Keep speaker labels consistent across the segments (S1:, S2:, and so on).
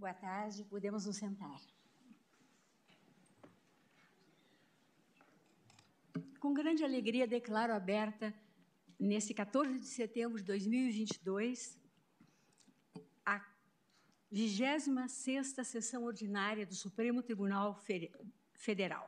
S1: Boa tarde, podemos nos sentar. Com grande alegria, declaro aberta, nesse 14 de setembro de 2022, a 26ª Sessão Ordinária do Supremo Tribunal Federal.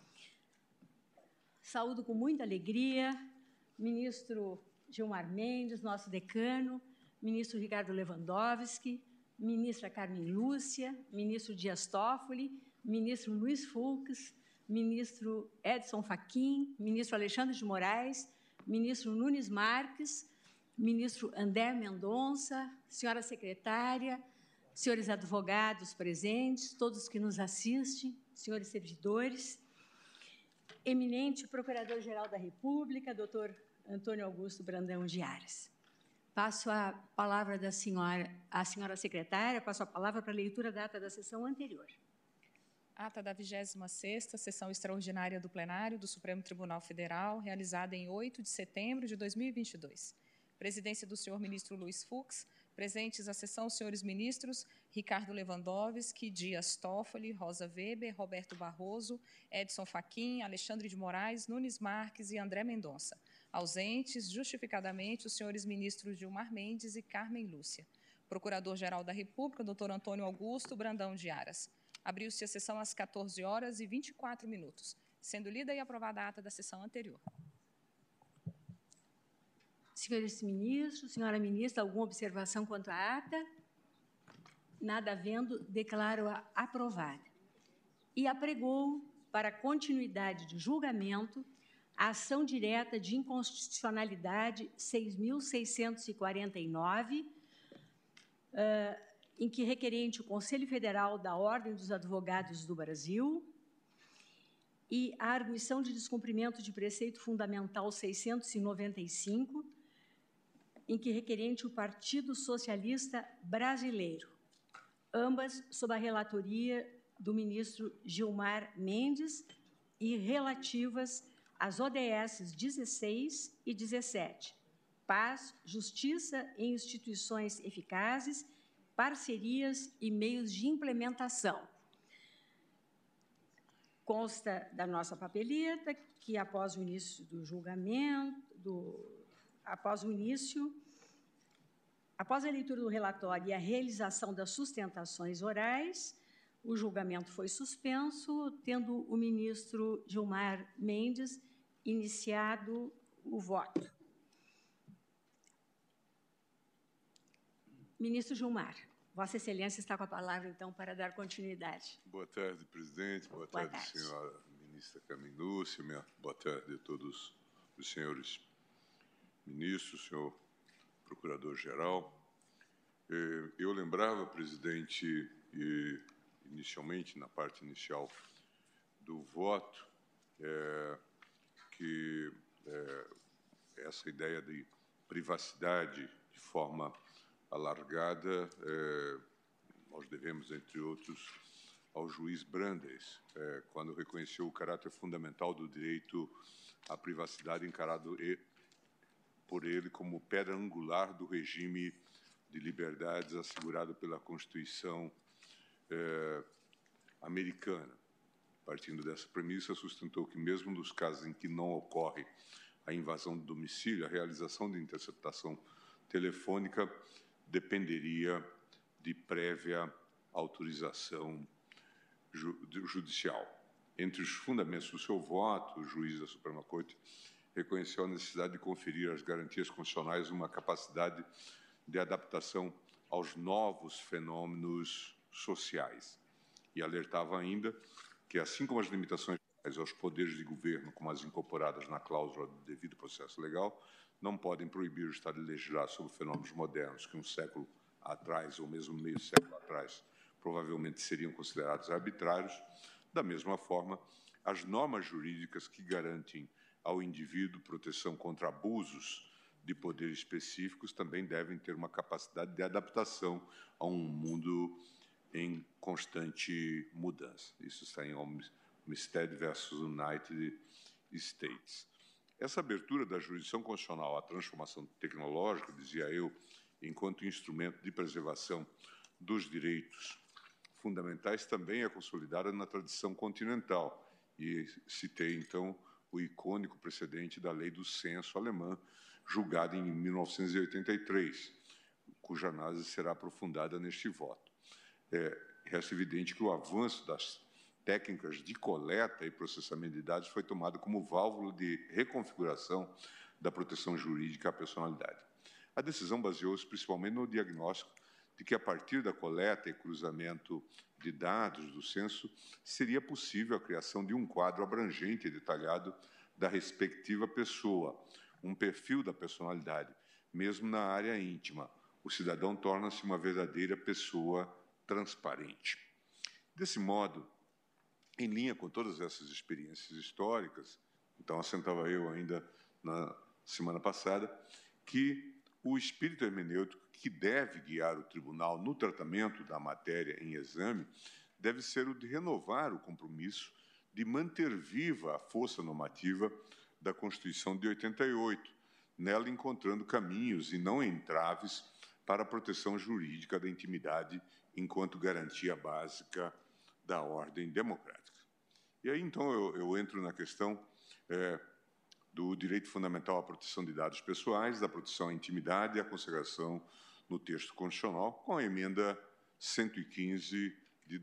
S1: Saúdo com muita alegria ministro Gilmar Mendes, nosso decano, ministro Ricardo Lewandowski, ministra Carmen Lúcia, ministro Dias Toffoli, ministro Luiz Fux, ministro Edson Fachin, ministro Alexandre de Moraes, ministro Nunes Marques, ministro André Mendonça, senhora secretária, senhores advogados presentes, todos que nos assistem, senhores servidores, eminente Procurador-Geral da República, doutor Antônio Augusto Brandão de Aras. Passo a palavra à senhora secretária, passo a palavra para a leitura da ata da sessão anterior.
S2: Ata da 26ª Sessão Extraordinária do Plenário do Supremo Tribunal Federal, realizada em 8 de setembro de 2022. Presidência do senhor ministro Luiz Fux. Presentes à sessão, os senhores ministros Ricardo Lewandowski, Dias Toffoli, Rosa Weber, Roberto Barroso, Edson Fachin, Alexandre de Moraes, Nunes Marques e André Mendonça. Ausentes, justificadamente, os senhores ministros Gilmar Mendes e Carmen Lúcia. Procurador-Geral da República, doutor Antônio Augusto Brandão de Aras. Abriu-se a sessão às 14h24, sendo lida e aprovada a ata da sessão anterior.
S1: Senhores ministros, senhora ministra, alguma observação quanto à ata? Nada havendo, declaro-a aprovada. E apregou, para continuidade de julgamento, a ação direta de inconstitucionalidade 6.649, em que requerente o Conselho Federal da Ordem dos Advogados do Brasil e a arguição de descumprimento de preceito fundamental 695, em que requerente o Partido Socialista Brasileiro, ambas sob a relatoria do ministro Gilmar Mendes e relativas às ODS 16 e 17, paz, justiça e instituições eficazes, parcerias e meios de implementação. Consta da nossa papeleta que, após o início do julgamento, após a leitura do relatório e a realização das sustentações orais, o julgamento foi suspenso, tendo o ministro Gilmar Mendes iniciado o voto. Ministro Gilmar, Vossa Excelência está com a palavra, então, para dar continuidade.
S3: Boa tarde, presidente. Boa tarde, senhora ministra Carmen Lúcia. Boa tarde a todos os senhores ministros, senhor procurador-geral. Eu lembrava, presidente, inicialmente, na parte inicial do voto, que essa ideia de privacidade de forma alargada, nós devemos, entre outros, ao juiz Brandes, quando reconheceu o caráter fundamental do direito à privacidade encarado por ele como pedra angular do regime de liberdades assegurado pela Constituição americana. Partindo dessa premissa, sustentou que, mesmo nos casos em que não ocorre a invasão do domicílio, a realização de interceptação telefônica dependeria de prévia autorização judicial. Entre os fundamentos do seu voto, o juiz da Suprema Corte reconheceu a necessidade de conferir às garantias constitucionais uma capacidade de adaptação aos novos fenômenos sociais. E alertava ainda que, assim como as limitações aos poderes de governo, como as incorporadas na cláusula do devido processo legal, não podem proibir o Estado de legislar sobre fenômenos modernos que um século atrás, ou mesmo meio século atrás, provavelmente seriam considerados arbitrários. Da mesma forma, as normas jurídicas que garantem ao indivíduo proteção contra abusos de poderes específicos também devem ter uma capacidade de adaptação a um mundo em constante mudança. Isso está em Olmsted versus United States. Essa abertura da jurisdição constitucional à transformação tecnológica, dizia eu, enquanto instrumento de preservação dos direitos fundamentais também é consolidada na tradição continental. E citei, então, o icônico precedente da lei do censo alemã, julgada em 1983, cuja análise será aprofundada neste voto. Resta evidente que o avanço das técnicas de coleta e processamento de dados foi tomado como válvula de reconfiguração da proteção jurídica à personalidade. A decisão baseou-se principalmente no diagnóstico de que, a partir da coleta e cruzamento de dados do censo, seria possível a criação de um quadro abrangente e detalhado da respectiva pessoa, um perfil da personalidade, mesmo na área íntima. O cidadão torna-se uma verdadeira pessoa transparente. Desse modo, em linha com todas essas experiências históricas, então assentava eu ainda na semana passada, que o espírito hermenêutico que deve guiar o tribunal no tratamento da matéria em exame deve ser o de renovar o compromisso de manter viva a força normativa da Constituição de 88, nela encontrando caminhos e não entraves para a proteção jurídica da intimidade enquanto garantia básica da ordem democrática. E aí, então, eu entro na questão do direito fundamental à proteção de dados pessoais, da proteção à intimidade e à consagração no texto constitucional, com a emenda 115 de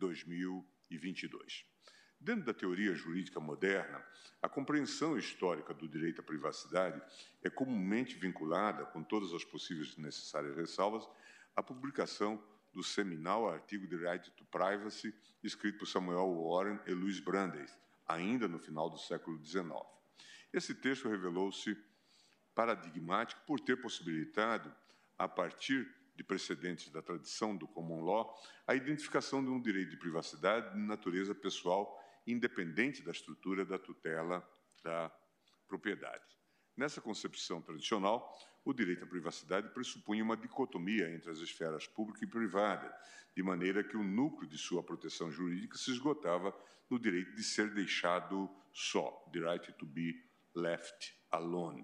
S3: 2022. Dentro da teoria jurídica moderna, a compreensão histórica do direito à privacidade é comumente vinculada, com todas as possíveis e necessárias ressalvas, à publicação do seminal artigo The Right to Privacy, escrito por Samuel Warren e Louis Brandeis, ainda no final do século XIX. Esse texto revelou-se paradigmático por ter possibilitado, a partir de precedentes da tradição do common law, a identificação de um direito de privacidade de natureza pessoal, independente da estrutura da tutela da propriedade. Nessa concepção tradicional, o direito à privacidade pressupunha uma dicotomia entre as esferas pública e privada, de maneira que o núcleo de sua proteção jurídica se esgotava no direito de ser deixado só, the right to be left alone.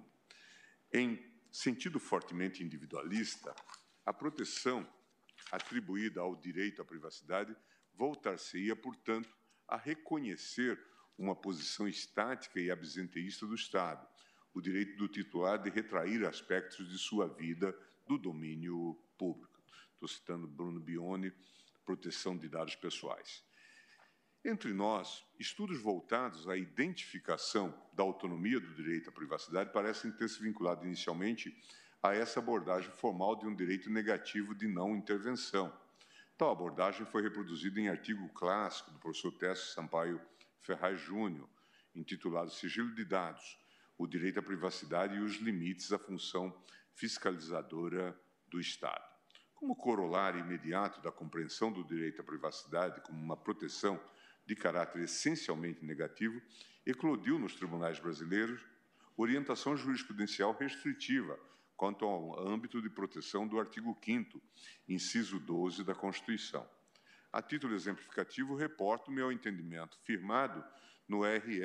S3: Em sentido fortemente individualista, a proteção atribuída ao direito à privacidade voltar-se-ia, portanto, a reconhecer uma posição estática e absenteísta do Estado, o direito do titular de retrair aspectos de sua vida do domínio público. Estou citando Bruno Bione, proteção de dados pessoais. Entre nós, estudos voltados à identificação da autonomia do direito à privacidade parecem ter se vinculado inicialmente a essa abordagem formal de um direito negativo de não intervenção. Tal abordagem foi reproduzida em artigo clássico do professor Técio Sampaio Ferraz Júnior, intitulado Sigilo de Dados, o direito à privacidade e os limites à função fiscalizadora do Estado. Como corolário imediato da compreensão do direito à privacidade como uma proteção de caráter essencialmente negativo, eclodiu nos tribunais brasileiros orientação jurisprudencial restritiva quanto ao âmbito de proteção do artigo 5º, inciso 12 da Constituição. A título exemplificativo, reporto-me ao entendimento firmado no RE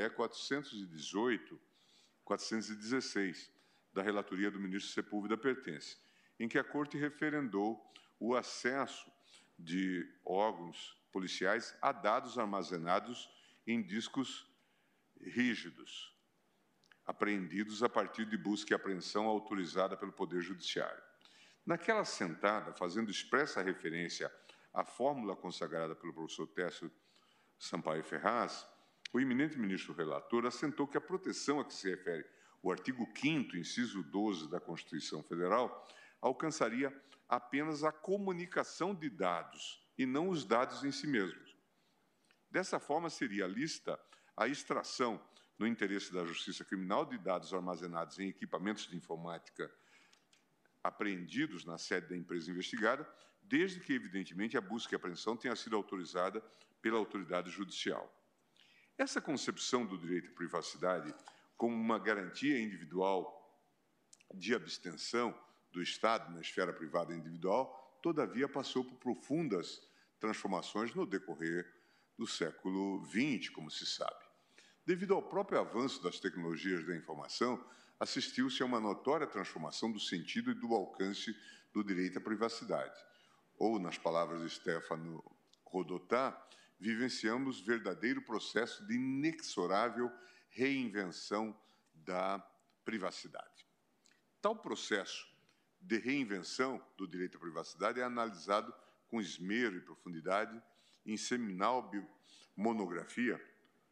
S3: 416, da relatoria do ministro Sepúlveda Pertence, em que a Corte referendou o acesso de órgãos policiais a dados armazenados em discos rígidos, apreendidos a partir de busca e apreensão autorizada pelo Poder Judiciário. Naquela sentada, fazendo expressa referência à fórmula consagrada pelo professor Técio Sampaio Ferraz, o eminente ministro relator assentou que a proteção a que se refere o artigo 5º, inciso 12 da Constituição Federal, alcançaria apenas a comunicação de dados e não os dados em si mesmos. Dessa forma, seria lícita a extração, no interesse da justiça criminal, de dados armazenados em equipamentos de informática apreendidos na sede da empresa investigada, desde que, evidentemente, a busca e apreensão tenha sido autorizada pela autoridade judicial. Essa concepção do direito à privacidade como uma garantia individual de abstenção do Estado na esfera privada individual, todavia passou por profundas transformações no decorrer do século XX, como se sabe. Devido ao próprio avanço das tecnologias da informação, assistiu-se a uma notória transformação do sentido e do alcance do direito à privacidade. Ou, nas palavras de Stefano Rodotà, vivenciamos verdadeiro processo de inexorável reinvenção da privacidade. Tal processo de reinvenção do direito à privacidade é analisado com esmero e profundidade em seminal monografia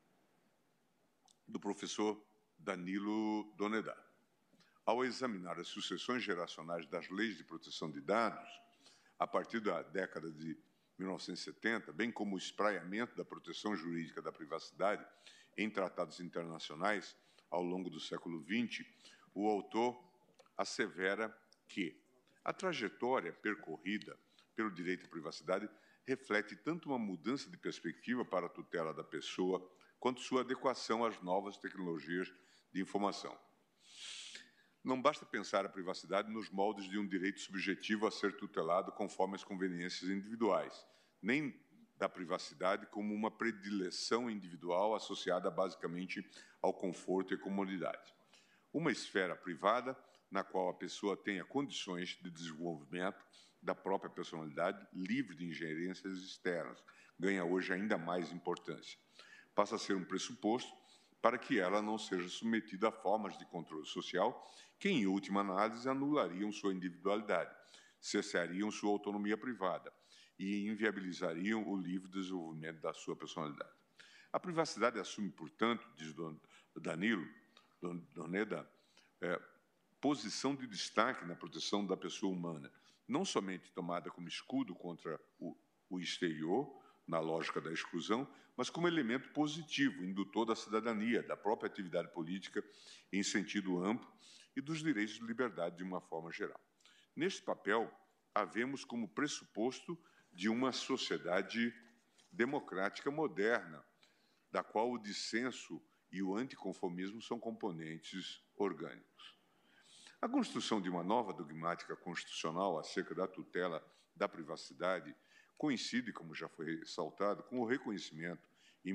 S3: do professor Danilo Donedá. Ao examinar as sucessões geracionais das leis de proteção de dados, a partir da década de 1970, bem como o espraiamento da proteção jurídica da privacidade em tratados internacionais ao longo do século XX, o autor assevera que a trajetória percorrida pelo direito à privacidade reflete tanto uma mudança de perspectiva para a tutela da pessoa, quanto sua adequação às novas tecnologias de informação. Não basta pensar a privacidade nos moldes de um direito subjetivo a ser tutelado conforme as conveniências individuais, nem da privacidade como uma predileção individual associada basicamente ao conforto e comodidade. Uma esfera privada na qual a pessoa tenha condições de desenvolvimento da própria personalidade, livre de ingerências externas, ganha hoje ainda mais importância. Passa a ser um pressuposto para que ela não seja submetida a formas de controle social que, em última análise, anulariam sua individualidade, cessariam sua autonomia privada e inviabilizariam o livre desenvolvimento da sua personalidade. A privacidade assume, portanto, diz Danilo Donedá, posição de destaque na proteção da pessoa humana, não somente tomada como escudo contra o exterior, na lógica da exclusão, mas como elemento positivo, indutor da cidadania, da própria atividade política em sentido amplo e dos direitos de liberdade de uma forma geral. Neste papel, havemos como pressuposto de uma sociedade democrática moderna, da qual o dissenso e o anticonformismo são componentes orgânicos. A construção de uma nova dogmática constitucional acerca da tutela da privacidade coincide, como já foi ressaltado, com o reconhecimento, em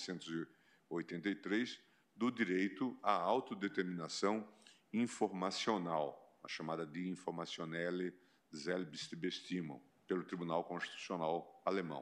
S3: 1983, do direito à autodeterminação informacional, a chamada de Informationelle Selbstbestimmung, pelo Tribunal Constitucional alemão.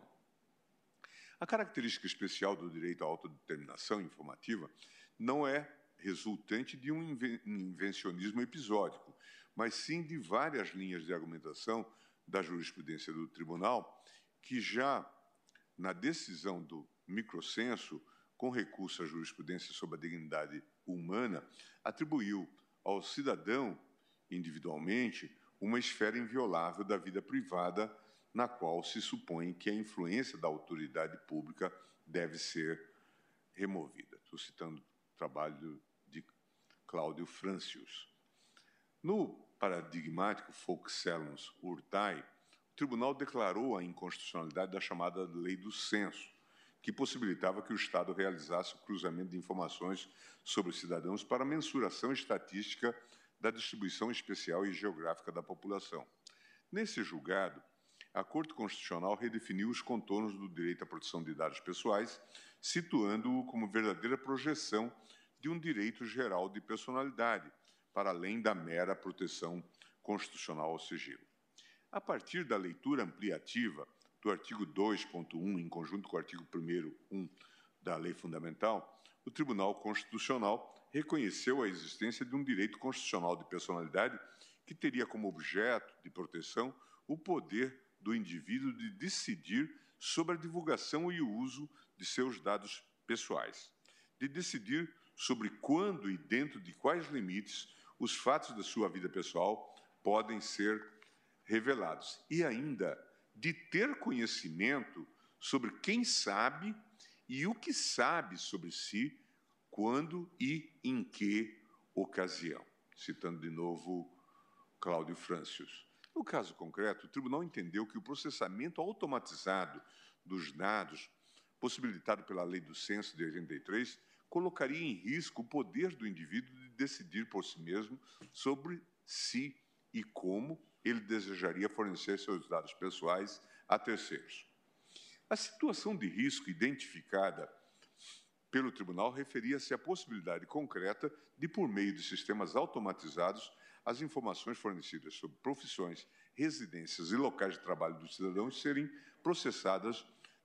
S3: A característica especial do direito à autodeterminação informativa não é resultante de um invencionismo episódico, mas sim de várias linhas de argumentação da jurisprudência do Tribunal, que já na decisão do microcenso, com recurso à jurisprudência sobre a dignidade humana, atribuiu ao cidadão, individualmente, uma esfera inviolável da vida privada, na qual se supõe que a influência da autoridade pública deve ser removida. Estou citando o trabalho de Cláudio Francius. No paradigmático Fox-Cellons Urtai, o Tribunal declarou a inconstitucionalidade da chamada Lei do Censo, que possibilitava que o Estado realizasse o cruzamento de informações sobre os cidadãos para mensuração estatística da distribuição especial e geográfica da população. Nesse julgado, a Corte Constitucional redefiniu os contornos do direito à proteção de dados pessoais, situando-o como verdadeira projeção de um direito geral de personalidade, para além da mera proteção constitucional ao sigilo. A partir da leitura ampliativa do artigo 2.1, em conjunto com o artigo 1º, da Lei Fundamental, o Tribunal Constitucional reconheceu a existência de um direito constitucional de personalidade que teria como objeto de proteção o poder do indivíduo de decidir sobre a divulgação e o uso de seus dados pessoais, de decidir sobre quando e dentro de quais limites os fatos da sua vida pessoal podem ser revelados, e ainda de ter conhecimento sobre quem sabe e o que sabe sobre si, quando e em que ocasião. Citando de novo Cláudio Francius. No caso concreto, o tribunal entendeu que o processamento automatizado dos dados, possibilitado pela Lei do Censo de 83, colocaria em risco o poder do indivíduo de decidir por si mesmo sobre si e como ele desejaria fornecer seus dados pessoais a terceiros. A situação de risco identificada pelo tribunal referia-se à possibilidade concreta de, por meio de sistemas automatizados, as informações fornecidas sobre profissões, residências e locais de trabalho dos cidadãos serem processadas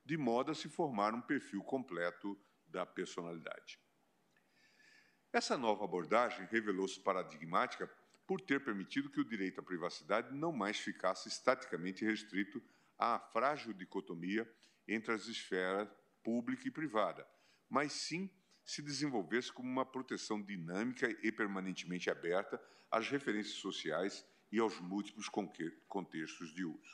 S3: de modo a se formar um perfil completo da personalidade. Essa nova abordagem revelou-se paradigmática por ter permitido que o direito à privacidade não mais ficasse estaticamente restrito à frágil dicotomia entre as esferas pública e privada, mas sim se desenvolvesse como uma proteção dinâmica e permanentemente aberta às referências sociais e aos múltiplos contextos de uso.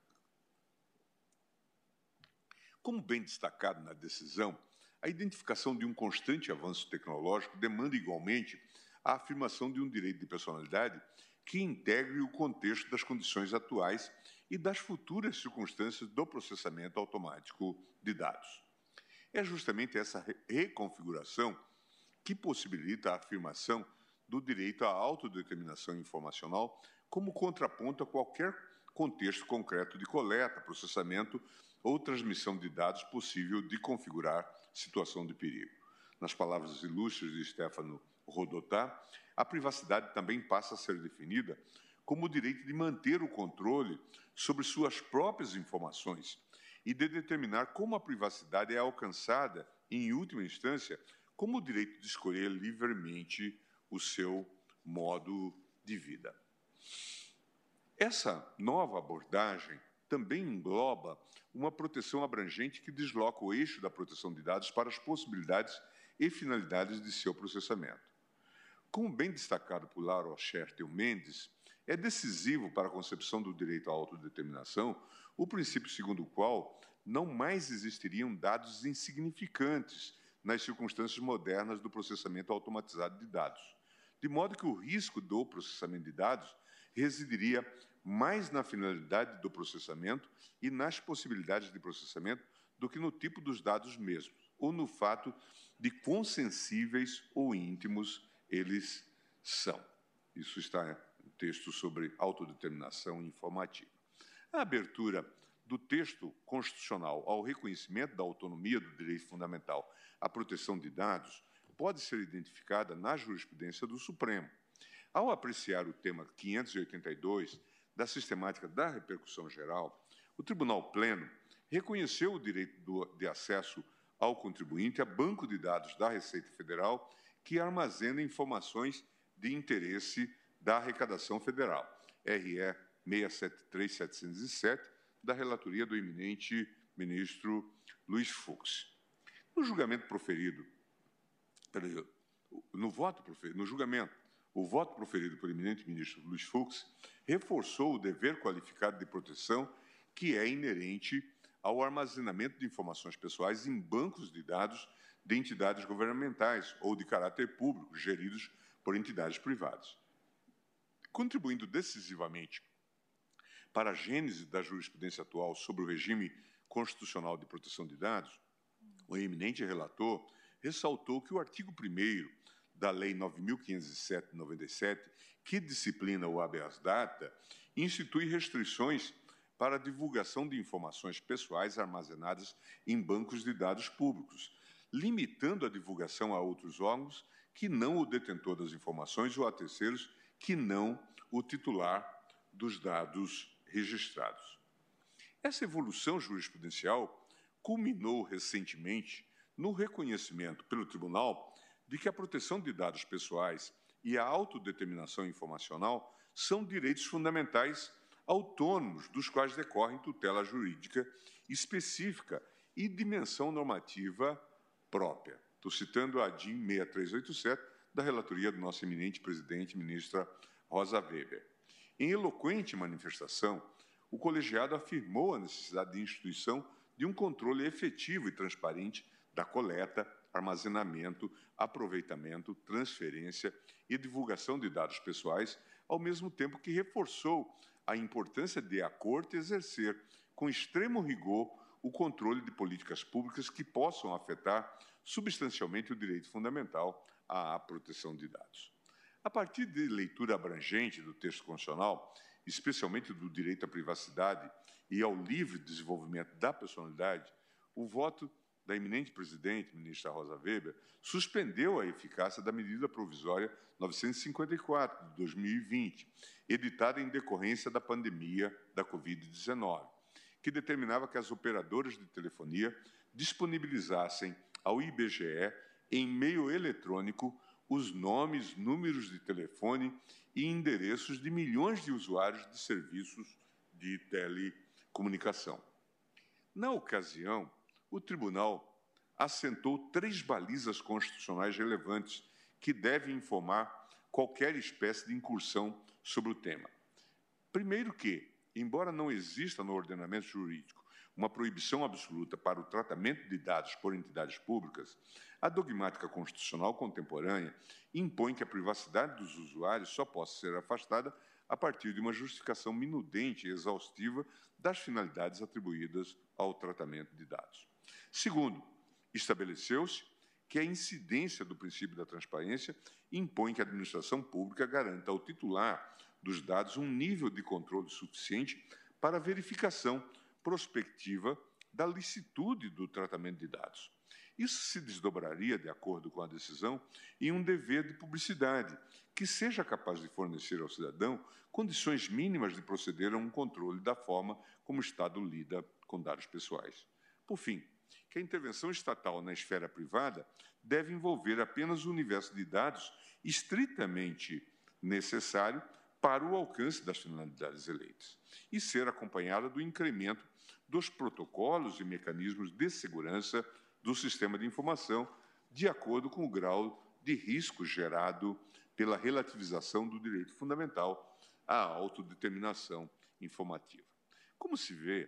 S3: Como bem destacado na decisão, a identificação de um constante avanço tecnológico demanda igualmente a afirmação de um direito de personalidade que integre o contexto das condições atuais e das futuras circunstâncias do processamento automático de dados. É justamente essa reconfiguração que possibilita a afirmação do direito à autodeterminação informacional como contraponto a qualquer contexto concreto de coleta, processamento ou transmissão de dados possível de configurar situação de perigo. Nas palavras ilustres de Stefano Rodotà, a privacidade também passa a ser definida como o direito de manter o controle sobre suas próprias informações e de determinar como a privacidade é alcançada, em última instância, como o direito de escolher livremente o seu modo de vida. Essa nova abordagem também engloba uma proteção abrangente que desloca o eixo da proteção de dados para as possibilidades e finalidades de seu processamento. Como bem destacado por Laura Ochertel Mendes, é decisivo para a concepção do direito à autodeterminação o princípio segundo o qual não mais existiriam dados insignificantes nas circunstâncias modernas do processamento automatizado de dados, de modo que o risco do processamento de dados residiria mais na finalidade do processamento e nas possibilidades de processamento do que no tipo dos dados mesmos, ou no fato de quão sensíveis ou íntimos eles são. Isso está no texto sobre autodeterminação informativa. A abertura do texto constitucional ao reconhecimento da autonomia do direito fundamental à proteção de dados pode ser identificada na jurisprudência do Supremo. Ao apreciar o tema 582 da sistemática da repercussão geral, o Tribunal Pleno reconheceu o direito de acesso ao contribuinte a banco de dados da Receita Federal que armazena informações de interesse da arrecadação federal, RE 673707, da relatoria do eminente ministro Luiz Fux. No julgamento proferido, o voto proferido pelo eminente ministro Luiz Fux reforçou o dever qualificado de proteção que é inerente ao armazenamento de informações pessoais em bancos de dados de entidades governamentais ou de caráter público, geridos por entidades privadas. Contribuindo decisivamente para a gênese da jurisprudência atual sobre o regime constitucional de proteção de dados, o eminente relator ressaltou que o artigo 1º da Lei 9.507/97, que disciplina o habeas data, institui restrições para a divulgação de informações pessoais armazenadas em bancos de dados públicos, limitando a divulgação a outros órgãos que não o detentor das informações ou a terceiros que não o titular dos dados registrados. Essa evolução jurisprudencial culminou recentemente no reconhecimento pelo Tribunal de que a proteção de dados pessoais e a autodeterminação informacional são direitos fundamentais autônomos dos quais decorrem tutela jurídica específica e dimensão normativa própria. Estou citando a DIN 6387, da relatoria do nosso eminente presidente, ministra Rosa Weber. Em eloquente manifestação, o colegiado afirmou a necessidade de instituição de um controle efetivo e transparente da coleta, armazenamento, aproveitamento, transferência e divulgação de dados pessoais, ao mesmo tempo que reforçou a importância de a Corte exercer, com extremo rigor, o controle de políticas públicas que possam afetar substancialmente o direito fundamental à proteção de dados. A partir de leitura abrangente do texto constitucional, especialmente do direito à privacidade e ao livre desenvolvimento da personalidade, o voto da eminente presidente, ministra Rosa Weber, suspendeu a eficácia da medida provisória 954 de 2020, editada em decorrência da pandemia da Covid-19, que determinava que as operadoras de telefonia disponibilizassem ao IBGE, em meio eletrônico, os nomes, números de telefone e endereços de milhões de usuários de serviços de telecomunicação. Na ocasião, o Tribunal assentou 3 balizas constitucionais relevantes que devem informar qualquer espécie de incursão sobre o tema. Primeiro que, embora não exista no ordenamento jurídico uma proibição absoluta para o tratamento de dados por entidades públicas, a dogmática constitucional contemporânea impõe que a privacidade dos usuários só possa ser afastada a partir de uma justificação minudente e exaustiva das finalidades atribuídas ao tratamento de dados. Segundo, estabeleceu-se que a incidência do princípio da transparência impõe que a administração pública garanta ao titular dos dados um nível de controle suficiente para a verificação prospectiva da licitude do tratamento de dados. Isso se desdobraria, de acordo com a decisão, em um dever de publicidade, que seja capaz de fornecer ao cidadão condições mínimas de proceder a um controle da forma como o Estado lida com dados pessoais. Por fim, que a intervenção estatal na esfera privada deve envolver apenas o universo de dados estritamente necessário para o alcance das finalidades eleitas e ser acompanhada do incremento dos protocolos e mecanismos de segurança do sistema de informação, de acordo com o grau de risco gerado pela relativização do direito fundamental à autodeterminação informativa. Como se vê,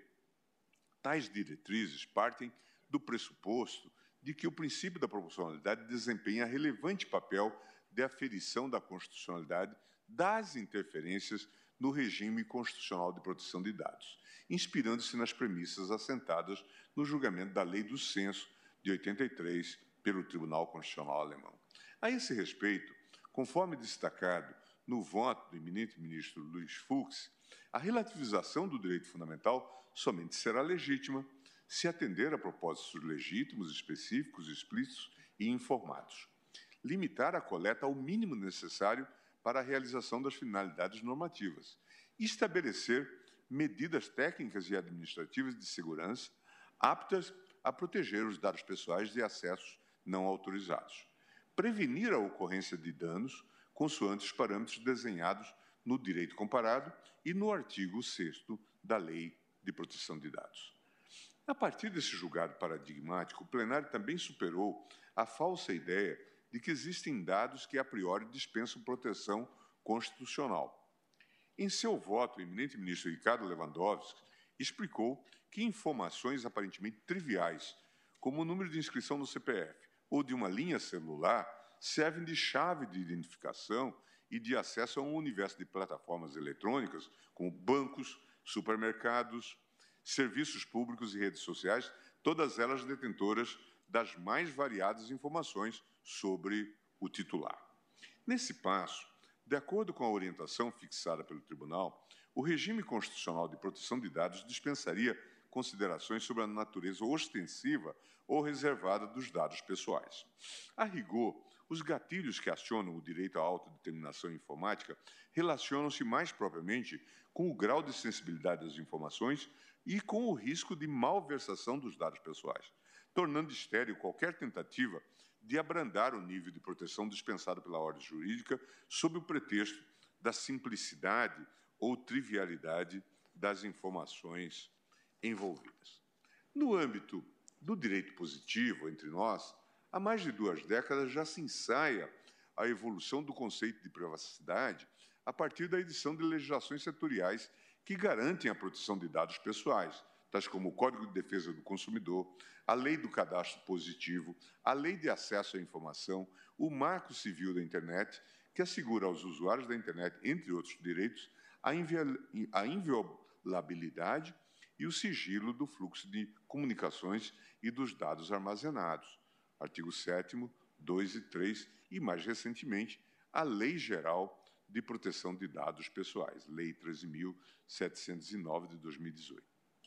S3: tais diretrizes partem do pressuposto de que o princípio da proporcionalidade desempenha relevante papel de aferição da constitucionalidade das interferências no regime constitucional de proteção de dados, inspirando-se nas premissas assentadas no julgamento da Lei do Censo de 83 pelo Tribunal Constitucional Alemão. A esse respeito, conforme destacado no voto do eminente ministro Luiz Fux, a relativização do direito fundamental somente será legítima se atender a propósitos legítimos, específicos, explícitos e informados. Limitar a coleta ao mínimo necessário para a realização das finalidades normativas. Estabelecer medidas técnicas e administrativas de segurança aptas a proteger os dados pessoais de acessos não autorizados. Prevenir a ocorrência de danos consoante os parâmetros desenhados no direito comparado e no artigo 6º da Lei de Proteção de Dados. A partir desse julgado paradigmático, o plenário também superou a falsa ideia de que existem dados que, a priori, dispensam proteção constitucional. Em seu voto, o eminente ministro Ricardo Lewandowski explicou que informações aparentemente triviais, como o número de inscrição no CPF ou de uma linha celular, servem de chave de identificação e de acesso a um universo de plataformas eletrônicas, como bancos, supermercados, serviços públicos e redes sociais, todas elas detentoras das mais variadas informações sobre o titular. Nesse passo, de acordo com a orientação fixada pelo Tribunal, o regime constitucional de proteção de dados dispensaria considerações sobre a natureza ostensiva ou reservada dos dados pessoais. A rigor, os gatilhos que acionam o direito à autodeterminação informática relacionam-se mais propriamente com o grau de sensibilidade das informações e com o risco de malversação dos dados pessoais, tornando estéril qualquer tentativa de abrandar o nível de proteção dispensado pela ordem jurídica sob o pretexto da simplicidade ou trivialidade das informações envolvidas. No âmbito do direito positivo, entre nós, há mais de 2 décadas já se ensaia a evolução do conceito de privacidade a partir da edição de legislações setoriais que garantem a proteção de dados pessoais, tais como o Código de Defesa do Consumidor, a Lei do Cadastro Positivo, a Lei de Acesso à Informação, o Marco Civil da Internet, que assegura aos usuários da Internet, entre outros direitos, a inviolabilidade e o sigilo do fluxo de comunicações e dos dados armazenados. Artigo 7º, 2 e 3, e, mais recentemente, a Lei Geral de Proteção de Dados Pessoais, Lei 13.709, de 2018.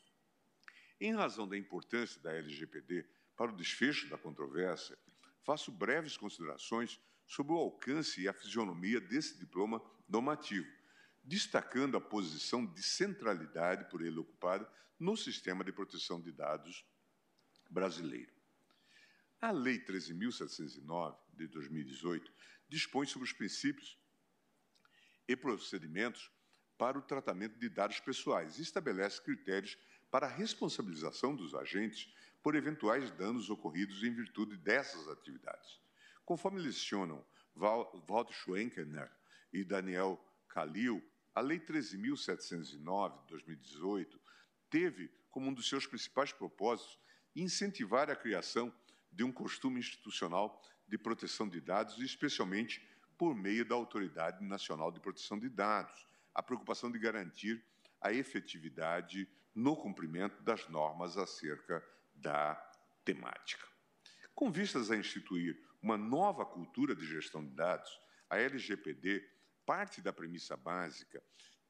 S3: Em razão da importância da LGPD para o desfecho da controvérsia, faço breves considerações sobre o alcance e a fisionomia desse diploma normativo, destacando a posição de centralidade por ele ocupada no sistema de proteção de dados brasileiro. A Lei 13.709, de 2018, dispõe sobre os princípios e procedimentos para o tratamento de dados pessoais e estabelece critérios para a responsabilização dos agentes por eventuais danos ocorridos em virtude dessas atividades. Conforme lecionam Walter Schwenkener e Daniel Kalil, a Lei 13.709, de 2018, teve como um dos seus principais propósitos incentivar a criação de um costume institucional de proteção de dados, especialmente por meio da Autoridade Nacional de Proteção de Dados, a preocupação de garantir a efetividade no cumprimento das normas acerca da temática. Com vistas a instituir uma nova cultura de gestão de dados, a LGPD parte da premissa básica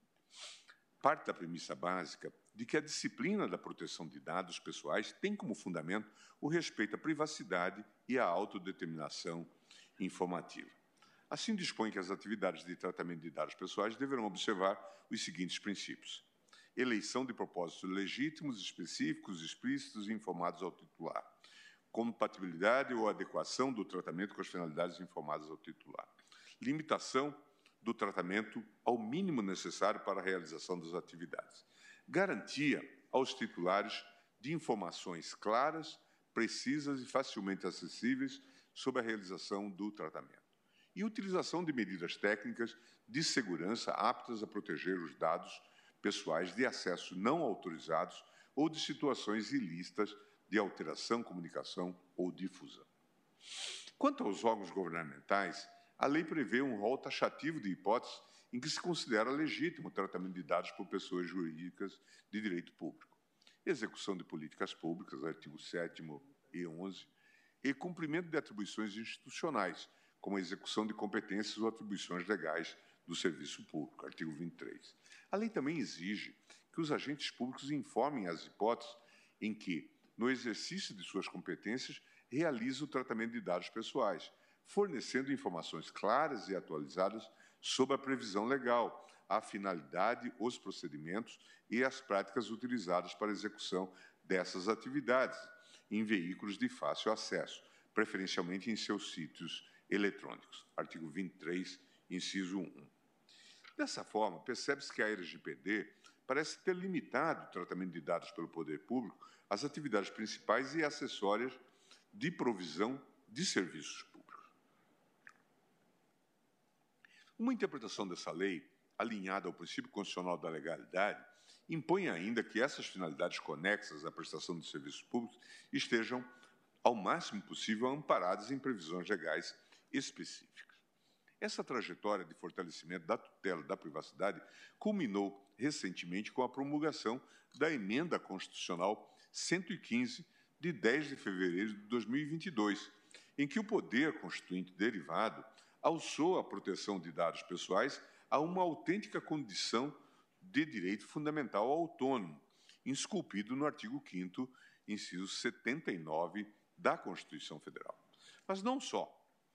S3: de que a disciplina da proteção de dados pessoais tem como fundamento o respeito à privacidade e à autodeterminação informativa. Assim, dispõe que as atividades de tratamento de dados pessoais deverão observar os seguintes princípios: eleição de propósitos legítimos, específicos, explícitos e informados ao titular, compatibilidade ou adequação do tratamento com as finalidades informadas ao titular, limitação do tratamento ao mínimo necessário para a realização das atividades, garantia aos titulares de informações claras, precisas e facilmente acessíveis sobre a realização do tratamento, e utilização de medidas técnicas de segurança aptas a proteger os dados pessoais de acesso não autorizados ou de situações ilícitas de alteração, comunicação ou difusão. Quanto aos órgãos governamentais, a lei prevê um rol taxativo de hipóteses em que se considera legítimo o tratamento de dados por pessoas jurídicas de direito público. Execução de políticas públicas, artigo 7º e 11, e cumprimento de atribuições institucionais, como a execução de competências ou atribuições legais do serviço público, artigo 23. A lei também exige que os agentes públicos informem as hipóteses em que, no exercício de suas competências, realiza o tratamento de dados pessoais, fornecendo informações claras e atualizadas sobre a previsão legal, a finalidade, os procedimentos e as práticas utilizadas para a execução dessas atividades em veículos de fácil acesso, preferencialmente em seus sítios eletrônicos. Artigo 23, inciso 1. Dessa forma, percebe-se que a LGPD parece ter limitado o tratamento de dados pelo poder público às atividades principais e acessórias de provisão de serviços públicos. Uma interpretação dessa lei, alinhada ao princípio constitucional da legalidade, impõe ainda que essas finalidades conexas à prestação de serviços públicos estejam, ao máximo possível, amparadas em previsões legais específicas. Essa trajetória de fortalecimento da tutela da privacidade culminou recentemente com a promulgação da Emenda Constitucional 115, de 10 de fevereiro de 2022, em que o poder constituinte derivado alçou a proteção de dados pessoais a uma autêntica condição de direito fundamental autônomo, esculpido no artigo 5º, inciso 79 da Constituição Federal. Mas não só.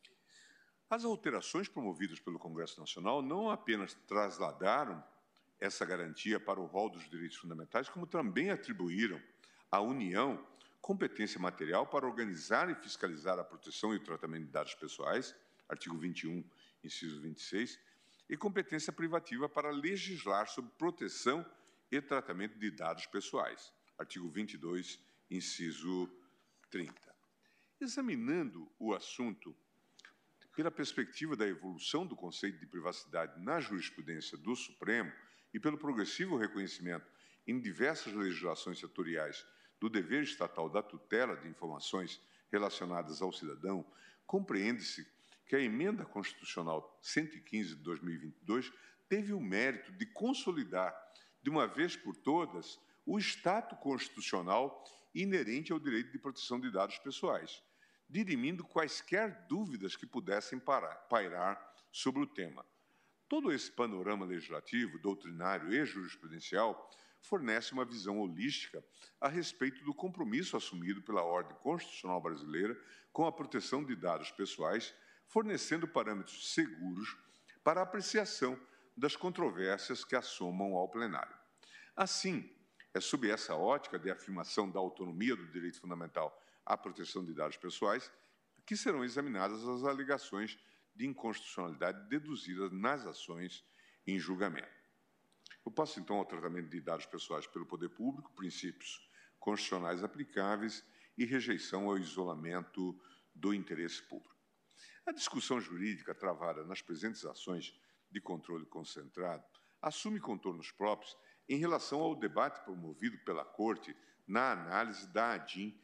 S3: As alterações promovidas pelo Congresso Nacional não apenas trasladaram essa garantia para o rol dos direitos fundamentais, como também atribuíram à União competência material para organizar e fiscalizar a proteção e o tratamento de dados pessoais, artigo 21, inciso 26, e competência privativa para legislar sobre proteção e tratamento de dados pessoais, artigo 22, inciso 30. Examinando o assunto pela perspectiva da evolução do conceito de privacidade na jurisprudência do Supremo e pelo progressivo reconhecimento em diversas legislações setoriais do dever estatal da tutela de informações relacionadas ao cidadão, compreende-se que a Emenda Constitucional 115 de 2022 teve o mérito de consolidar, de uma vez por todas, o status constitucional inerente ao direito de proteção de dados pessoais, dirimindo quaisquer dúvidas que pudessem pairar sobre o tema. Todo esse panorama legislativo, doutrinário e jurisprudencial fornece uma visão holística a respeito do compromisso assumido pela ordem constitucional brasileira com a proteção de dados pessoais, fornecendo parâmetros seguros para a apreciação das controvérsias que assomam ao plenário. Assim, é sob essa ótica de afirmação da autonomia do direito fundamental à proteção de dados pessoais que serão examinadas as alegações de inconstitucionalidade deduzidas nas ações em julgamento. Eu passo, então, ao tratamento de dados pessoais pelo poder público, princípios constitucionais aplicáveis e rejeição ao isolamento do interesse público. A discussão jurídica travada nas presentes ações de controle concentrado assume contornos próprios em relação ao debate promovido pela Corte na análise da ADIM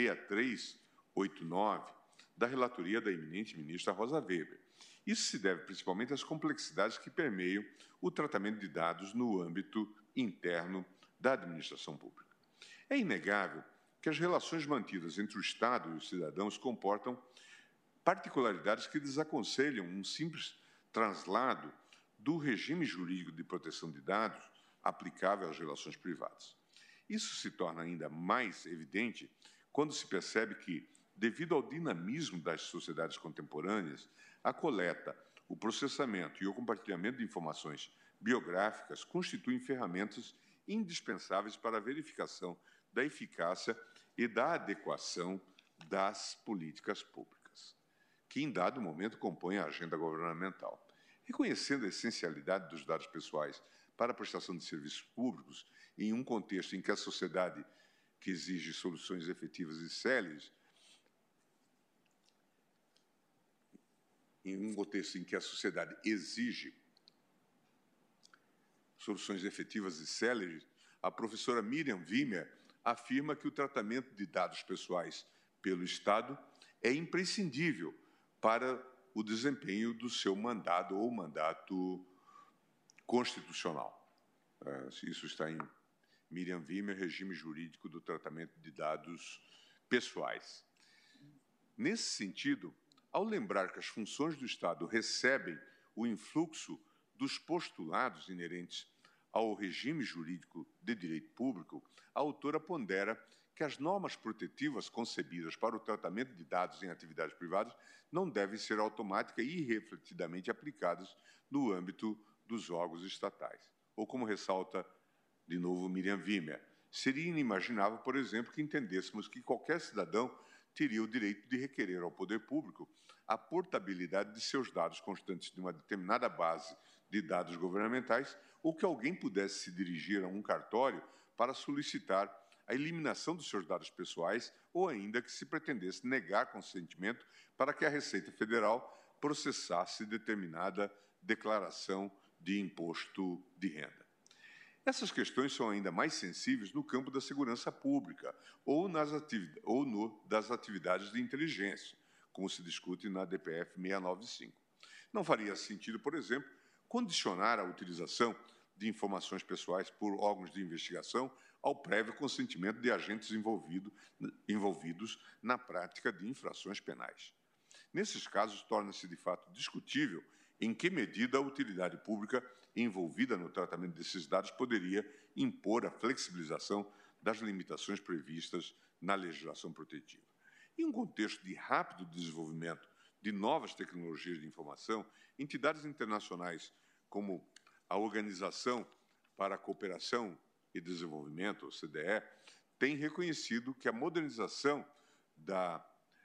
S3: 6389, da relatoria da eminente ministra Rosa Weber. Isso se deve principalmente às complexidades que permeiam o tratamento de dados no âmbito interno da administração pública. É inegável que as relações mantidas entre o Estado e os cidadãos comportam particularidades que desaconselham um simples traslado do regime jurídico de proteção de dados aplicável às relações privadas. Isso se torna ainda mais evidente quando se percebe que, devido ao dinamismo das sociedades contemporâneas, a coleta, o processamento e o compartilhamento de informações biográficas constituem ferramentas indispensáveis para a verificação da eficácia e da adequação das políticas públicas, que em dado momento compõem a agenda governamental. Reconhecendo a essencialidade dos dados pessoais para a prestação de serviços públicos em um contexto em que a sociedade que exige soluções efetivas e céleres, em um contexto em que a sociedade exige soluções efetivas e céleres, a professora Miriam Wiemer afirma que o tratamento de dados pessoais pelo Estado é imprescindível para o desempenho do seu mandato ou mandato constitucional. Isso está em Miriam Wiemer, Regime Jurídico do Tratamento de Dados Pessoais. Nesse sentido, ao lembrar que as funções do Estado recebem o influxo dos postulados inerentes ao regime jurídico de direito público, a autora pondera que as normas protetivas concebidas para o tratamento de dados em atividades privadas não devem ser automáticas e irrefletidamente aplicadas no âmbito dos órgãos estatais. Ou, como ressalta, de novo, Miriam Wiemer, seria inimaginável, por exemplo, que entendêssemos que qualquer cidadão teria o direito de requerer ao poder público a portabilidade de seus dados constantes de uma determinada base de dados governamentais ou que alguém pudesse se dirigir a um cartório para solicitar a eliminação dos seus dados pessoais ou ainda que se pretendesse negar consentimento para que a Receita Federal processasse determinada declaração de imposto de renda. Essas questões são ainda mais sensíveis no campo da segurança pública ou das atividades de inteligência, como se discute na DPF 695. Não faria sentido, por exemplo, condicionar a utilização de informações pessoais por órgãos de investigação ao prévio consentimento de agentes envolvidos na prática de infrações penais. Nesses casos, torna-se de fato discutível em que medida a utilidade pública envolvida no tratamento desses dados poderia impor a flexibilização das limitações previstas na legislação protetiva. Em um contexto de rápido desenvolvimento de novas tecnologias de informação, entidades internacionais como a Organização para a Cooperação e Desenvolvimento, OCDE, têm reconhecido que a modernização da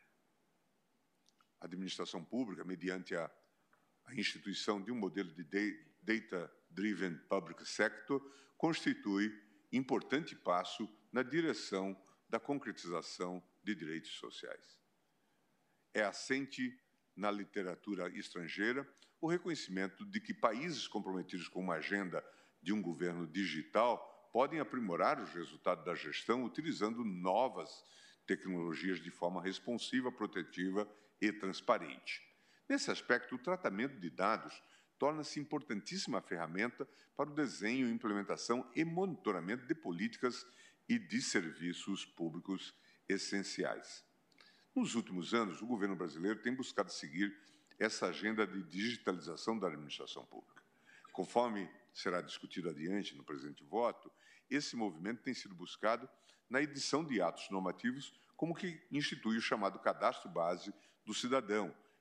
S3: administração pública mediante a instituição de um modelo de Data-Driven Public Sector constitui importante passo na direção da concretização de direitos sociais. É assente na literatura estrangeira o reconhecimento de que países comprometidos com uma agenda de um governo digital podem aprimorar os resultados da gestão utilizando novas tecnologias de forma responsiva, protetiva e transparente. Nesse aspecto, o tratamento de dados torna-se importantíssima ferramenta para o desenho, implementação e monitoramento de políticas e de serviços públicos essenciais. Nos últimos anos, o governo brasileiro tem buscado seguir essa agenda de digitalização da administração pública. Conforme será discutido adiante no presente voto, esse movimento tem sido buscado na edição de atos normativos, como que institui o chamado Cadastro Base do Cidadão,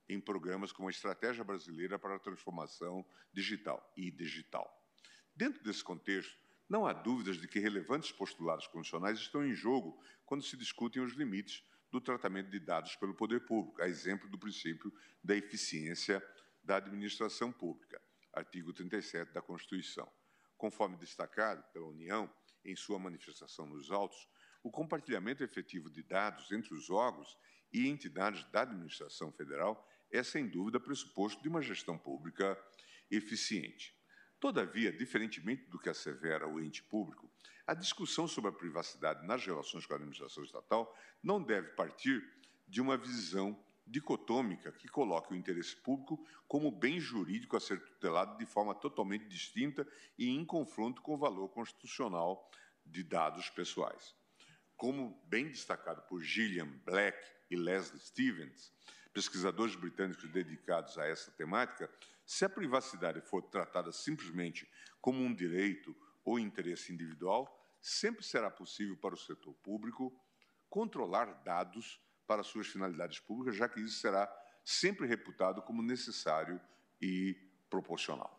S3: em programas como a Estratégia Brasileira para a Transformação Digital e Digital. Dentro desse contexto, não há dúvidas de que relevantes postulados constitucionais estão em jogo quando se discutem os limites do tratamento de dados pelo poder público, a exemplo do princípio da eficiência da administração pública, artigo 37 da Constituição. Conforme destacado pela União em sua manifestação nos autos, o compartilhamento efetivo de dados entre os órgãos e entidades da administração federal é, sem dúvida, pressuposto de uma gestão pública eficiente. Todavia, diferentemente do que assevera o ente público, a discussão sobre a privacidade nas relações com a administração estatal não deve partir de uma visão dicotômica que coloque o interesse público como bem jurídico a ser tutelado de forma totalmente distinta e em confronto com o valor constitucional de dados pessoais. Como bem destacado por Gillian Black e Leslie Stevens, pesquisadores britânicos dedicados a essa temática, se a privacidade for tratada simplesmente como um direito ou interesse individual, sempre será possível para o setor público controlar dados para suas finalidades públicas, já que isso será sempre reputado como necessário e proporcional.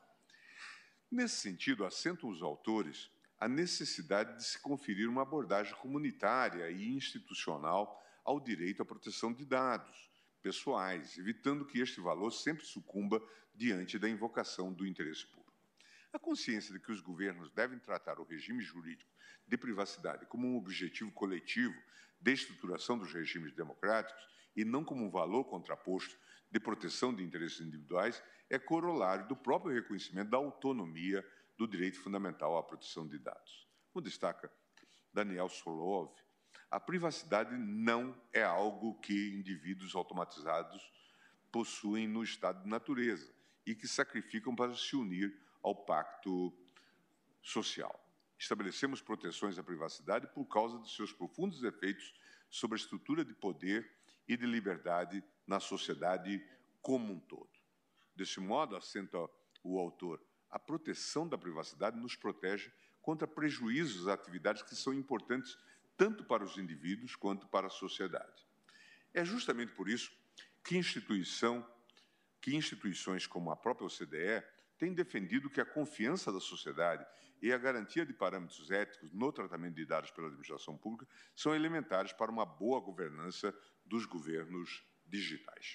S3: Nesse sentido, assentam os autores a necessidade de se conferir uma abordagem comunitária e institucional ao direito à proteção de dados pessoais, evitando que este valor sempre sucumba diante da invocação do interesse público. A consciência de que os governos devem tratar o regime jurídico de privacidade como um objetivo coletivo de estruturação dos regimes democráticos e não como um valor contraposto de proteção de interesses individuais é corolário do próprio reconhecimento da autonomia do direito fundamental à proteção de dados. Como destaca Daniel Solove, a privacidade não é algo que indivíduos automatizados possuem no estado de natureza e que sacrificam para se unir ao pacto social. Estabelecemos proteções à privacidade por causa de seus profundos efeitos sobre a estrutura de poder e de liberdade na sociedade como um todo. Desse modo, assenta o autor, a proteção da privacidade nos protege contra prejuízos a atividades que são importantes tanto para os indivíduos quanto para a sociedade. É justamente por isso que instituições como a própria OCDE têm defendido que a confiança da sociedade e a garantia de parâmetros éticos no tratamento de dados pela administração pública são elementares para uma boa governança dos governos digitais.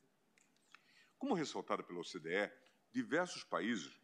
S3: Como ressaltado pela OCDE, diversos países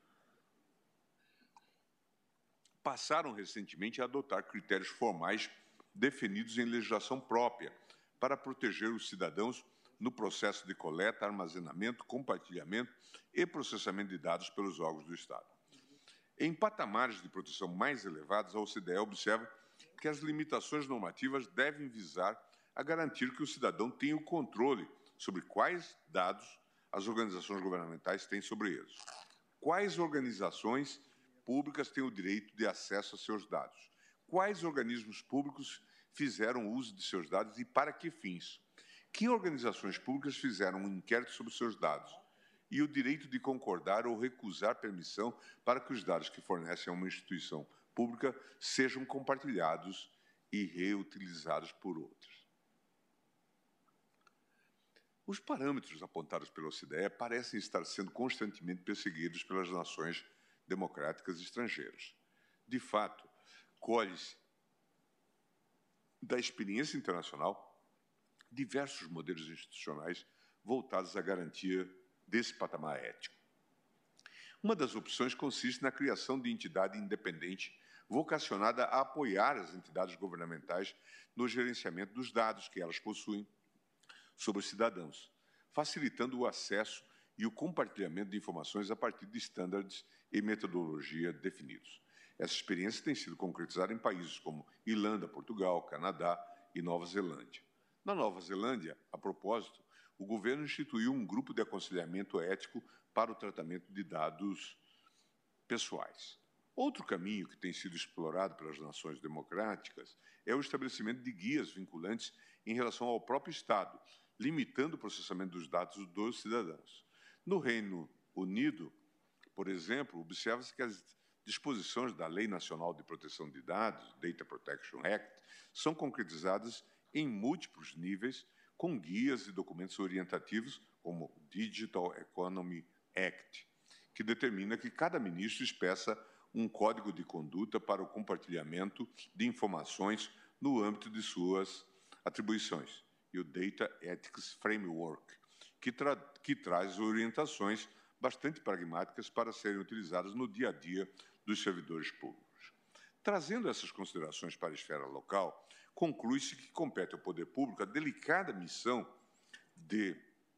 S3: passaram recentemente a adotar critérios formais definidos em legislação própria para proteger os cidadãos no processo de coleta, armazenamento, compartilhamento e processamento de dados pelos órgãos do Estado. Em patamares de proteção mais elevados, a OCDE observa que as limitações normativas devem visar a garantir que o cidadão tenha o controle sobre quais dados as organizações governamentais têm sobre eles. Quais organizações públicas têm o direito de acesso a seus dados? Quais organismos públicos fizeram uso de seus dados e para que fins? Que organizações públicas fizeram um inquérito sobre seus dados? E o direito de concordar ou recusar permissão para que os dados que fornecem a uma instituição pública sejam compartilhados e reutilizados por outras. Os parâmetros apontados pela OCDE parecem estar sendo constantemente perseguidos pelas nações democráticas estrangeiras. De fato, colhe-se da experiência internacional diversos modelos institucionais voltados à garantia desse patamar ético. Uma das opções consiste na criação de entidade independente vocacionada a apoiar as entidades governamentais no gerenciamento dos dados que elas possuem sobre os cidadãos, facilitando o acesso e o compartilhamento de informações a partir de estándares e metodologia definidos. Essa experiência tem sido concretizada em países como Irlanda, Portugal, Canadá e Nova Zelândia. Na Nova Zelândia, a propósito, o governo instituiu um grupo de aconselhamento ético para o tratamento de dados pessoais. Outro caminho que tem sido explorado pelas nações democráticas é o estabelecimento de guias vinculantes em relação ao próprio Estado, limitando o processamento dos dados dos cidadãos. No Reino Unido, por exemplo, observa-se que as disposições da Lei Nacional de Proteção de Dados, Data Protection Act, são concretizadas em múltiplos níveis, com guias e documentos orientativos como Digital Economy Act, que determina que cada ministro expeça um código de conduta para o compartilhamento de informações no âmbito de suas atribuições, e o Data Ethics Framework, que traz orientações bastante pragmáticas para serem utilizadas no dia a dia dos servidores públicos. Trazendo essas considerações para a esfera local, conclui-se que compete ao poder público a delicada missão de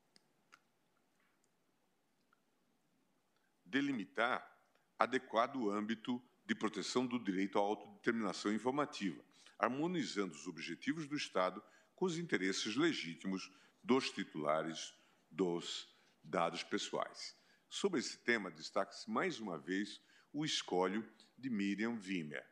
S3: delimitar adequado âmbito de proteção do direito à autodeterminação informativa, harmonizando os objetivos do Estado com os interesses legítimos dos titulares dos dados pessoais. Sobre esse tema, destaca-se mais uma vez o escolho de Miriam Wimmer.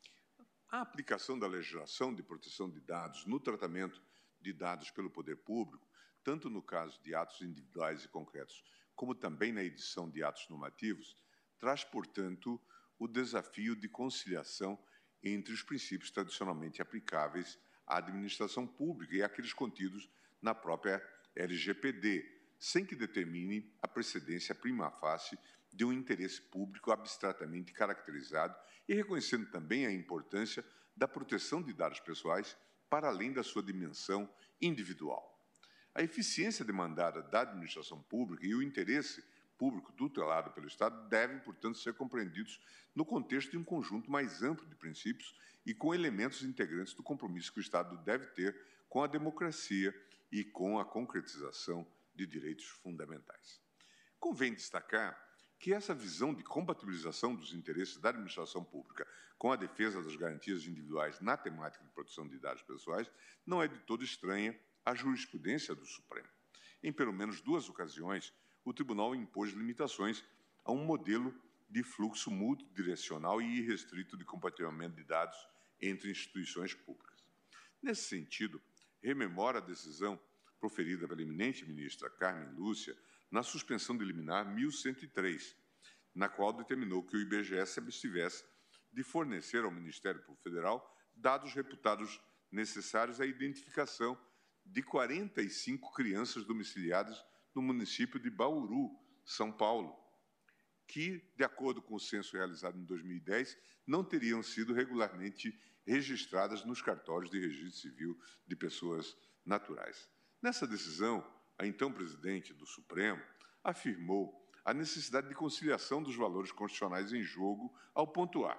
S3: A aplicação da legislação de proteção de dados no tratamento de dados pelo poder público, tanto no caso de atos individuais e concretos, como também na edição de atos normativos, traz, portanto, o desafio de conciliação entre os princípios tradicionalmente aplicáveis à administração pública e aqueles contidos na própria LGPD, sem que determine a precedência prima facie de um interesse público abstratamente caracterizado e reconhecendo também a importância da proteção de dados pessoais para além da sua dimensão individual. A eficiência demandada da administração pública e o interesse público tutelado pelo Estado devem, portanto, ser compreendidos no contexto de um conjunto mais amplo de princípios e com elementos integrantes do compromisso que o Estado deve ter com a democracia e com a concretização de direitos fundamentais. Convém destacar que essa visão de compatibilização dos interesses da administração pública com a defesa das garantias individuais na temática de proteção de dados pessoais não é de todo estranha à jurisprudência do Supremo. Em pelo menos 2 ocasiões, o Tribunal impôs limitações a um modelo de fluxo multidirecional e irrestrito de compartilhamento de dados entre instituições públicas. Nesse sentido, rememora a decisão proferida pela eminente ministra Carmen Lúcia na suspensão de liminar 1103, na qual determinou que o IBGE se abstivesse de fornecer ao Ministério Público Federal dados reputados necessários à identificação de 45 crianças domiciliadas no município de Bauru, São Paulo, que, de acordo com o censo realizado em 2010, não teriam sido regularmente registradas nos cartórios de registro civil de pessoas naturais. Nessa decisão, a então presidente do Supremo afirmou a necessidade de conciliação dos valores constitucionais em jogo ao pontuar: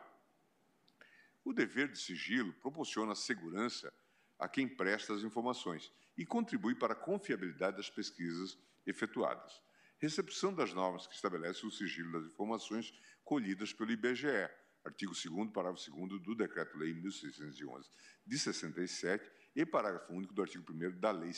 S3: o dever de sigilo proporciona segurança a quem presta as informações e contribui para a confiabilidade das pesquisas efetuadas. Recepção das normas que estabelecem o sigilo das informações colhidas pelo IBGE, artigo 2º, parágrafo 2º do Decreto-Lei 1.611, de 67, e parágrafo único do artigo 1º da Lei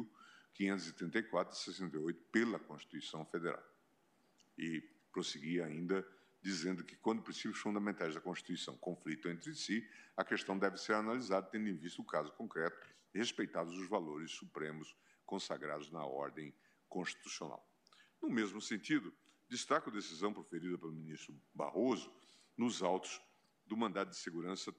S3: 5.534, de 68, pela Constituição Federal. E prosseguia ainda dizendo que, quando princípios fundamentais da Constituição conflitam entre si, a questão deve ser analisada tendo em vista o caso concreto e respeitados os valores supremos consagrados na ordem constitucional. No mesmo sentido, destaco a decisão proferida pelo ministro Barroso nos autos do mandado de segurança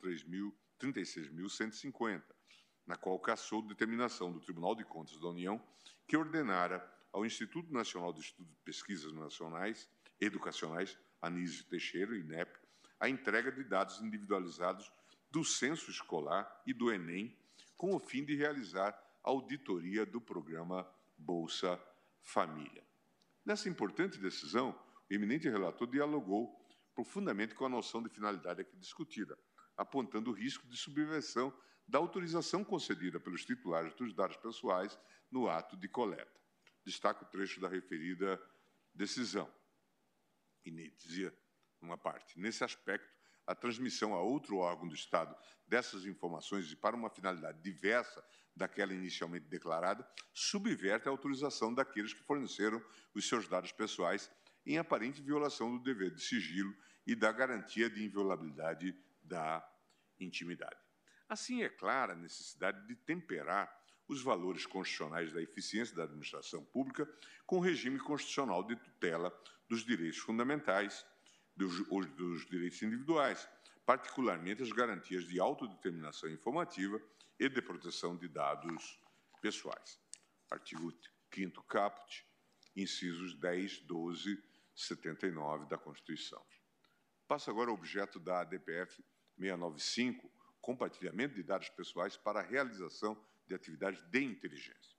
S3: 36.150, na qual cassou determinação do Tribunal de Contas da União que ordenara ao Instituto Nacional de Estudos de Pesquisas Nacionais Educacionais, Anísio Teixeira, INEP, a entrega de dados individualizados do censo escolar e do Enem, com o fim de realizar auditoria do programa Bolsa Família. Nessa importante decisão, o eminente relator dialogou profundamente com a noção de finalidade aqui discutida, apontando o risco de subversão da autorização concedida pelos titulares dos dados pessoais no ato de coleta. Destaco o trecho da referida decisão. E dizia, numa parte, nesse aspecto, a transmissão a outro órgão do Estado dessas informações e para uma finalidade diversa daquela inicialmente declarada, subverte a autorização daqueles que forneceram os seus dados pessoais em aparente violação do dever de sigilo e da garantia de inviolabilidade da intimidade. Assim, é clara a necessidade de temperar os valores constitucionais da eficiência da administração pública com o regime constitucional de tutela dos direitos fundamentais, dos direitos individuais, particularmente as garantias de autodeterminação informativa e de proteção de dados pessoais. Artigo 5º caput, incisos 10, 12, 79 da Constituição. Passo agora ao objeto da ADPF 695, compartilhamento de dados pessoais para a realização de atividades de inteligência.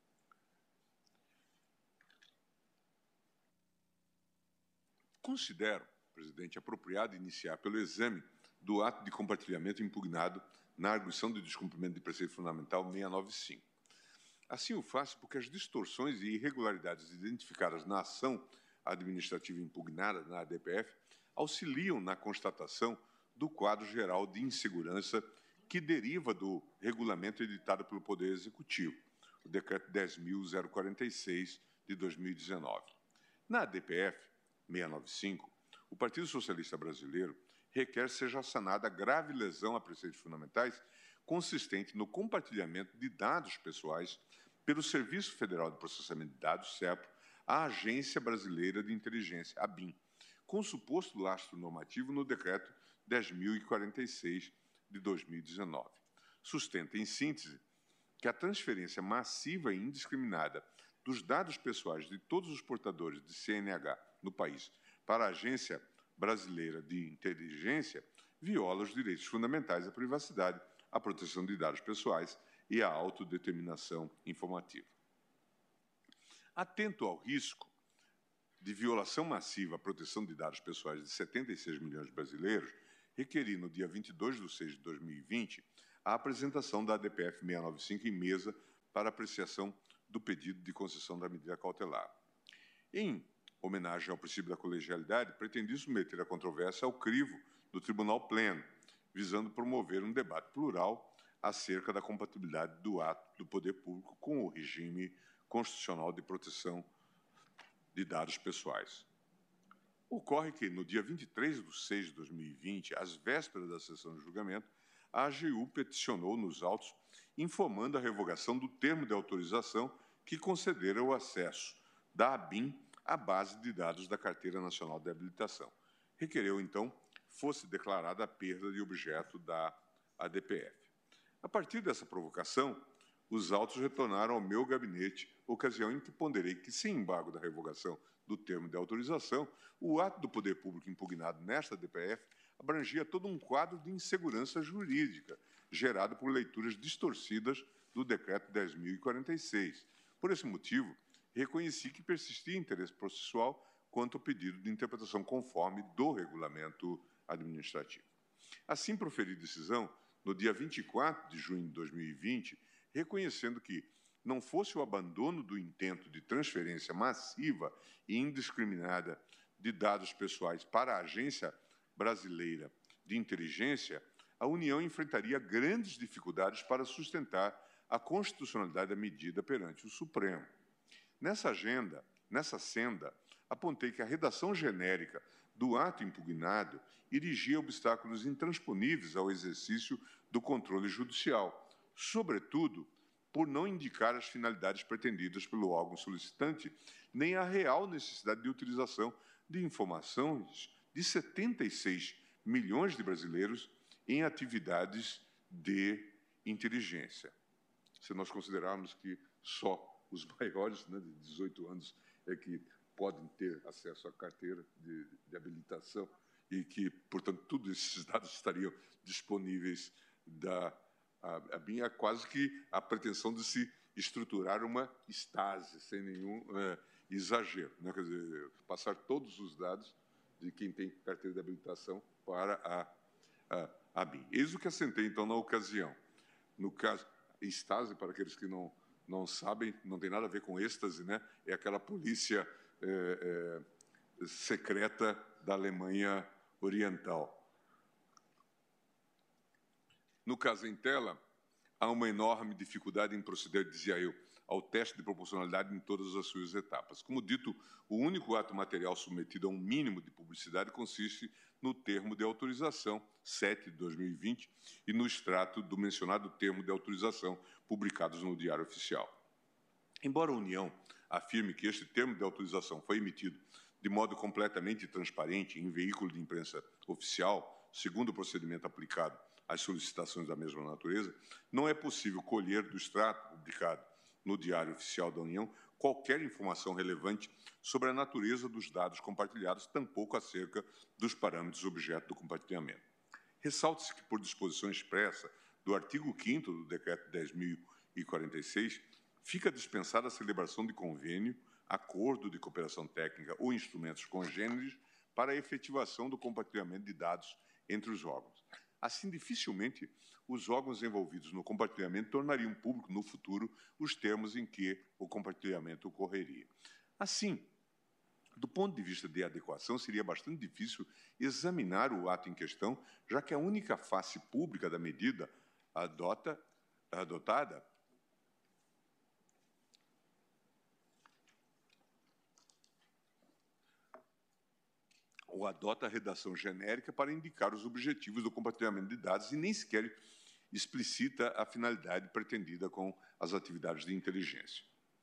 S3: Considero, presidente, apropriado iniciar pelo exame do ato de compartilhamento impugnado na arguição de descumprimento de preceito fundamental 695. Assim o faço porque as distorções e irregularidades identificadas na ação administrativa impugnada na ADPF auxiliam na constatação do quadro geral de insegurança que deriva do regulamento editado pelo Poder Executivo, o Decreto 10.046, de 2019. Na ADPF 695, o Partido Socialista Brasileiro requer seja sanada a grave lesão a preceitos fundamentais consistente no compartilhamento de dados pessoais pelo Serviço Federal de Processamento de Dados, SEPRO, à Agência Brasileira de Inteligência, ABIN, com suposto lastro normativo no Decreto 10.046, de 2019. Sustenta, em síntese, que a transferência massiva e indiscriminada dos dados pessoais de todos os portadores de CNH no país para a Agência Brasileira de Inteligência viola os direitos fundamentais à privacidade, à proteção de dados pessoais e à autodeterminação informativa. Atento ao risco de violação massiva à proteção de dados pessoais de 76 milhões de brasileiros, requeri, no dia 22/6/2020, a apresentação da ADPF 695 em mesa para apreciação do pedido de concessão da medida cautelar. Em homenagem ao princípio da colegialidade, pretendi submeter a controvérsia ao crivo do Tribunal Pleno, visando promover um debate plural acerca da compatibilidade do ato do poder público com o regime constitucional de proteção de dados pessoais. Ocorre que, no dia 23/6/2020, às vésperas da sessão de julgamento, a AGU peticionou nos autos informando a revogação do termo de autorização que concedera o acesso da ABIN à base de dados da Carteira Nacional de Habilitação. Requereu, então, fosse declarada a perda de objeto da ADPF. A partir dessa provocação, os autos retornaram ao meu gabinete, ocasião em que ponderei que, sem embargo da revogação do termo de autorização, o ato do poder público impugnado nesta ADPF abrangia todo um quadro de insegurança jurídica, gerado por leituras distorcidas do Decreto 10.046. Por esse motivo, reconheci que persistia interesse processual quanto ao pedido de interpretação conforme do regulamento administrativo. Assim, proferi decisão no dia 24 de junho de 2020, reconhecendo que, não fosse o abandono do intento de transferência massiva e indiscriminada de dados pessoais para a Agência Brasileira de Inteligência, a União enfrentaria grandes dificuldades para sustentar a constitucionalidade da medida perante o Supremo. Nessa senda, apontei que a redação genérica do ato impugnado erigia obstáculos intransponíveis ao exercício do controle judicial, sobretudo por não indicar as finalidades pretendidas pelo órgão solicitante, nem a real necessidade de utilização de informações de 76 milhões de brasileiros em atividades de inteligência. Se nós considerarmos que só os maiores, de 18 anos, é que podem ter acesso à carteira de habilitação e que, portanto, todos esses dados estariam disponíveis a minha é quase que a pretensão de se estruturar uma estase, sem nenhum exagero, né? Quer dizer, passar todos os dados de quem tem carteira de habilitação para a BIM. Eis o que assentei, então, na ocasião. No caso, estase, para aqueles que não sabem, não tem nada a ver com êxtase, né? É aquela polícia secreta da Alemanha Oriental. No caso em tela, há uma enorme dificuldade em proceder, dizia eu, ao teste de proporcionalidade em todas as suas etapas. Como dito, o único ato material submetido a um mínimo de publicidade consiste no termo de autorização 7 de 2020 e no extrato do mencionado termo de autorização publicados no Diário Oficial. Embora a União afirme que este termo de autorização foi emitido de modo completamente transparente em veículo de imprensa oficial, segundo o procedimento aplicado às solicitações da mesma natureza, não é possível colher do extrato publicado no Diário Oficial da União qualquer informação relevante sobre a natureza dos dados compartilhados, tampouco acerca dos parâmetros objeto do compartilhamento. Ressalte-se que, por disposição expressa do artigo 5º do Decreto 10.046, fica dispensada a celebração de convênio, acordo de cooperação técnica ou instrumentos congêneres para a efetivação do compartilhamento de dados entre os órgãos. Assim, dificilmente os órgãos envolvidos no compartilhamento tornariam público no futuro os termos em que o compartilhamento ocorreria. Assim, do ponto de vista de adequação, seria bastante difícil examinar o ato em questão, já que a única face pública da medida adotada ou adota a redação genérica para indicar os objetivos do compartilhamento de dados e nem sequer explicita a finalidade pretendida com as atividades de inteligência.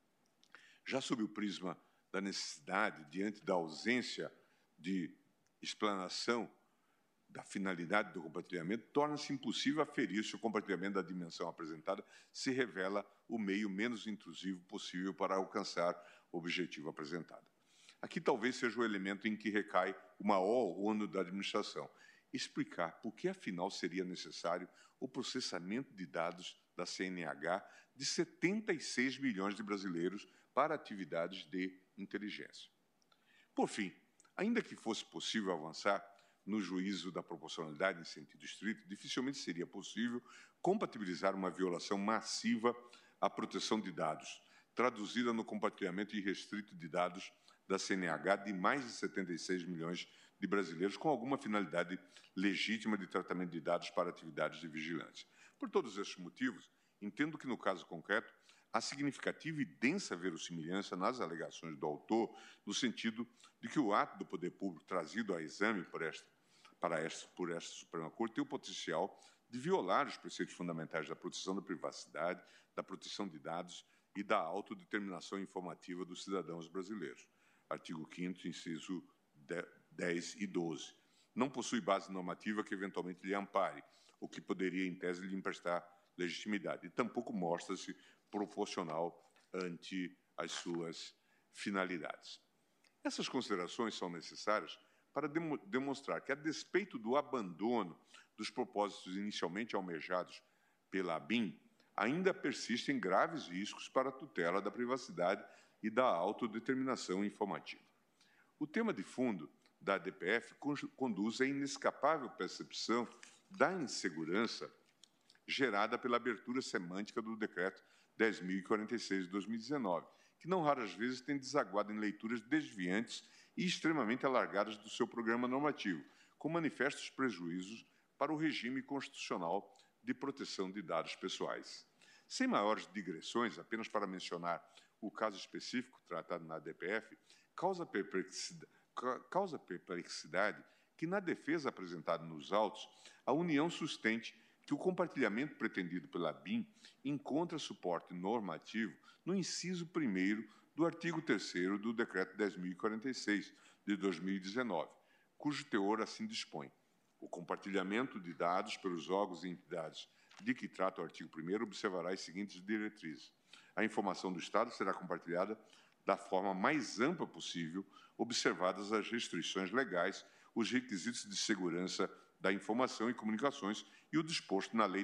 S3: Já sob o prisma da necessidade, diante da ausência de explanação da finalidade do compartilhamento, torna-se impossível aferir se o compartilhamento da dimensão apresentada se revela o meio menos intrusivo possível para alcançar o objetivo apresentado. Aqui talvez seja o elemento em que recai o maior ônus da administração, explicar por que, afinal, seria necessário o processamento de dados da CNH de 76 milhões de brasileiros para atividades de inteligência. Por fim, ainda que fosse possível avançar no juízo da proporcionalidade em sentido estrito, dificilmente seria possível compatibilizar uma violação massiva à proteção de dados, traduzida no compartilhamento irrestrito de dados da CNH de mais de 76 milhões de brasileiros com alguma finalidade legítima de tratamento de dados para atividades de vigilância. Por todos estes motivos, entendo que, no caso concreto, há significativa e densa verossimilhança nas alegações do autor, no sentido de que o ato do poder público trazido a exame por esta Suprema Corte tem o potencial de violar os preceitos fundamentais da proteção da privacidade, da proteção de dados e da autodeterminação informativa dos cidadãos brasileiros. Artigo 5º, inciso 10 e 12. Não possui base normativa que eventualmente lhe ampare, o que poderia, em tese, lhe emprestar legitimidade, e tampouco mostra-se proporcional ante as suas finalidades. Essas considerações são necessárias para demonstrar que, a despeito do abandono dos propósitos inicialmente almejados pela ABIN, ainda persistem graves riscos para a tutela da privacidade e da autodeterminação informativa. O tema de fundo da ADPF conduz à inescapável percepção da insegurança gerada pela abertura semântica do Decreto 10.046 de 2019, que não raras vezes tem desaguado em leituras desviantes e extremamente alargadas do seu programa normativo, com manifestos prejuízos para o regime constitucional de proteção de dados pessoais. Sem maiores digressões, apenas para mencionar o caso específico tratado na ADPF, causa perplexidade que, na defesa apresentada nos autos, a União sustente que o compartilhamento pretendido pela ABIN encontra suporte normativo no inciso 1º do artigo 3º do Decreto 10.046, de 2019, cujo teor assim dispõe. O compartilhamento de dados pelos órgãos e entidades de que trata o artigo 1º observará as seguintes diretrizes. A informação do Estado será compartilhada da forma mais ampla possível, observadas as restrições legais, os requisitos de segurança da informação e comunicações e o disposto na Lei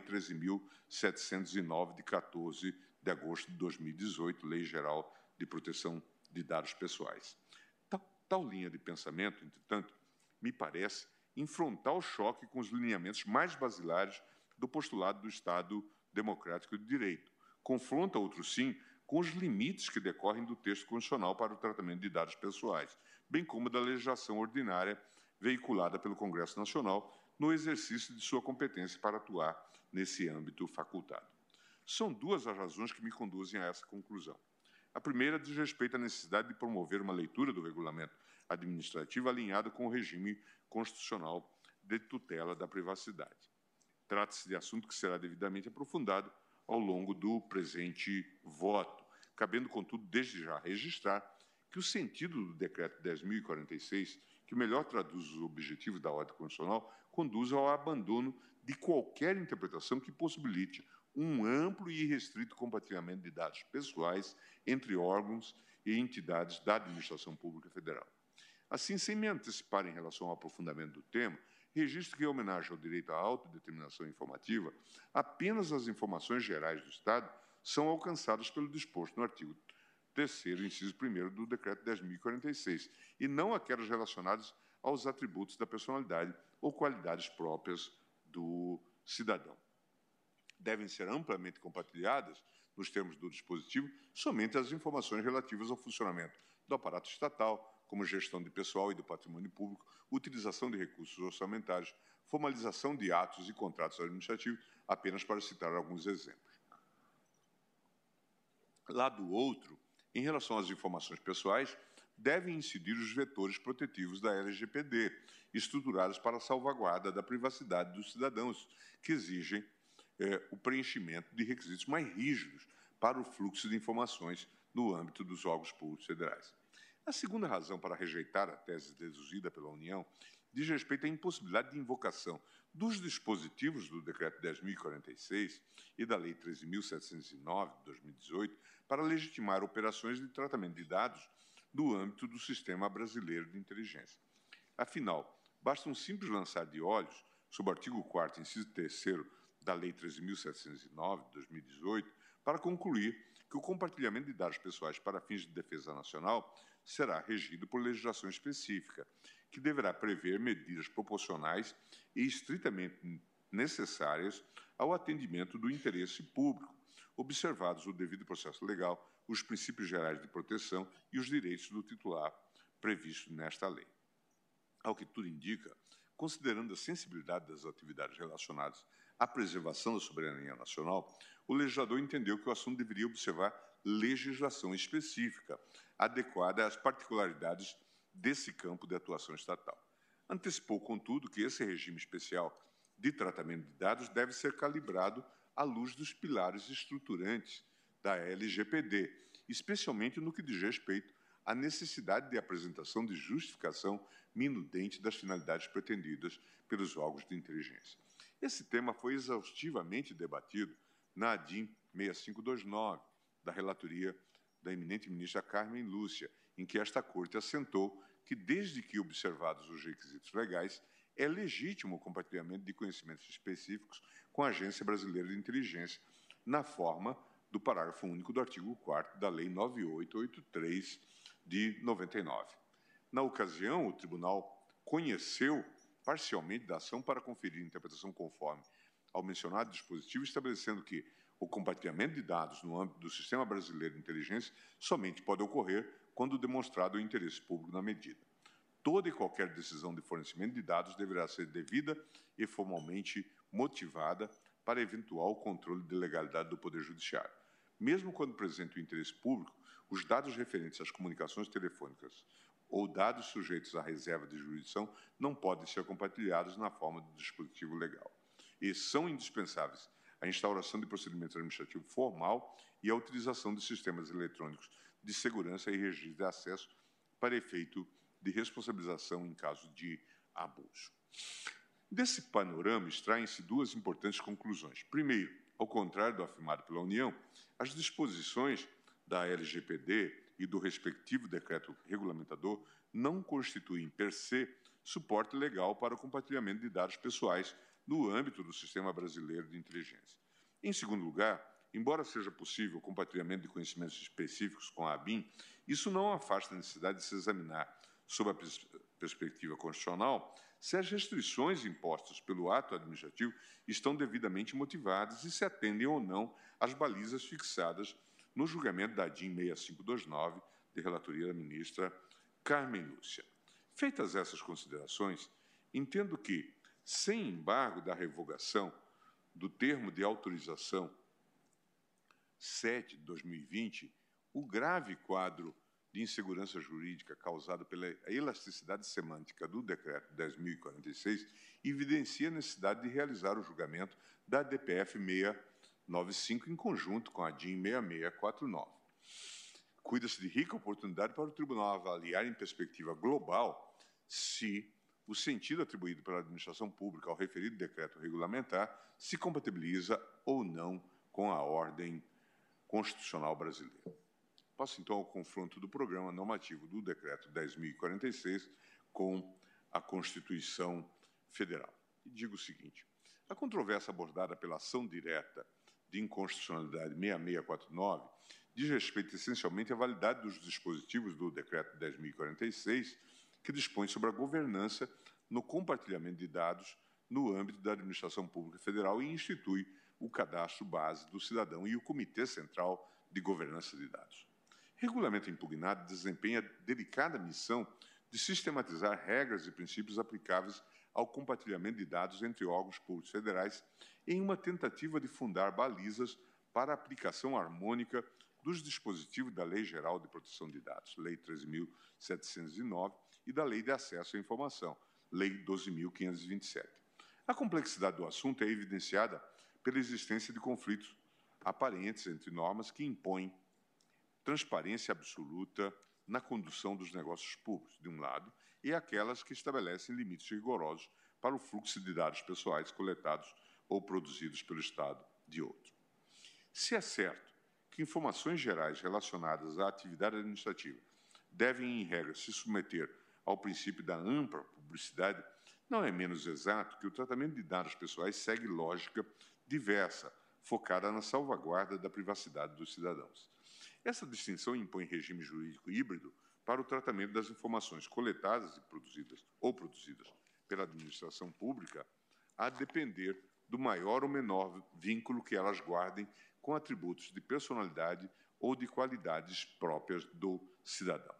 S3: 13.709, de 14 de agosto de 2018, Lei Geral de Proteção de Dados Pessoais. Tal linha de pensamento, entretanto, me parece em frontal choque com os lineamentos mais basilares do postulado do Estado Democrático de Direito. Confronta, outro sim, com os limites que decorrem do texto constitucional para o tratamento de dados pessoais, bem como da legislação ordinária veiculada pelo Congresso Nacional no exercício de sua competência para atuar nesse âmbito facultado. São duas as razões que me conduzem a essa conclusão. A primeira diz respeito à necessidade de promover uma leitura do regulamento administrativo alinhada com o regime constitucional de tutela da privacidade. Trata-se de assunto que será devidamente aprofundado ao longo do presente voto, cabendo, contudo, desde já registrar que o sentido do Decreto 10.046, que melhor traduz os objetivos da ordem constitucional, conduz ao abandono de qualquer interpretação que possibilite um amplo e irrestrito compartilhamento de dados pessoais entre órgãos e entidades da administração pública federal. Assim, sem me antecipar em relação ao aprofundamento do tema, registro que, em homenagem ao direito à autodeterminação informativa, apenas as informações gerais do Estado são alcançadas pelo disposto no artigo 3º, inciso 1º do Decreto 10.046, e não aquelas relacionadas aos atributos da personalidade ou qualidades próprias do cidadão. Devem ser amplamente compartilhadas, nos termos do dispositivo, somente as informações relativas ao funcionamento do aparato estatal, como gestão de pessoal e do patrimônio público, utilização de recursos orçamentários, formalização de atos e contratos administrativos, apenas para citar alguns exemplos. Lá do outro, em relação às informações pessoais, devem incidir os vetores protetivos da LGPD, estruturados para a salvaguarda da privacidade dos cidadãos, que exigem o preenchimento de requisitos mais rígidos para o fluxo de informações no âmbito dos órgãos públicos federais. A segunda razão para rejeitar a tese deduzida pela União diz respeito à impossibilidade de invocação dos dispositivos do Decreto 10.046 e da Lei 13.709, de 2018, para legitimar operações de tratamento de dados no âmbito do Sistema Brasileiro de Inteligência. Afinal, basta um simples lançar de olhos sobre o artigo 4º, inciso 3º da Lei 13.709, de 2018, para concluir que o compartilhamento de dados pessoais para fins de defesa nacional será regido por legislação específica, que deverá prever medidas proporcionais e estritamente necessárias ao atendimento do interesse público, observados o devido processo legal, os princípios gerais de proteção e os direitos do titular previstos nesta lei. Ao que tudo indica, considerando a sensibilidade das atividades relacionadas à preservação da soberania nacional, o legislador entendeu que o assunto deveria observar legislação específica, adequada às particularidades desse campo de atuação estatal. Antecipou, contudo, que esse regime especial de tratamento de dados deve ser calibrado à luz dos pilares estruturantes da LGPD, especialmente no que diz respeito à necessidade de apresentação de justificação minudente das finalidades pretendidas pelos órgãos de inteligência. Esse tema foi exaustivamente debatido na ADIM 6529, da relatoria da eminente ministra Carmen Lúcia, em que esta Corte assentou que, desde que observados os requisitos legais, é legítimo o compartilhamento de conhecimentos específicos com a Agência Brasileira de Inteligência, na forma do parágrafo único do artigo 4º da Lei 9883, de 99. Na ocasião, o Tribunal conheceu parcialmente da ação para conferir interpretação conforme ao mencionado dispositivo, estabelecendo que o compartilhamento de dados no âmbito do Sistema Brasileiro de Inteligência somente pode ocorrer quando demonstrado o interesse público na medida. Toda e qualquer decisão de fornecimento de dados deverá ser devida e formalmente motivada para eventual controle de legalidade do Poder Judiciário. Mesmo quando presente o interesse público, os dados referentes às comunicações telefônicas ou dados sujeitos à reserva de jurisdição não podem ser compartilhados na forma do dispositivo legal. E são indispensáveis a instauração de procedimento administrativo formal e a utilização de sistemas eletrônicos de segurança e registro de acesso para efeito de responsabilização em caso de abuso. Desse panorama, extraem-se duas importantes conclusões. Primeiro, ao contrário do afirmado pela União, as disposições da LGPD e do respectivo decreto regulamentador não constituem, per se, suporte legal para o compartilhamento de dados pessoais no âmbito do Sistema Brasileiro de Inteligência. Em segundo lugar, embora seja possível o compartilhamento de conhecimentos específicos com a ABIN, isso não afasta a necessidade de se examinar, sob a perspectiva constitucional, se as restrições impostas pelo ato administrativo estão devidamente motivadas e se atendem ou não às balizas fixadas no julgamento da ADIM 6529, de relatoria da ministra Carmen Lúcia. Feitas essas considerações, entendo que, sem embargo da revogação do termo de autorização 7 de 2020, o grave quadro de insegurança jurídica causado pela elasticidade semântica do Decreto 10.046 evidencia a necessidade de realizar o julgamento da DPF 695 em conjunto com a DIN 6649. Cuida-se de rica oportunidade para o Tribunal avaliar em perspectiva global se o sentido atribuído pela administração pública ao referido decreto regulamentar se compatibiliza ou não com a ordem constitucional brasileira. Passo, então, ao confronto do programa normativo do Decreto 10.046 com a Constituição Federal. E digo o seguinte: a controvérsia abordada pela ação direta de inconstitucionalidade 6649 diz respeito essencialmente à validade dos dispositivos do Decreto 10.046, que dispõe sobre a governança no compartilhamento de dados no âmbito da Administração Pública Federal e institui o Cadastro Base do Cidadão e o Comitê Central de Governança de Dados. O regulamento impugnado desempenha a delicada missão de sistematizar regras e princípios aplicáveis ao compartilhamento de dados entre órgãos públicos federais em uma tentativa de fundar balizas para a aplicação harmônica dos dispositivos da Lei Geral de Proteção de Dados, Lei 13.709, e da Lei de Acesso à Informação, Lei 12.527. A complexidade do assunto é evidenciada pela existência de conflitos aparentes entre normas que impõem transparência absoluta na condução dos negócios públicos, de um lado, e aquelas que estabelecem limites rigorosos para o fluxo de dados pessoais coletados ou produzidos pelo Estado, de outro. Se é certo que informações gerais relacionadas à atividade administrativa devem, em regra, se submeter ao princípio da ampla publicidade, não é menos exato que o tratamento de dados pessoais segue lógica diversa, focada na salvaguarda da privacidade dos cidadãos. Essa distinção impõe regime jurídico híbrido para o tratamento das informações coletadas e produzidas pela administração pública, a depender do maior ou menor vínculo que elas guardem com atributos de personalidade ou de qualidades próprias do cidadão.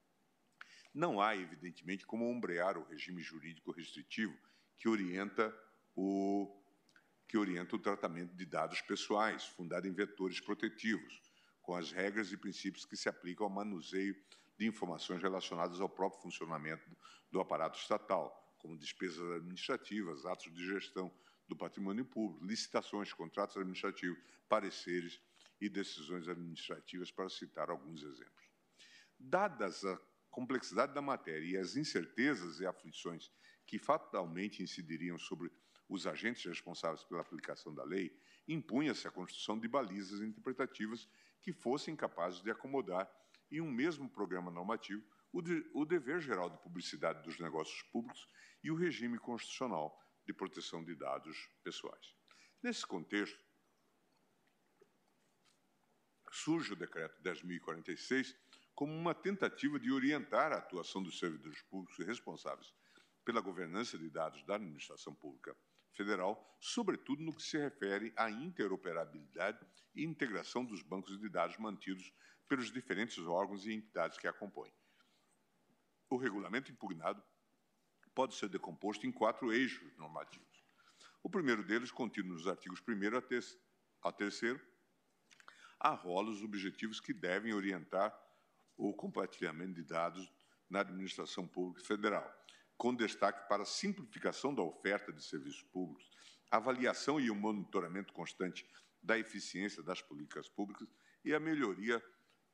S3: Não há, evidentemente, como ombrear o regime jurídico restritivo que orienta o tratamento de dados pessoais, fundado em vetores protetivos, com as regras e princípios que se aplicam ao manuseio de informações relacionadas ao próprio funcionamento do aparato estatal, como despesas administrativas, atos de gestão do patrimônio público, licitações, contratos administrativos, pareceres e decisões administrativas, para citar alguns exemplos. Dadas a complexidade da matéria e as incertezas e aflições que fatalmente incidiriam sobre os agentes responsáveis pela aplicação da lei, impunha-se a construção de balizas interpretativas que fossem capazes de acomodar em um mesmo programa normativo o dever geral de publicidade dos negócios públicos e o regime constitucional de proteção de dados pessoais. Nesse contexto, surge o Decreto 10.046 como uma tentativa de orientar a atuação dos servidores públicos responsáveis pela governança de dados da administração pública federal, sobretudo no que se refere à interoperabilidade e integração dos bancos de dados mantidos pelos diferentes órgãos e entidades que a compõem. O regulamento impugnado pode ser decomposto em 4 eixos normativos. O primeiro deles, contido nos artigos 1º a 3º, arrola os objetivos que devem orientar o compartilhamento de dados na administração pública federal, com destaque para a simplificação da oferta de serviços públicos, avaliação e o monitoramento constante da eficiência das políticas públicas e a melhoria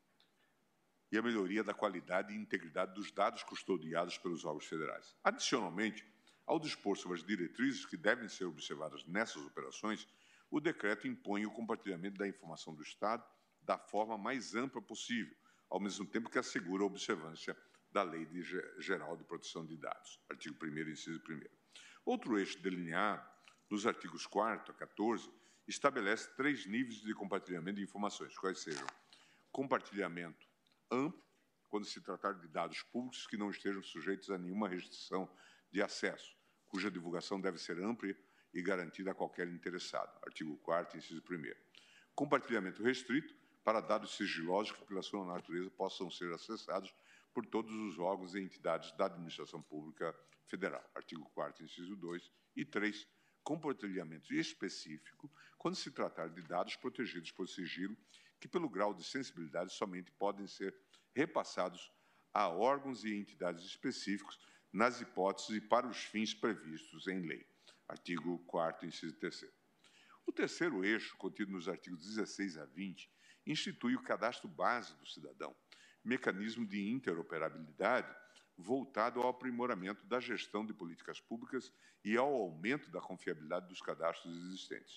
S3: da qualidade e integridade dos dados custodiados pelos órgãos federais. Adicionalmente, ao dispor sobre as diretrizes que devem ser observadas nessas operações, o decreto impõe o compartilhamento da informação do Estado da forma mais ampla possível, ao mesmo tempo que assegura a observância da Lei Geral de Proteção de Dados, artigo 1º, inciso 1º. Outro eixo delineado nos artigos 4º a 14 estabelece 3 níveis de compartilhamento de informações, quais sejam compartilhamento amplo, quando se tratar de dados públicos que não estejam sujeitos a nenhuma restrição de acesso, cuja divulgação deve ser ampla e garantida a qualquer interessado, artigo 4º, inciso 1º. Compartilhamento restrito para dados sigilosos que, pela sua natureza, possam ser acessados por todos os órgãos e entidades da administração pública federal, artigo 4º, inciso 2, e 3, compartilhamento específico, quando se tratar de dados protegidos por sigilo, que, pelo grau de sensibilidade, somente podem ser repassados a órgãos e entidades específicos nas hipóteses e para os fins previstos em lei, artigo 4º, inciso 3º. O terceiro eixo, contido nos artigos 16 a 20, institui o cadastro base do cidadão, mecanismo de interoperabilidade voltado ao aprimoramento da gestão de políticas públicas e ao aumento da confiabilidade dos cadastros existentes.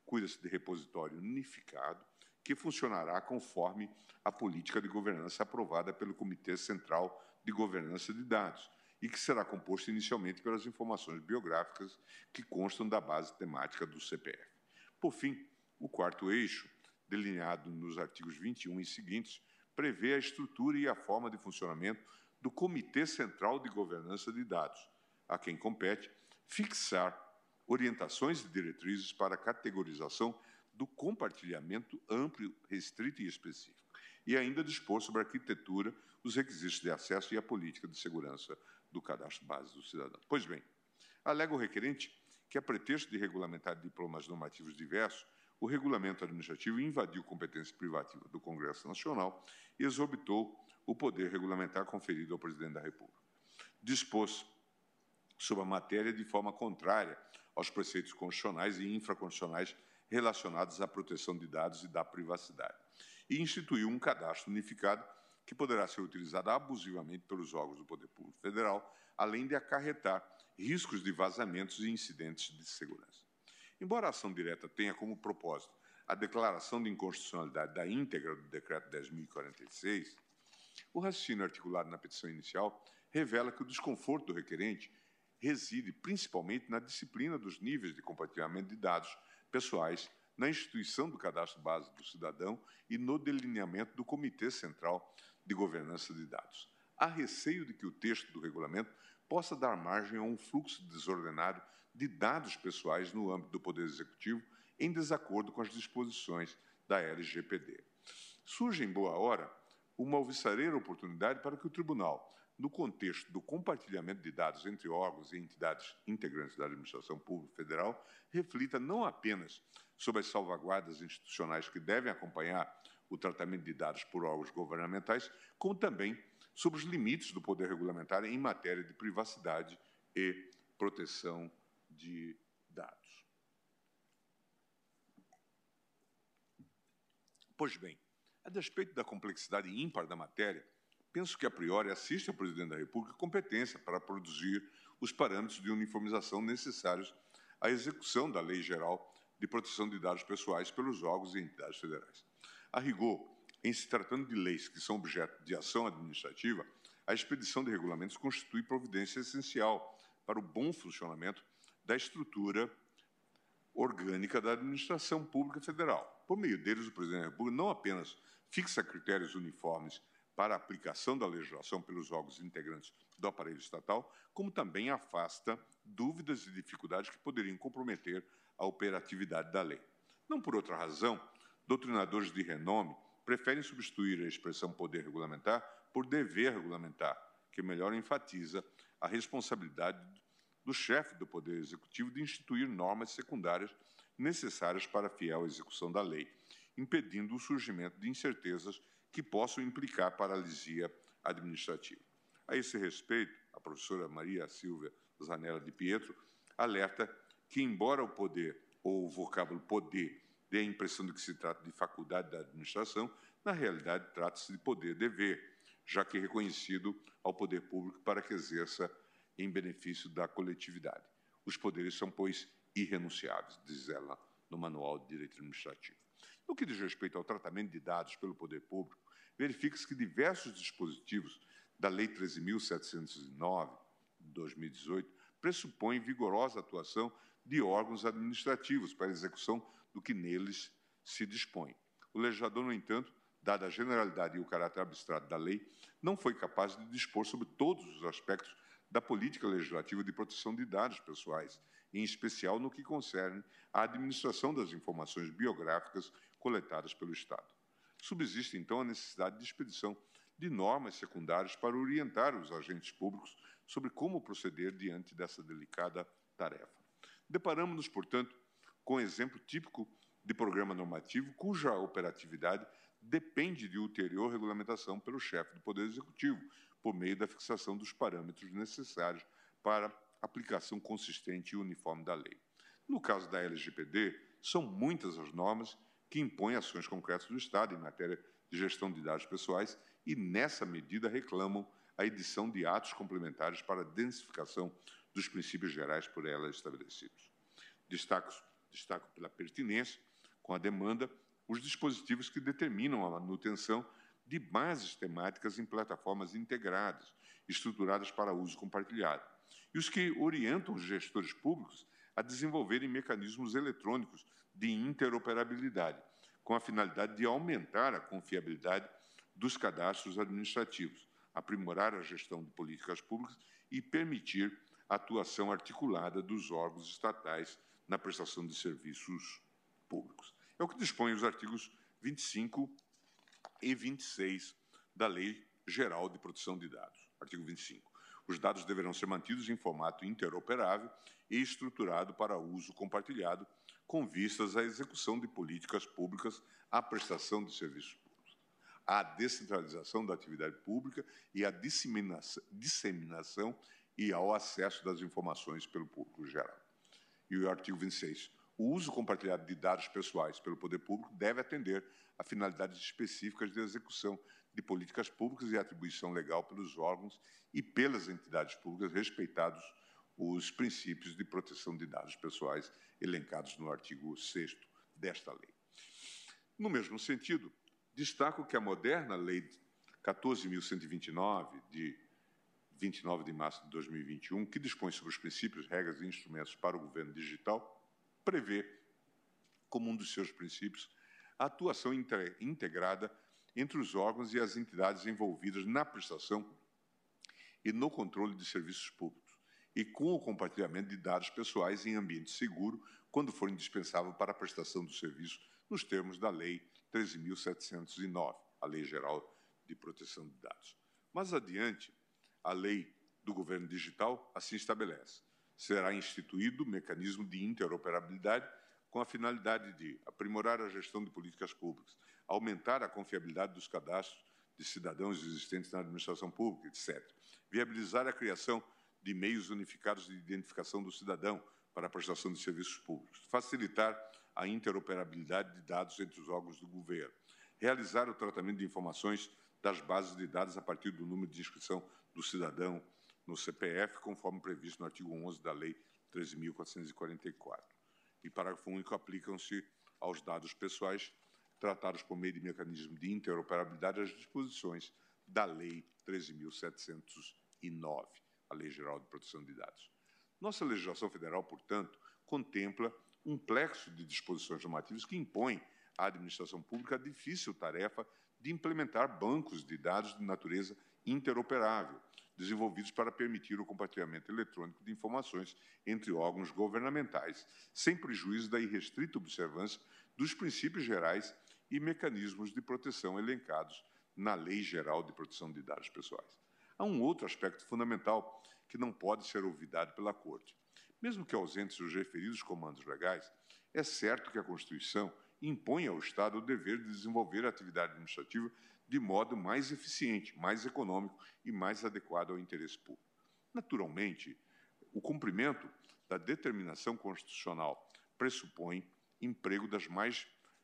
S3: Cuida-se de repositório unificado, que funcionará conforme a política de governança aprovada pelo Comitê Central de Governança de Dados e que será composto inicialmente pelas informações biográficas que constam da base temática do CPF. Por fim, o quarto eixo, delineado nos artigos 21 e seguintes, prevê a estrutura e a forma de funcionamento do Comitê Central de Governança de Dados, a quem compete fixar orientações e diretrizes para a categorização do compartilhamento amplo, restrito e específico, e ainda dispor sobre a arquitetura, os requisitos de acesso e a política de segurança do cadastro base do cidadão. Pois bem, alega o requerente que, a pretexto de regulamentar diplomas normativos diversos, o regulamento administrativo invadiu competência privativa do Congresso Nacional e exorbitou o poder regulamentar conferido ao Presidente da República. Dispôs sobre a matéria de forma contrária aos preceitos constitucionais e infraconstitucionais relacionados à proteção de dados e da privacidade, e instituiu um cadastro unificado que poderá ser utilizado abusivamente pelos órgãos do Poder Público Federal, além de acarretar riscos de vazamentos e incidentes de segurança. Embora a ação direta tenha como propósito a declaração de inconstitucionalidade da íntegra do Decreto 10.046, o raciocínio articulado na petição inicial revela que o desconforto do requerente reside principalmente na disciplina dos níveis de compartilhamento de dados pessoais, na instituição do cadastro base do cidadão e no delineamento do Comitê Central de Governança de Dados. Há receio de que o texto do regulamento possa dar margem a um fluxo desordenado de dados pessoais no âmbito do Poder Executivo, em desacordo com as disposições da LGPD. Surge, em boa hora, uma alvissareira oportunidade para que o Tribunal, no contexto do compartilhamento de dados entre órgãos e entidades integrantes da Administração Pública Federal, reflita não apenas sobre as salvaguardas institucionais que devem acompanhar o tratamento de dados por órgãos governamentais, como também sobre os limites do poder regulamentar em matéria de privacidade e proteção de dados. Pois bem, a despeito da complexidade ímpar da matéria, penso que, a priori, assiste ao Presidente da República competência para produzir os parâmetros de uniformização necessários à execução da Lei Geral de Proteção de Dados Pessoais pelos órgãos e entidades federais. A rigor, em se tratando de leis que são objeto de ação administrativa, a expedição de regulamentos constitui providência essencial para o bom funcionamento da estrutura orgânica da administração pública federal. Por meio deles, o Presidente da República não apenas fixa critérios uniformes para a aplicação da legislação pelos órgãos integrantes do aparelho estatal, como também afasta dúvidas e dificuldades que poderiam comprometer a operatividade da lei. Não por outra razão, doutrinadores de renome preferem substituir a expressão poder regulamentar por dever regulamentar, que melhor enfatiza a responsabilidade do chefe do Poder Executivo de instituir normas secundárias necessárias para a fiel execução da lei, impedindo o surgimento de incertezas que possam implicar paralisia administrativa. A esse respeito, a professora Maria Silvia Zanella de Pietro alerta que, embora o poder ou o vocábulo poder dê a impressão de que se trata de faculdade da administração, na realidade trata-se de poder-dever, já que é reconhecido ao poder público para que exerça em benefício da coletividade. Os poderes são, pois, irrenunciáveis, diz ela no Manual de Direito Administrativo. No que diz respeito ao tratamento de dados pelo poder público, verifica-se que diversos dispositivos da Lei 13.709, de 2018, pressupõem vigorosa atuação de órgãos administrativos para a execução do que neles se dispõe. O legislador, no entanto, dada a generalidade e o caráter abstrato da lei, não foi capaz de dispor sobre todos os aspectos da política legislativa de proteção de dados pessoais, em especial no que concerne à administração das informações biográficas coletadas pelo Estado. Subsiste, então, a necessidade de expedição de normas secundárias para orientar os agentes públicos sobre como proceder diante dessa delicada tarefa. Deparamos-nos, portanto, com um exemplo típico de programa normativo cuja operatividade depende de ulterior regulamentação pelo chefe do Poder Executivo, por meio da fixação dos parâmetros necessários para aplicação consistente e uniforme da lei. No caso da LGPD, são muitas as normas que impõem ações concretas do Estado em matéria de gestão de dados pessoais e, nessa medida, reclamam a edição de atos complementares para a densificação dos princípios gerais por ela estabelecidos. Destaco Destaco pela pertinência com a demanda os dispositivos que determinam a manutenção de bases temáticas em plataformas integradas, estruturadas para uso compartilhado, e os que orientam os gestores públicos a desenvolverem mecanismos eletrônicos de interoperabilidade, com a finalidade de aumentar a confiabilidade dos cadastros administrativos, aprimorar a gestão de políticas públicas e permitir a atuação articulada dos órgãos estatais na prestação de serviços públicos. É o que dispõem os artigos 25 e 26 da Lei Geral de Proteção de Dados. Artigo 25. Os dados deverão ser mantidos em formato interoperável e estruturado para uso compartilhado, com vistas à execução de políticas públicas, à prestação de serviços públicos, à descentralização da atividade pública e à disseminação e ao acesso das informações pelo público geral. E o artigo 26. O uso compartilhado de dados pessoais pelo poder público deve atender a finalidades específicas de execução de políticas públicas e atribuição legal pelos órgãos e pelas entidades públicas, respeitados os princípios de proteção de dados pessoais elencados no artigo 6º desta lei. No mesmo sentido, destaco que a moderna Lei 14.129, de 29 de março de 2021, que dispõe sobre os princípios, regras e instrumentos para o governo digital, prevê, como um dos seus princípios, a atuação integrada entre os órgãos e as entidades envolvidas na prestação e no controle de serviços públicos, e com o compartilhamento de dados pessoais em ambiente seguro, quando for indispensável para a prestação do serviço, nos termos da Lei 13.709, a Lei Geral de Proteção de Dados. Mais adiante, a Lei do Governo Digital assim estabelece. Será instituído o mecanismo de interoperabilidade com a finalidade de aprimorar a gestão de políticas públicas, aumentar a confiabilidade dos cadastros de cidadãos existentes na administração pública, etc. Viabilizar a criação de meios unificados de identificação do cidadão para a prestação de serviços públicos. Facilitar a interoperabilidade de dados entre os órgãos do governo. Realizar o tratamento de informações das bases de dados a partir do número de inscrição do cidadão no CPF, conforme previsto no artigo 11 da Lei 13.444. E parágrafo único aplicam-se aos dados pessoais tratados por meio de mecanismo de interoperabilidade as disposições da Lei 13.709, a Lei Geral de Proteção de Dados. Nossa legislação federal, portanto, contempla um plexo de disposições normativas que impõem à administração pública a difícil tarefa de implementar bancos de dados de natureza interoperável, desenvolvidos para permitir o compartilhamento eletrônico de informações entre órgãos governamentais, sem prejuízo da irrestrita observância dos princípios gerais e mecanismos de proteção elencados na Lei Geral de Proteção de Dados Pessoais. Há um outro aspecto fundamental que não pode ser olvidado pela Corte. Mesmo que ausentes os referidos comandos legais, é certo que a Constituição impõe ao Estado o dever de desenvolver a atividade administrativa de modo mais eficiente, mais econômico e mais adequado ao interesse público. Naturalmente, o cumprimento da determinação constitucional pressupõe emprego das mais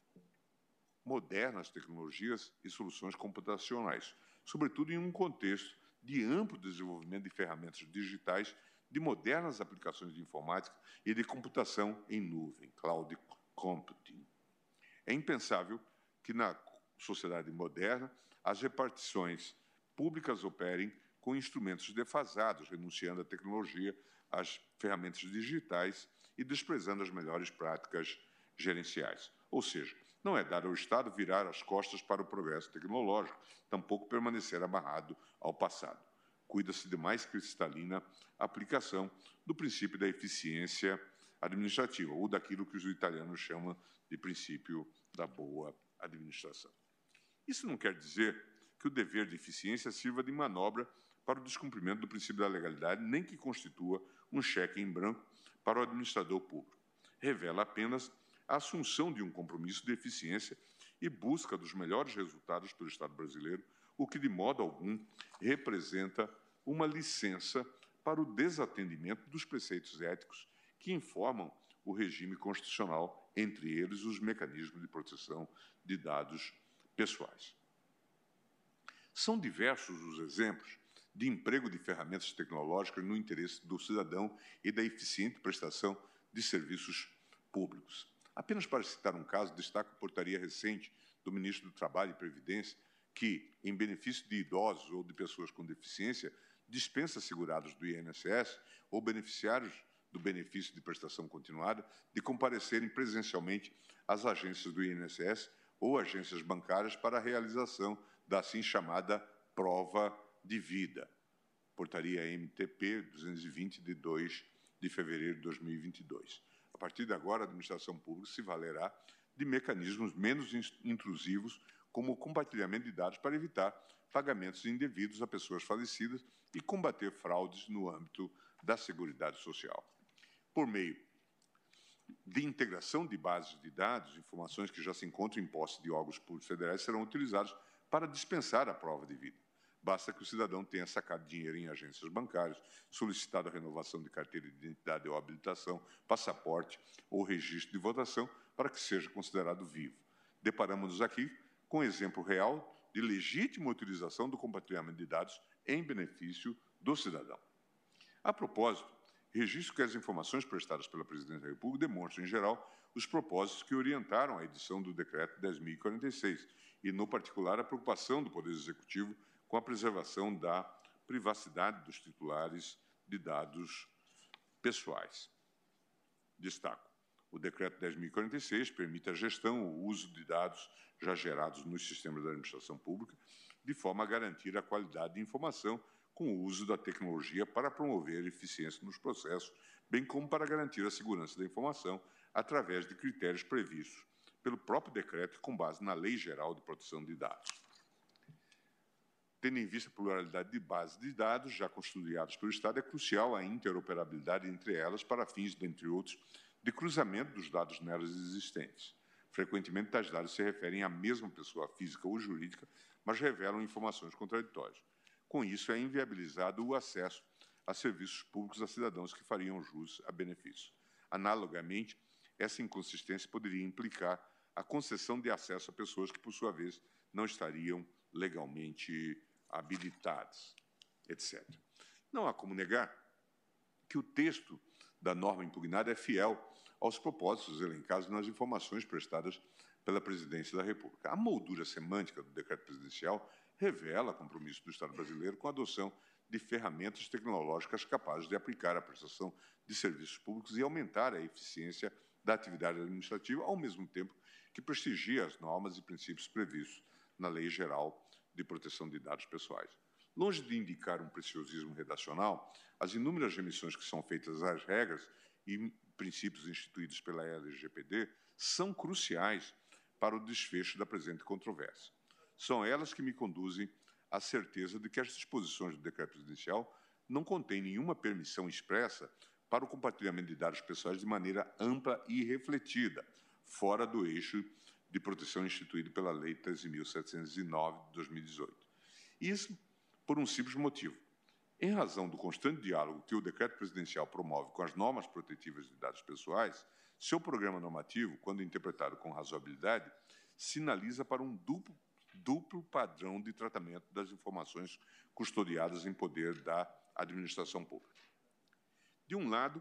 S3: modernas tecnologias e soluções computacionais, sobretudo em um contexto de amplo desenvolvimento de ferramentas digitais, de modernas aplicações de informática e de computação em nuvem, cloud computing. É impensável que na sociedade moderna as repartições públicas operem com instrumentos defasados, renunciando à tecnologia, às ferramentas digitais e desprezando as melhores práticas gerenciais. Ou seja, não é dar ao Estado virar as costas para o progresso tecnológico, tampouco permanecer amarrado ao passado. Cuida-se de mais cristalina aplicação do princípio da eficiência administrativa, ou daquilo que os italianos chamam de princípio da boa administração. Isso não quer dizer que o dever de eficiência sirva de manobra para o descumprimento do princípio da legalidade, nem que constitua um cheque em branco para o administrador público. Revela apenas a assunção de um compromisso de eficiência e busca dos melhores resultados pelo Estado brasileiro, o que de modo algum representa uma licença para o desatendimento dos preceitos éticos que informam o regime constitucional, entre eles os mecanismos de proteção de dados pessoais. São diversos os exemplos de emprego de ferramentas tecnológicas no interesse do cidadão e da eficiente prestação de serviços públicos. Apenas para citar um caso, destaco a portaria recente do ministro do Trabalho e Previdência, que, em benefício de idosos ou de pessoas com deficiência, dispensa segurados do INSS ou beneficiários do benefício de prestação continuada de comparecerem presencialmente às agências do INSS ou agências bancárias para a realização da assim chamada prova de vida. Portaria MTP 220, de 2 de fevereiro de 2022. A partir de agora, a administração pública se valerá de mecanismos menos intrusivos, como o compartilhamento de dados para evitar pagamentos indevidos a pessoas falecidas e combater fraudes no âmbito da Seguridade Social. Por meio de integração de bases de dados, informações que já se encontram em posse de órgãos públicos federais serão utilizados para dispensar a prova de vida. Basta que o cidadão tenha sacado dinheiro em agências bancárias, solicitado a renovação de carteira de identidade ou habilitação, passaporte ou registro de votação para que seja considerado vivo. Deparamos-nos aqui com um exemplo real de legítima utilização do compartilhamento de dados em benefício do cidadão. A propósito, registro que as informações prestadas pela Presidência da República demonstram, em geral, os propósitos que orientaram a edição do Decreto 10.046 e, no particular, a preocupação do Poder Executivo com a preservação da privacidade dos titulares de dados pessoais. Destaco: o Decreto 10.046 permite a gestão ou uso de dados já gerados nos sistemas da administração pública, de forma a garantir a qualidade de informação com o uso da tecnologia para promover eficiência nos processos, bem como para garantir a segurança da informação através de critérios previstos pelo próprio decreto e com base na Lei Geral de Proteção de Dados. Tendo em vista a pluralidade de bases de dados já custodiadas pelo Estado, é crucial a interoperabilidade entre elas para fins, dentre outros, de cruzamento dos dados nelas existentes. Frequentemente, tais dados se referem à mesma pessoa física ou jurídica, mas revelam informações contraditórias. Com isso, é inviabilizado o acesso a serviços públicos a cidadãos que fariam jus a benefícios. Analogamente, essa inconsistência poderia implicar a concessão de acesso a pessoas que, por sua vez, não estariam legalmente habilitadas, etc. Não há como negar que o texto da norma impugnada é fiel aos propósitos elencados nas informações prestadas pela Presidência da República. A moldura semântica do decreto presidencial revela compromisso do Estado brasileiro com a adoção de ferramentas tecnológicas capazes de aplicar a prestação de serviços públicos e aumentar a eficiência da atividade administrativa, ao mesmo tempo que prestigia as normas e princípios previstos na Lei Geral de Proteção de Dados Pessoais. Longe de indicar um preciosismo redacional, as inúmeras remissões que são feitas às regras e princípios instituídos pela LGPD são cruciais para o desfecho da presente controvérsia. São elas que me conduzem à certeza de que as disposições do decreto presidencial não contêm nenhuma permissão expressa para o compartilhamento de dados pessoais de maneira ampla e refletida, fora do eixo de proteção instituído pela Lei 13.709, de 2018. Isso por um simples motivo. Em razão do constante diálogo que o decreto presidencial promove com as normas protetivas de dados pessoais, seu programa normativo, quando interpretado com razoabilidade, sinaliza para um duplo padrão de tratamento das informações custodiadas em poder da administração pública. De um lado,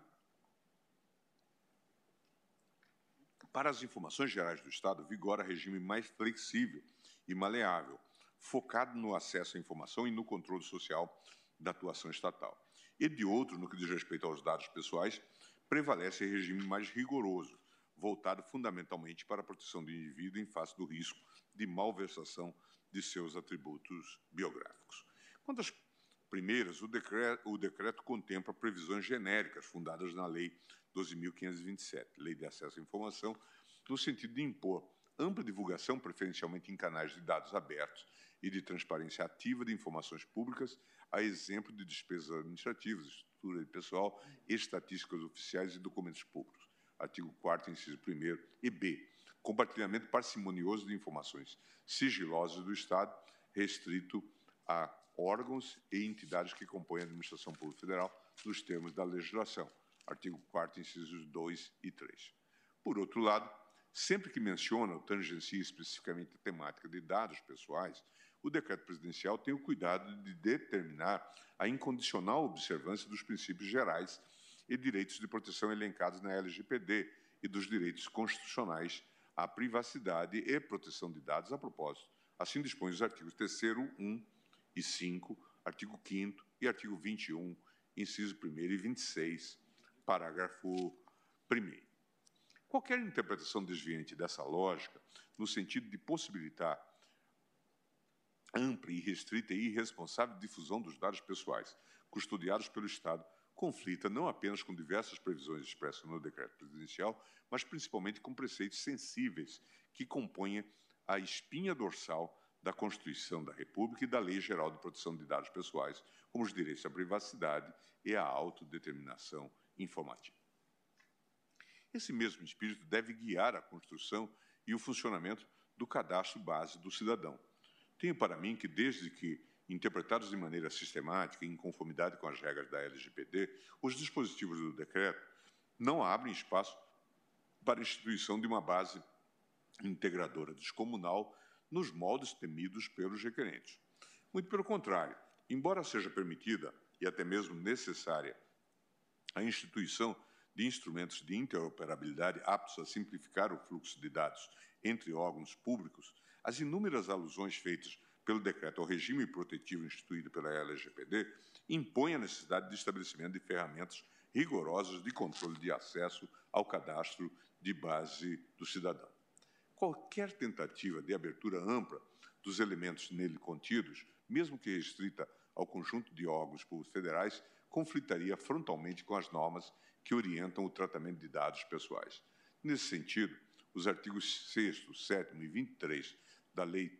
S3: para as informações gerais do Estado, vigora regime mais flexível e maleável, focado no acesso à informação e no controle social da atuação estatal. E, de outro, no que diz respeito aos dados pessoais, prevalece regime mais rigoroso, voltado fundamentalmente para a proteção do indivíduo em face do risco de malversação de seus atributos biográficos. Quanto às primeiras, o decreto contempla previsões genéricas fundadas na Lei 12.527, Lei de Acesso à Informação, no sentido de impor ampla divulgação, preferencialmente em canais de dados abertos e de transparência ativa de informações públicas, a exemplo de despesas administrativas, estrutura de pessoal, estatísticas oficiais e documentos públicos. Artigo 4º, inciso 1º, e B. Compartilhamento parcimonioso de informações sigilosas do Estado, restrito a órgãos e entidades que compõem a administração pública federal, nos termos da legislação. Artigo 4º, incisos 2 e 3. Por outro lado, sempre que menciona ou tangencia especificamente a temática de dados pessoais, o decreto presidencial tem o cuidado de determinar a incondicional observância dos princípios gerais e direitos de proteção elencados na LGPD e dos direitos constitucionais à privacidade e proteção de dados a propósito. Assim dispõe os artigos 3º, 1 e 5, artigo 5º e artigo 21, inciso 1º e 26, parágrafo 1º. Qualquer interpretação desviante dessa lógica, no sentido de possibilitar ampla, irrestrita e irresponsável difusão dos dados pessoais custodiados pelo Estado, conflita não apenas com diversas previsões expressas no decreto presidencial, mas principalmente com preceitos sensíveis que compõem a espinha dorsal da Constituição da República e da Lei Geral de Proteção de Dados Pessoais, como os direitos à privacidade e à autodeterminação informativa. Esse mesmo espírito deve guiar a construção e o funcionamento do cadastro base do cidadão. Tenho para mim que, desde que interpretados de maneira sistemática e em conformidade com as regras da LGPD, os dispositivos do decreto não abrem espaço para a instituição de uma base integradora descomunal nos moldes temidos pelos requerentes. Muito pelo contrário, embora seja permitida e até mesmo necessária a instituição de instrumentos de interoperabilidade aptos a simplificar o fluxo de dados entre órgãos públicos, as inúmeras alusões feitas pelo decreto ao regime protetivo instituído pela LGPD impõem a necessidade de estabelecimento de ferramentas rigorosas de controle de acesso ao cadastro de base do cidadão. Qualquer tentativa de abertura ampla dos elementos nele contidos, mesmo que restrita ao conjunto de órgãos públicos federais, conflitaria frontalmente com as normas que orientam o tratamento de dados pessoais. Nesse sentido, os artigos 6º, 7º e 23 da Lei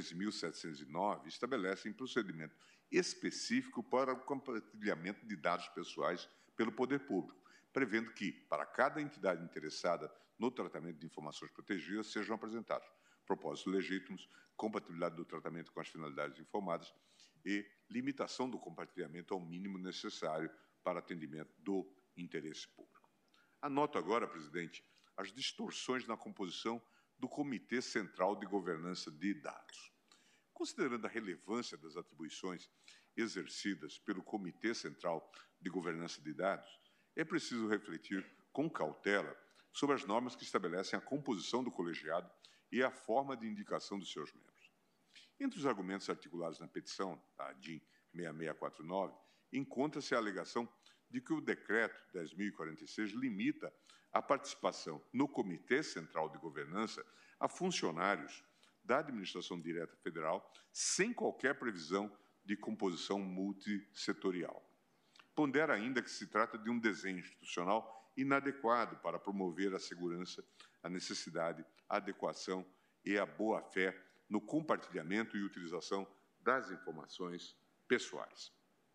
S3: 13.709 estabelecem procedimento específico para o compartilhamento de dados pessoais pelo poder público, prevendo que, para cada entidade interessada no tratamento de informações protegidas, sejam apresentados propósitos legítimos, compatibilidade do tratamento com as finalidades informadas e limitação do compartilhamento ao mínimo necessário para atendimento do interesse público. Anoto agora, presidente, as distorções na composição do Comitê Central de Governança de Dados. Considerando a relevância das atribuições exercidas pelo Comitê Central de Governança de Dados, é preciso refletir com cautela sobre as normas que estabelecem a composição do colegiado e a forma de indicação dos seus membros. Entre os argumentos articulados na petição, a DIN 6649, encontra-se a alegação de que o Decreto 10.046 limita a participação no Comitê Central de Governança a funcionários da Administração Direta Federal sem qualquer previsão de composição multissetorial. Pondera ainda que se trata de um desenho institucional inadequado para promover a segurança, a necessidade, a adequação e a boa-fé no compartilhamento e utilização das informações pessoais.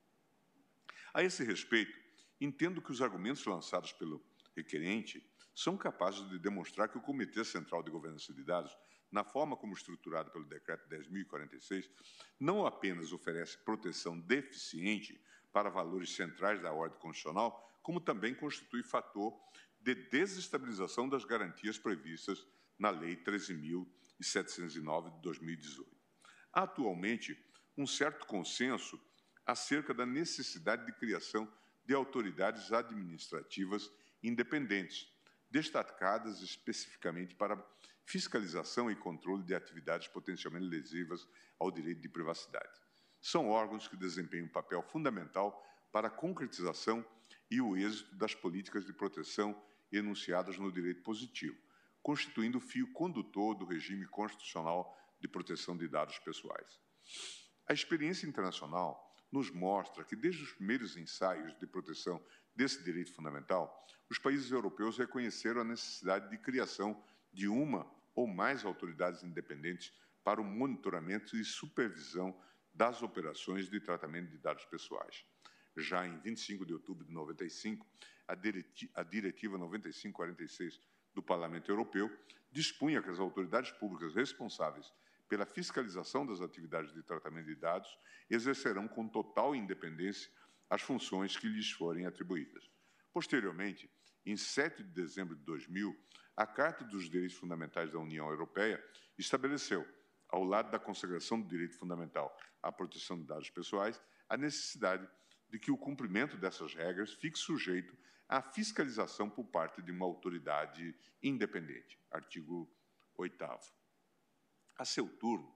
S3: A esse respeito, entendo que os argumentos lançados pelo requerente são capazes de demonstrar que o Comitê Central de Governança de Dados, na forma como estruturado pelo Decreto 10.046, não apenas oferece proteção deficiente para valores centrais da ordem constitucional, como também constitui fator de desestabilização das garantias previstas na Lei 13.709 de 2018. Há atualmente um certo consenso acerca da necessidade de criação de autoridades administrativas independentes, destacadas especificamente para fiscalização e controle de atividades potencialmente lesivas ao direito de privacidade. São órgãos que desempenham um papel fundamental para a concretização e o êxito das políticas de proteção enunciadas no direito positivo, constituindo o fio condutor do regime constitucional de proteção de dados pessoais. A experiência internacional nos mostra que, desde os primeiros ensaios de proteção desse direito fundamental, os países europeus reconheceram a necessidade de criação de uma ou mais autoridades independentes para o monitoramento e supervisão das operações de tratamento de dados pessoais. Já em 25 de outubro de 95, a Diretiva 9546 do Parlamento Europeu dispunha que as autoridades públicas responsáveis pela fiscalização das atividades de tratamento de dados exercerão com total independência as funções que lhes forem atribuídas. Posteriormente, em 7 de dezembro de 2000, a Carta dos Direitos Fundamentais da União Europeia estabeleceu, ao lado da consagração do direito fundamental à proteção de dados pessoais, a necessidade de que o cumprimento dessas regras fique sujeito à fiscalização por parte de uma autoridade independente. Artigo 8º. A seu turno,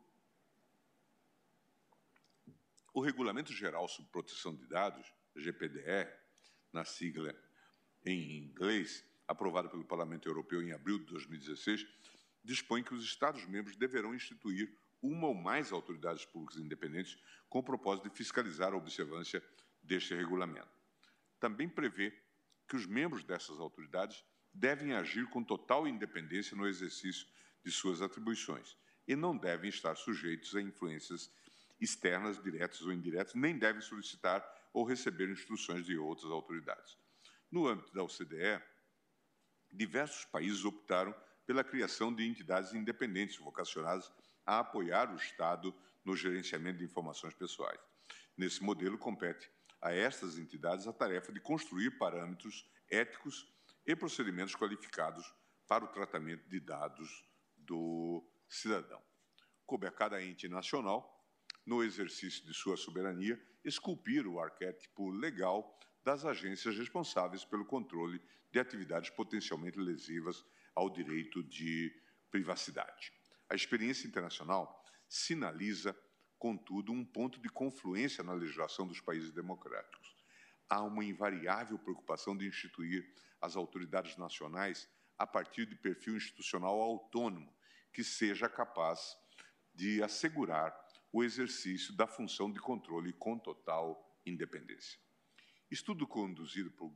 S3: o Regulamento Geral sobre Proteção de Dados, GPDR, na sigla em inglês, aprovado pelo Parlamento Europeu em abril de 2016, dispõe que os Estados-membros deverão instituir uma ou mais autoridades públicas independentes com o propósito de fiscalizar a observância deste regulamento. Também prevê que os membros dessas autoridades devem agir com total independência no exercício de suas atribuições e não devem estar sujeitos a influências externas, diretas ou indiretas, nem devem solicitar ou receber instruções de outras autoridades. No âmbito da OCDE, diversos países optaram pela criação de entidades independentes vocacionadas a apoiar o Estado no gerenciamento de informações pessoais. Nesse modelo, compete a estas entidades a tarefa de construir parâmetros éticos e procedimentos qualificados para o tratamento de dados do cidadão. Coube a cada ente nacional, no exercício de sua soberania, esculpir o arquétipo legal das agências responsáveis pelo controle de atividades potencialmente lesivas ao direito de privacidade. A experiência internacional sinaliza, contudo, um ponto de confluência na legislação dos países democráticos. Há uma invariável preocupação de instituir as autoridades nacionais a partir de perfil institucional autônomo, que seja capaz de assegurar o exercício da função de controle com total independência. Estudo conduzido por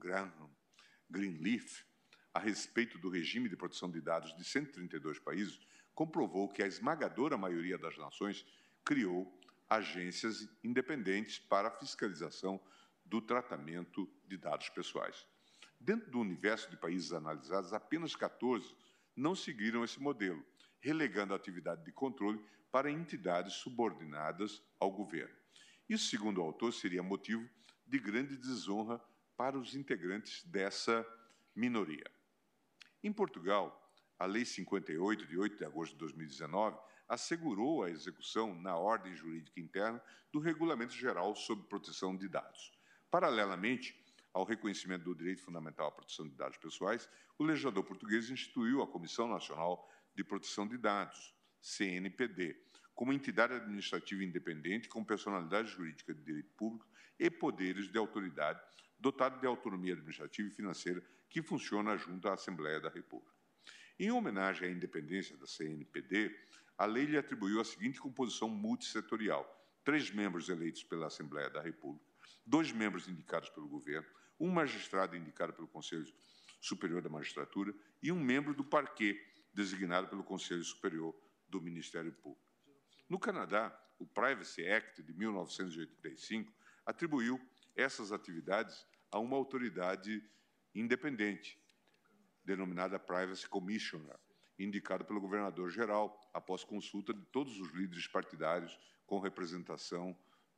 S3: Greenleaf a respeito do regime de proteção de dados de 132 países comprovou que a esmagadora maioria das nações criou agências independentes para a fiscalização do tratamento de dados pessoais. Dentro do universo de países analisados, apenas 14 não seguiram esse modelo, relegando a atividade de controle para entidades subordinadas ao governo. Isso, segundo o autor, seria motivo de grande desonra para os integrantes dessa minoria. Em Portugal, a Lei 58, de 8 de agosto de 2019, assegurou a execução, na ordem jurídica interna, do Regulamento Geral sobre Proteção de Dados. Paralelamente ao reconhecimento do direito fundamental à proteção de dados pessoais, o legislador português instituiu a Comissão Nacional de Proteção de Dados, CNPD, como entidade administrativa independente com personalidade jurídica de direito público e poderes de autoridade, dotada de autonomia administrativa e financeira, que funciona junto à Assembleia da República. Em homenagem à independência da CNPD, a lei lhe atribuiu a seguinte composição multissetorial: 3 membros eleitos pela Assembleia da República, 2 membros indicados pelo governo, 1 magistrado indicado pelo Conselho Superior da Magistratura e 1 membro do parquê, designado pelo Conselho Superior do Ministério Público. No Canadá, o Privacy Act de 1985 atribuiu essas atividades a uma autoridade independente, denominada Privacy Commissioner, indicado pelo governador-geral, após consulta de todos os líderes partidários com representação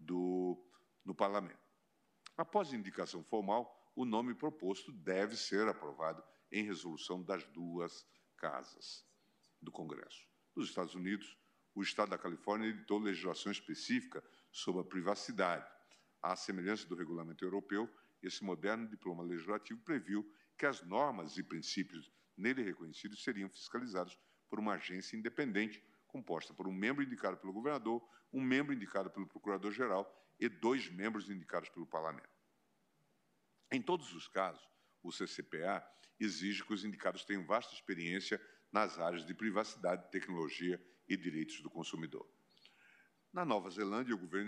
S3: no Parlamento. Após indicação formal, o nome proposto deve ser aprovado em resolução das 2 casas do Congresso. Nos Estados Unidos, o Estado da Califórnia editou legislação específica sobre a privacidade. À semelhança do regulamento europeu, esse moderno diploma legislativo previu que as normas e princípios nele reconhecidos seriam fiscalizados por uma agência independente, composta por 1 membro indicado pelo governador, 1 membro indicado pelo procurador-geral e 2 membros indicados pelo parlamento. Em todos os casos, o CCPA exige que os indicados tenham vasta experiência nas áreas de privacidade, tecnologia e direitos do consumidor. Na Nova Zelândia, o governo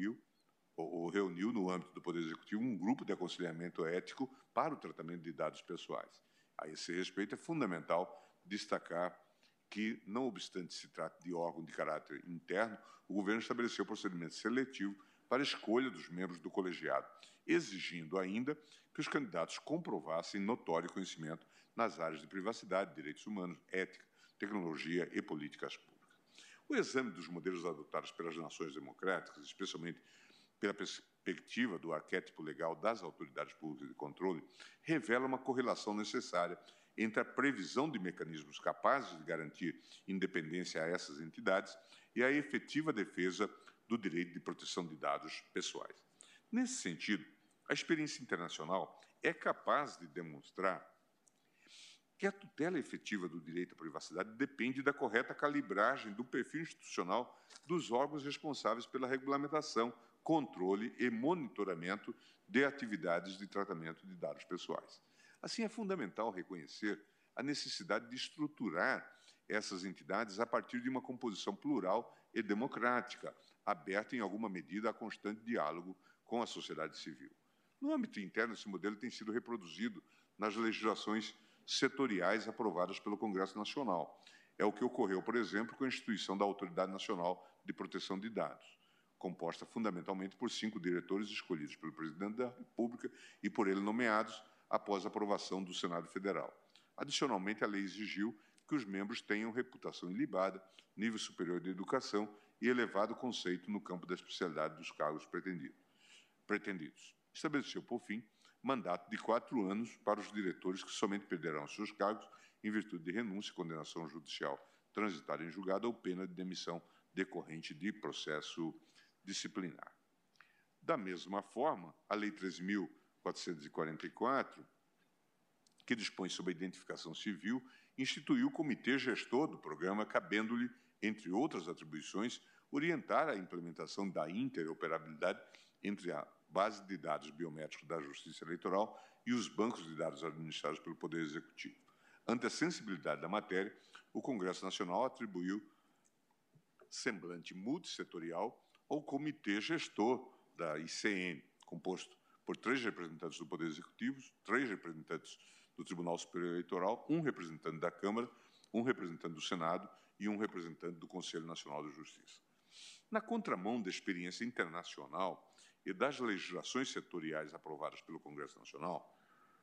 S3: reuniu no âmbito do Poder Executivo um grupo de aconselhamento ético para o tratamento de dados pessoais. A esse respeito, é fundamental destacar que, não obstante se trate de órgão de caráter interno, o governo estabeleceu procedimento seletivo para a escolha dos membros do colegiado, exigindo ainda que os candidatos comprovassem notório conhecimento nas áreas de privacidade, direitos humanos, ética, tecnologia e políticas públicas. O exame dos modelos adotados pelas nações democráticas, especialmente pela perspectiva do arquétipo legal das autoridades públicas de controle, revela uma correlação necessária entre a previsão de mecanismos capazes de garantir independência a essas entidades e a efetiva defesa do direito de proteção de dados pessoais. Nesse sentido, a experiência internacional é capaz de demonstrar que a tutela efetiva do direito à privacidade depende da correta calibragem do perfil institucional dos órgãos responsáveis pela regulamentação, controle e monitoramento de atividades de tratamento de dados pessoais. Assim, é fundamental reconhecer a necessidade de estruturar essas entidades a partir de uma composição plural e democrática, aberta em alguma medida a constante diálogo com a sociedade civil. No âmbito interno, esse modelo tem sido reproduzido nas legislações setoriais aprovadas pelo Congresso Nacional. É o que ocorreu, por exemplo, com a instituição da Autoridade Nacional de Proteção de Dados, composta fundamentalmente por 5 diretores escolhidos pelo Presidente da República e por ele nomeados após a aprovação do Senado Federal. Adicionalmente, a lei exigiu que os membros tenham reputação ilibada, nível superior de educação e elevado conceito no campo da especialidade dos cargos pretendidos. Estabeleceu, por fim, mandato de 4 anos para os diretores que somente perderão seus cargos em virtude de renúncia, condenação judicial transitada em julgado ou pena de demissão decorrente de processo disciplinar. Da mesma forma, a Lei 13.444, que dispõe sobre a identificação civil, instituiu o Comitê Gestor do programa, cabendo-lhe, entre outras atribuições, orientar a implementação da interoperabilidade entre a base de dados biométricos da Justiça Eleitoral e os bancos de dados administrados pelo Poder Executivo. Ante a sensibilidade da matéria, o Congresso Nacional atribuiu semblante multissetorial ao Comitê Gestor da ICN, composto por 3 representantes do Poder Executivo, 3 representantes do Tribunal Superior Eleitoral, 1 representante da Câmara, 1 representante do Senado e 1 representante do Conselho Nacional de Justiça. Na contramão da experiência internacional e das legislações setoriais aprovadas pelo Congresso Nacional,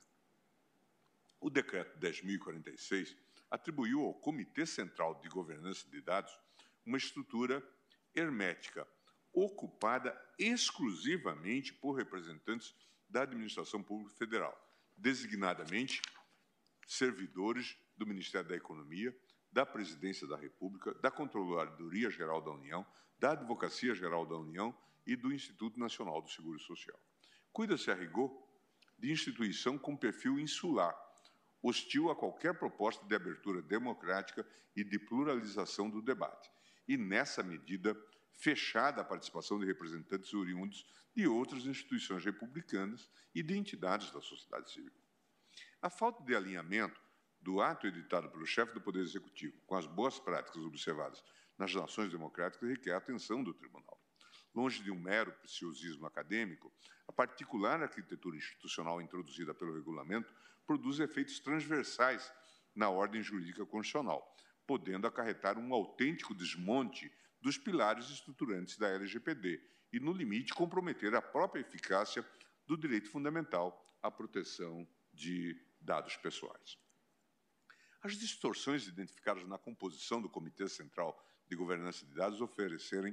S3: o Decreto 10.046 atribuiu ao Comitê Central de Governança de Dados uma estrutura hermética, ocupada exclusivamente por representantes da Administração Pública Federal, designadamente servidores do Ministério da Economia, da Presidência da República, da Controladoria Geral da União, da Advocacia Geral da União e do Instituto Nacional do Seguro Social. Cuida-se, a rigor, de instituição com perfil insular, hostil a qualquer proposta de abertura democrática e de pluralização do debate, e, nessa medida, fechada a participação de representantes oriundos de outras instituições republicanas e de entidades da sociedade civil. A falta de alinhamento do ato editado pelo chefe do Poder Executivo com as boas práticas observadas nas nações democráticas requer a atenção do Tribunal. Longe de um mero preciosismo acadêmico, a particular arquitetura institucional introduzida pelo regulamento produz efeitos transversais na ordem jurídica constitucional, podendo acarretar um autêntico desmonte dos pilares estruturantes da LGPD e, no limite, comprometer a própria eficácia do direito fundamental à proteção de dados pessoais. As distorções identificadas na composição do Comitê Central de Governança de Dados oferecem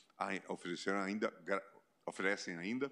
S3: ainda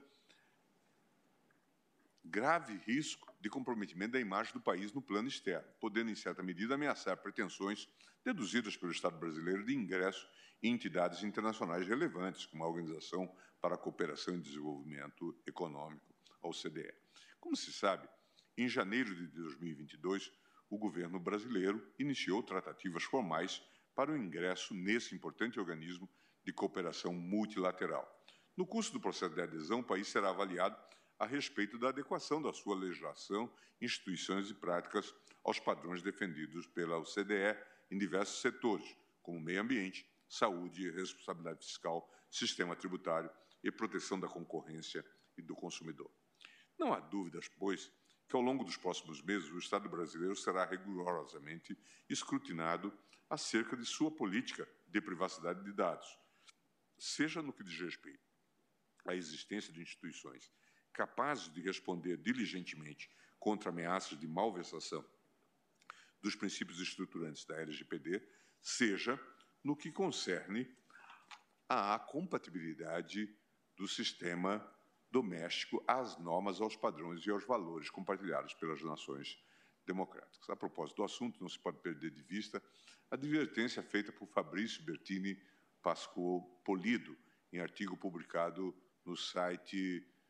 S3: grave risco de comprometimento da imagem do país no plano externo, podendo, em certa medida, ameaçar pretensões deduzidas pelo Estado brasileiro de ingresso em entidades internacionais relevantes, como a Organização para a Cooperação e Desenvolvimento Econômico, a OCDE. Como se sabe, em janeiro de 2022, o governo brasileiro iniciou tratativas formais para o ingresso nesse importante organismo de cooperação multilateral. No curso do processo de adesão, o país será avaliado a respeito da adequação da sua legislação, instituições e práticas aos padrões defendidos pela OCDE em diversos setores, como meio ambiente, saúde, responsabilidade fiscal, sistema tributário e proteção da concorrência e do consumidor. Não há dúvidas, pois, que ao longo dos próximos meses o Estado brasileiro será rigorosamente escrutinado acerca de sua política de privacidade de dados, seja no que diz respeito à existência de instituições capazes de responder diligentemente contra ameaças de malversação dos princípios estruturantes da LGPD, seja no que concerne à compatibilidade do sistema doméstico às normas, aos padrões e aos valores compartilhados pelas nações democráticas. A propósito do assunto, não se pode perder de vista a advertência feita por Fabrício Bertini Pascoal Polido, em artigo publicado no site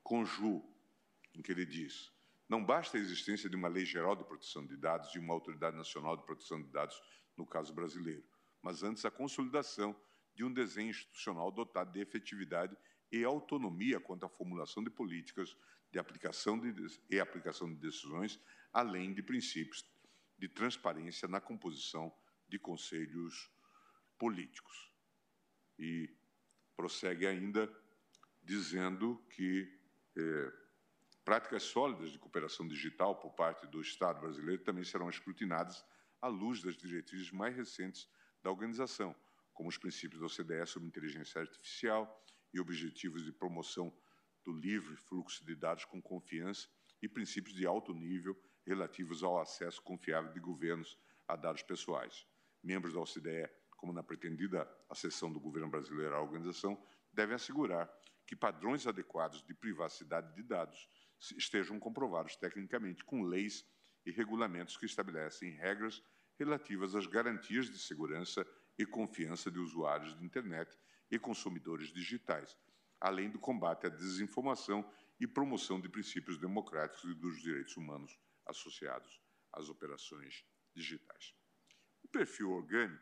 S3: Conju, em que ele diz: não basta a existência de uma lei geral de proteção de dados e uma autoridade nacional de proteção de dados, no caso brasileiro, mas antes a consolidação de um desenho institucional dotado de efetividade e autonomia quanto à formulação de políticas de aplicação de decisões, além de princípios de transparência na composição de conselhos políticos. E prossegue ainda dizendo que práticas sólidas de cooperação digital por parte do Estado brasileiro também serão escrutinadas à luz das diretrizes mais recentes da organização, como os princípios da OCDE sobre inteligência artificial e objetivos de promoção do livre fluxo de dados com confiança e princípios de alto nível relativos ao acesso confiável de governos a dados pessoais. Membros da OCDE, como na pretendida acessão do governo brasileiro à organização, devem assegurar que padrões adequados de privacidade de dados estejam comprovados tecnicamente com leis e regulamentos que estabelecem regras relativas às garantias de segurança e confiança de usuários de internet e consumidores digitais, além do combate à desinformação e promoção de princípios democráticos e dos direitos humanos associados às operações digitais. O perfil orgânico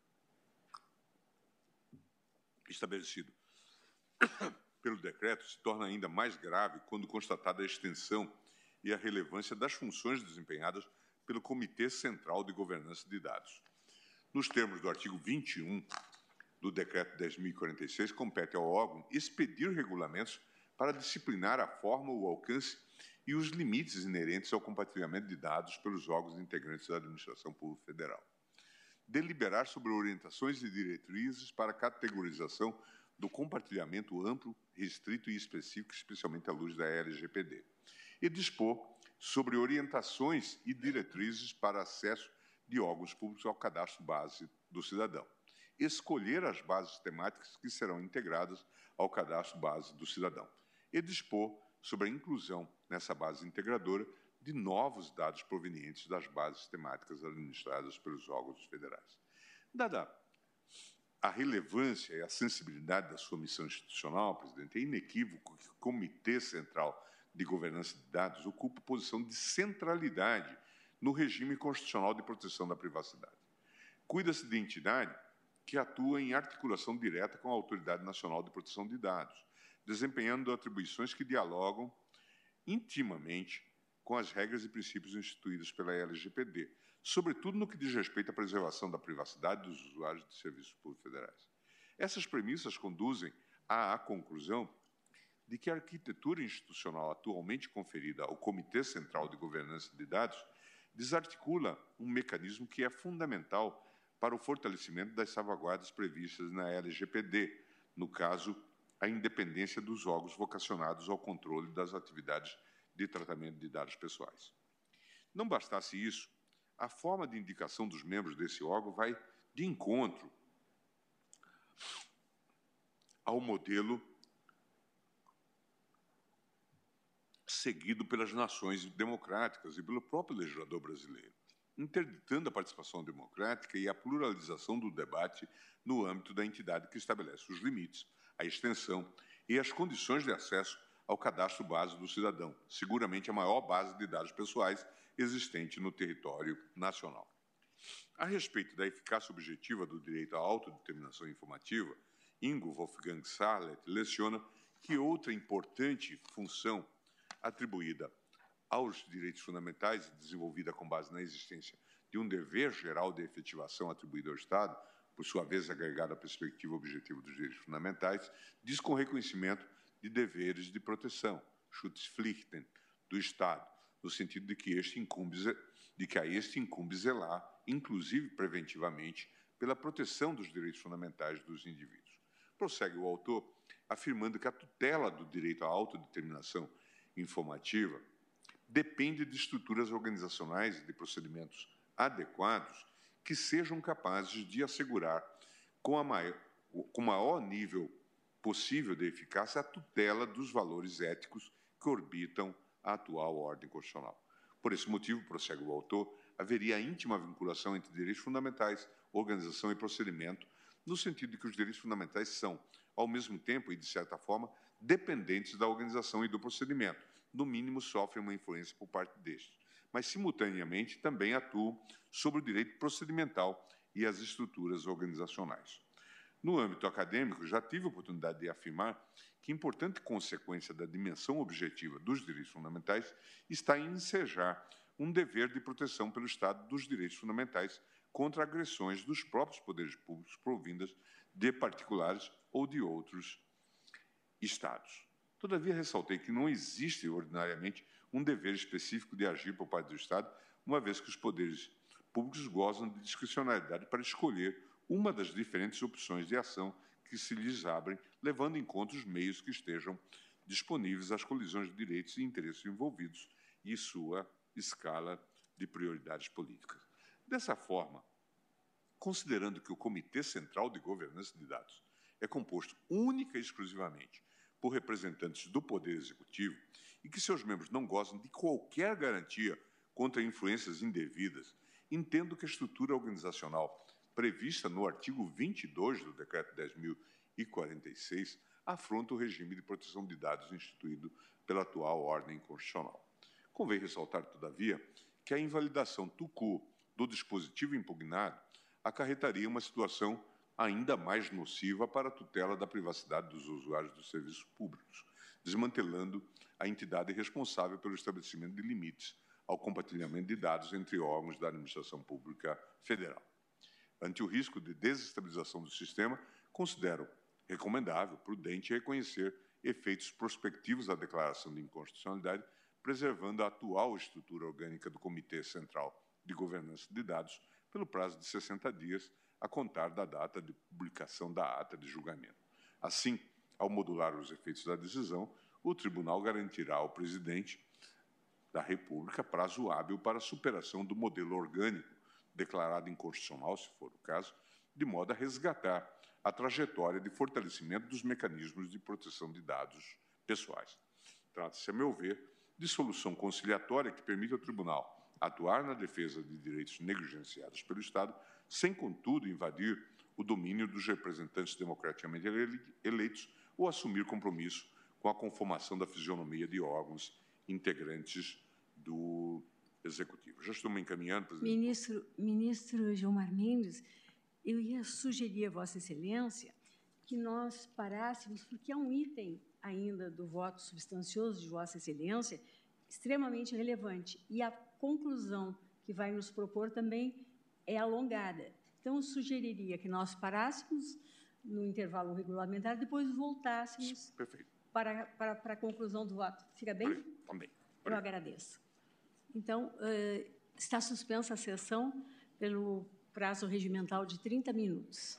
S3: estabelecido pelo decreto se torna ainda mais grave quando constatada a extensão e a relevância das funções desempenhadas pelo Comitê Central de Governança de Dados. Nos termos do artigo 21 do Decreto 10.046, compete ao órgão expedir regulamentos para disciplinar a forma, o alcance e os limites inerentes ao compartilhamento de dados pelos órgãos integrantes da Administração Pública Federal. Deliberar sobre orientações e diretrizes para a categorização do compartilhamento amplo, restrito e específico, especialmente à luz da LGPD. E dispor sobre orientações e diretrizes para acesso de órgãos públicos ao cadastro base do cidadão. Escolher as bases temáticas que serão integradas ao cadastro base do cidadão. E dispor sobre a inclusão nessa base integradora de novos dados provenientes das bases temáticas administradas pelos órgãos federais. Dada a relevância e a sensibilidade da sua missão institucional, presidente, é inequívoco que o Comitê Central de Governança de Dados ocupa posição de centralidade no regime constitucional de proteção da privacidade. Cuida-se de entidade que atua em articulação direta com a Autoridade Nacional de Proteção de Dados, desempenhando atribuições que dialogam intimamente com as regras e princípios instituídos pela LGPD, sobretudo no que diz respeito à preservação da privacidade dos usuários de serviços públicos federais. Essas premissas conduzem à conclusão de que a arquitetura institucional atualmente conferida ao Comitê Central de Governança de Dados desarticula um mecanismo que é fundamental para o fortalecimento das salvaguardas previstas na LGPD, no caso, a independência dos órgãos vocacionados ao controle das atividades de tratamento de dados pessoais. Não bastasse isso, a forma de indicação dos membros desse órgão vai de encontro ao modelo seguido pelas nações democráticas e pelo próprio legislador brasileiro, interditando a participação democrática e a pluralização do debate no âmbito da entidade que estabelece os limites, a extensão e as condições de acesso ao cadastro base do cidadão, seguramente a maior base de dados pessoais existente no território nacional. A respeito da eficácia objetiva do direito à autodeterminação informativa, Ingo Wolfgang Sarlet leciona que outra importante função atribuída aos direitos fundamentais e desenvolvida com base na existência de um dever geral de efetivação atribuído ao Estado, por sua vez agregado à perspectiva objetiva dos direitos fundamentais, diz com reconhecimento de deveres de proteção, Schutzpflichten, do Estado, no sentido de que a este incumbe zelar, inclusive preventivamente, pela proteção dos direitos fundamentais dos indivíduos. Prossegue o autor, afirmando que a tutela do direito à autodeterminação informativa depende de estruturas organizacionais e de procedimentos adequados que sejam capazes de assegurar, com o maior nível possível de eficácia, a tutela dos valores éticos que orbitam a atual ordem constitucional. Por esse motivo, prossegue o autor, haveria íntima vinculação entre direitos fundamentais, organização e procedimento, no sentido de que os direitos fundamentais são, ao mesmo tempo e de certa forma, dependentes da organização e do procedimento. No mínimo, sofrem uma influência por parte destes, mas, simultaneamente, também atuam sobre o direito procedimental e as estruturas organizacionais. No âmbito acadêmico, já tive a oportunidade de afirmar que importante consequência da dimensão objetiva dos direitos fundamentais está em ensejar um dever de proteção pelo Estado dos direitos fundamentais contra agressões dos próprios poderes públicos provindas de particulares ou de outros Estados. Todavia, ressaltei que não existe, ordinariamente, um dever específico de agir por parte do Estado, uma vez que os poderes públicos gozam de discricionalidade para escolher uma das diferentes opções de ação que se lhes abrem, levando em conta os meios que estejam disponíveis às colisões de direitos e interesses envolvidos e sua escala de prioridades políticas. Dessa forma, considerando que o Comitê Central de Governança de Dados é composto única e exclusivamente por representantes do Poder Executivo e que seus membros não gozam de qualquer garantia contra influências indevidas, entendo que a estrutura organizacional prevista no artigo 22 do Decreto 10.046 afronta o regime de proteção de dados instituído pela atual ordem constitucional. Convém ressaltar, todavia, que a invalidação tucu do dispositivo impugnado acarretaria uma situação ainda mais nociva para a tutela da privacidade dos usuários dos serviços públicos, desmantelando a entidade responsável pelo estabelecimento de limites ao compartilhamento de dados entre órgãos da administração pública federal. Ante o risco de desestabilização do sistema, considero recomendável, prudente, reconhecer efeitos prospectivos da declaração de inconstitucionalidade, preservando a atual estrutura orgânica do Comitê Central de Governança de Dados pelo prazo de 60 dias, a contar da data de publicação da ata de julgamento. Assim, ao modular os efeitos da decisão, o Tribunal garantirá ao Presidente da República prazo hábil para a superação do modelo orgânico declarado inconstitucional, se for o caso, de modo a resgatar a trajetória de fortalecimento dos mecanismos de proteção de dados pessoais. Trata-se, a meu ver, de solução conciliatória que permite ao Tribunal atuar na defesa de direitos negligenciados pelo Estado, sem, contudo, invadir o domínio dos representantes democraticamente eleitos ou assumir compromisso com a conformação da fisionomia de órgãos integrantes do Executivo. Já estou me encaminhando, presidente.
S1: Ministro Gilmar Mendes, eu ia sugerir a Vossa Excelência que nós parássemos, porque é um item ainda do voto substancioso de Vossa Excelência extremamente relevante, e a conclusão que vai nos propor também é alongada. Então, eu sugeriria que nós parássemos no intervalo regulamentar, depois voltássemos para a conclusão do voto. Fica bem?
S3: Também.
S1: Eu agradeço. Então, está suspensa a sessão pelo prazo regimental de 30 minutos.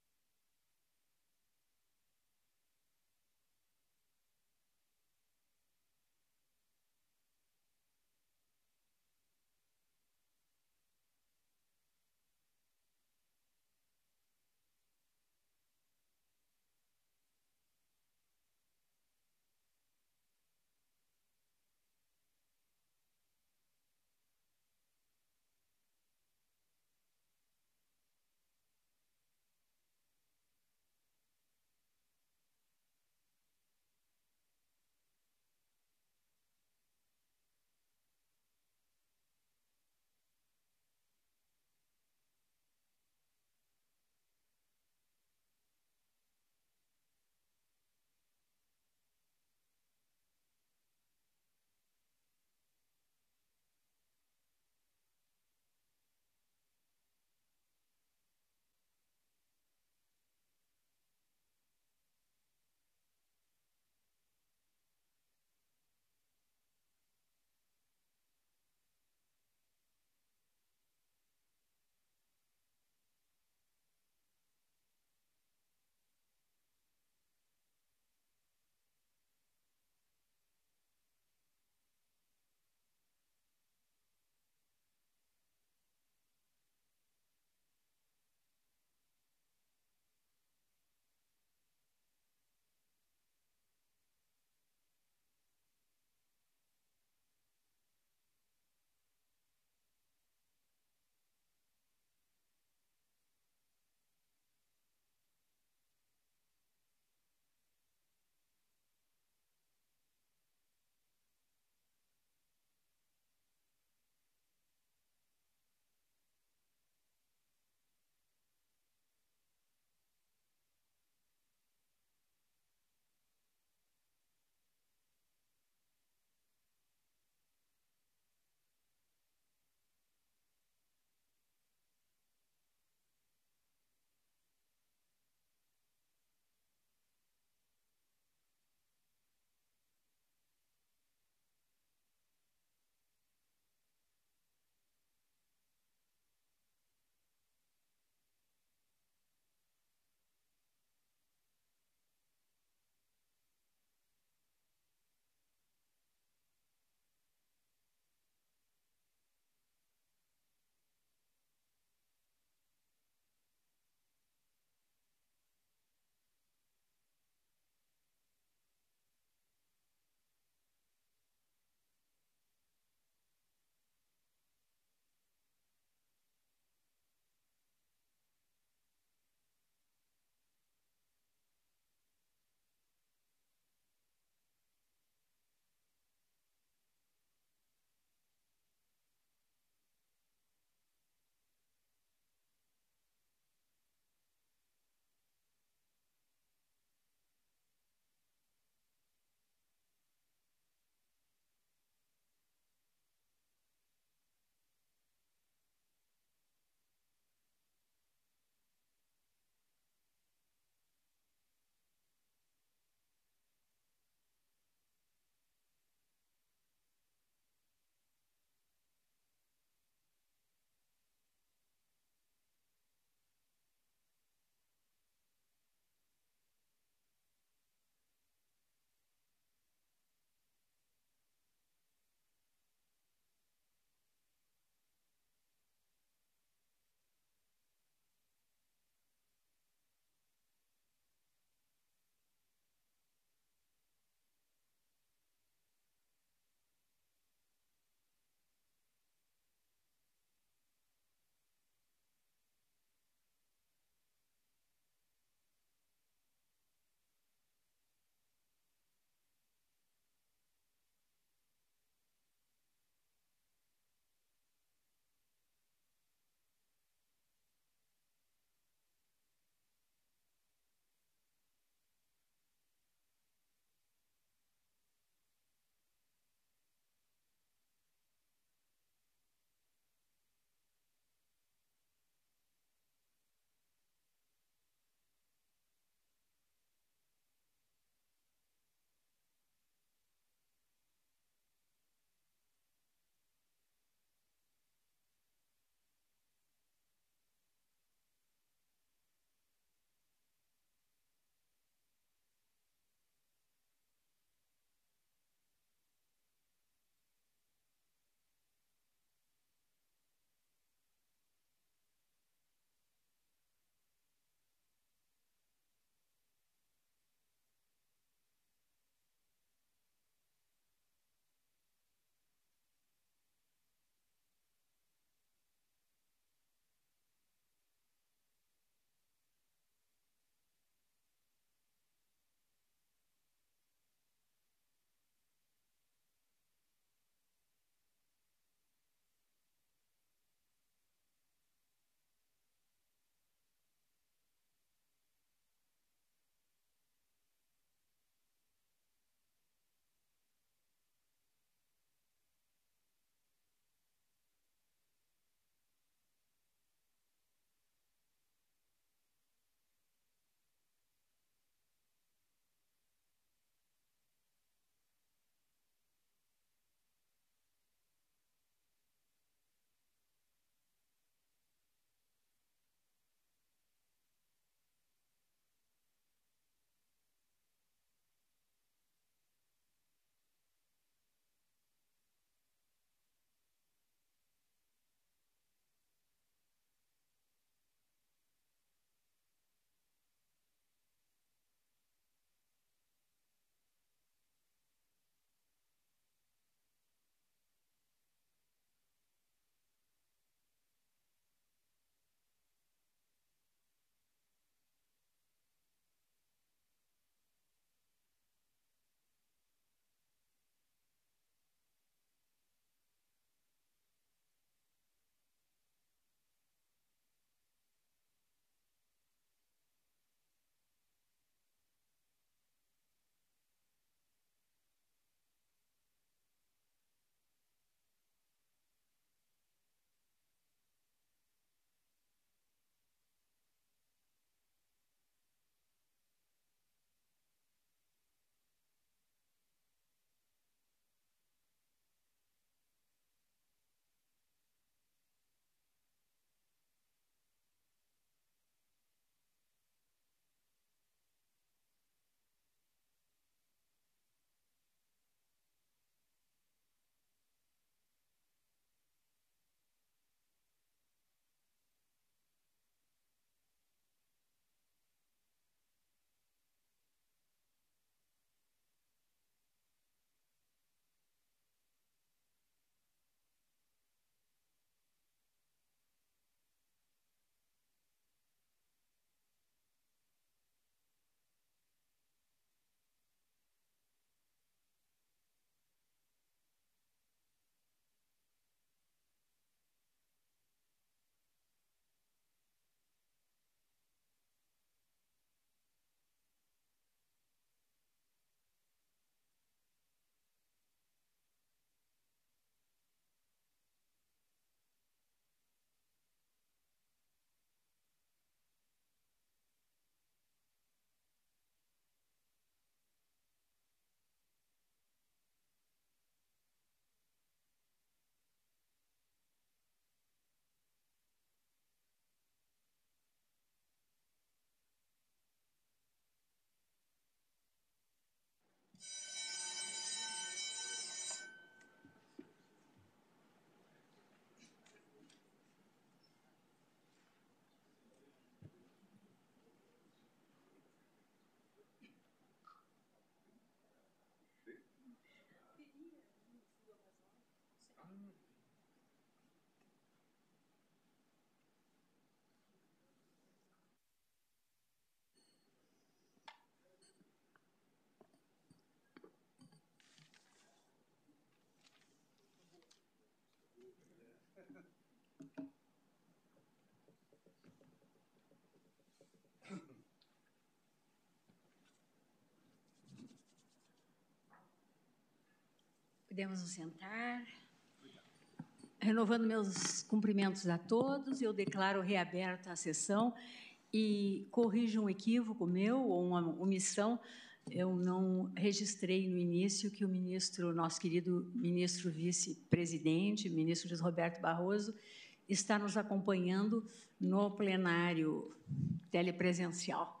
S1: Podemos nos sentar. Renovando meus cumprimentos a todos, eu declaro reaberta a sessão e corrijo um equívoco meu ou uma omissão. Eu não registrei no início que o ministro, nosso querido ministro vice-presidente, ministro Luiz Roberto Barroso, está nos acompanhando no plenário telepresencial.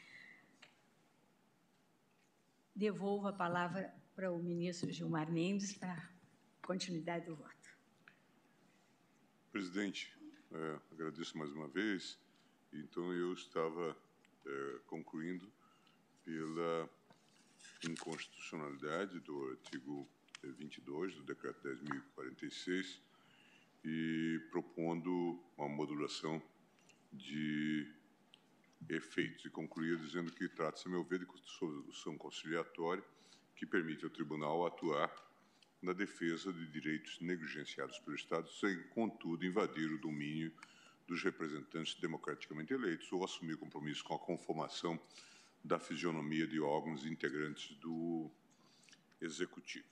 S1: Devolvo a palavra para o ministro Gilmar Mendes para a continuidade do voto.
S3: Presidente, agradeço mais uma vez. Então, eu estava concluindo pela inconstitucionalidade do artigo 22 do Decreto 10.046 e propondo uma modulação de efeitos. E concluía dizendo que trata-se, a meu ver, de solução conciliatória que permite ao tribunal atuar na defesa de direitos negligenciados pelo Estado, sem, contudo, invadir o domínio dos representantes democraticamente eleitos ou assumir compromisso com a conformação da fisionomia de órgãos integrantes do Executivo.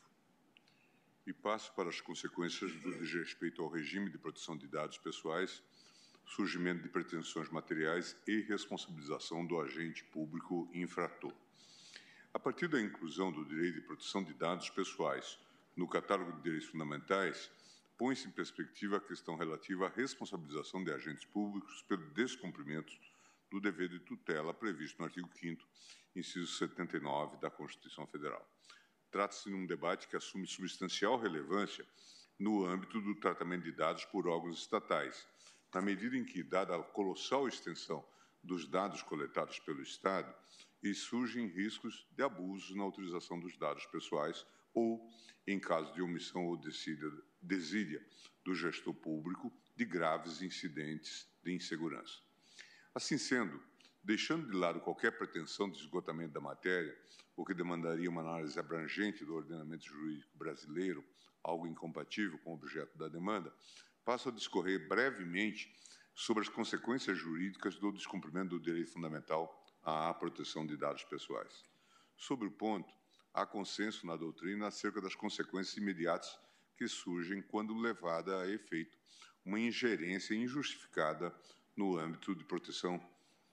S3: E passo para as consequências do desrespeito ao regime de proteção de dados pessoais, surgimento de pretensões materiais e responsabilização do agente público infrator. A partir da inclusão do direito de proteção de dados pessoais no catálogo de direitos fundamentais, põe-se em perspectiva a questão relativa à responsabilização de agentes públicos pelo descumprimento do dever de tutela previsto no artigo 5º, inciso 79 da Constituição Federal. Trata-se de um debate que assume substancial relevância no âmbito do tratamento de dados por órgãos estatais, na medida em que, dada a colossal extensão dos dados coletados pelo Estado, e surgem riscos de abusos na utilização dos dados pessoais ou, em caso de omissão ou desídia do gestor público, de graves incidentes de insegurança. Assim sendo, deixando de lado qualquer pretensão de esgotamento da matéria, o que demandaria uma análise abrangente do ordenamento jurídico brasileiro, algo incompatível com o objeto da demanda, passo a discorrer brevemente sobre as consequências jurídicas do descumprimento do direito fundamental à proteção de dados pessoais. Sobre o ponto, há consenso na doutrina acerca das consequências imediatas que surgem quando levada a efeito uma ingerência injustificada no âmbito de proteção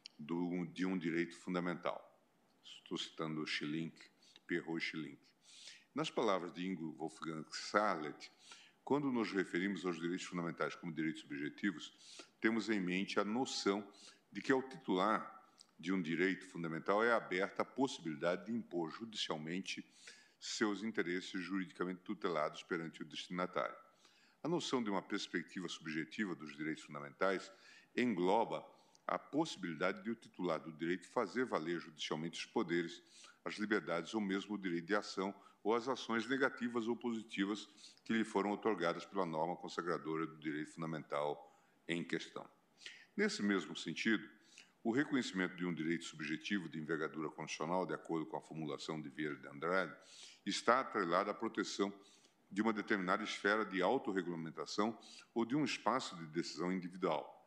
S3: de um direito fundamental. Estou citando Perrault e Schillink. Nas palavras de Ingo Wolfgang Sarlet, quando nos referimos aos direitos fundamentais como direitos subjetivos, temos em mente a noção de que ao titular de um direito fundamental é aberta a possibilidade de impor judicialmente seus interesses juridicamente tutelados perante o destinatário. A noção de uma perspectiva subjetiva dos direitos fundamentais engloba a possibilidade de o titular do direito fazer valer judicialmente os poderes, as liberdades ou mesmo o direito de ação ou as ações negativas ou positivas que lhe foram otorgadas pela norma consagradora do direito fundamental em questão. Nesse mesmo sentido, o reconhecimento de um direito subjetivo de envergadura constitucional, de acordo com a formulação de Vieira de Andrade, está atrelado à proteção de uma determinada esfera de autorregulamentação ou de um espaço de decisão individual,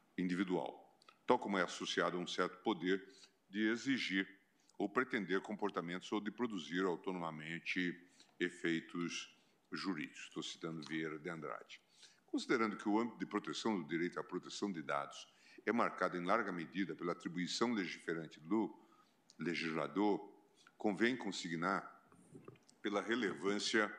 S3: tal como é associado a um certo poder de exigir ou pretender comportamentos ou de produzir autonomamente efeitos jurídicos. Estou citando Vieira de Andrade. Considerando que o âmbito de proteção do direito à proteção de dados é marcado em larga medida pela atribuição legiferante do legislador, convém consignar pela relevância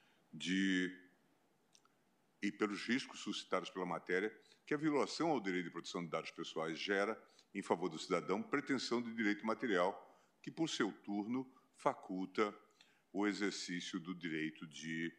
S3: e pelos riscos suscitados pela matéria que a violação ao direito de proteção de dados pessoais gera, em favor do cidadão, pretensão de direito material que, por seu turno, faculta o exercício do direito de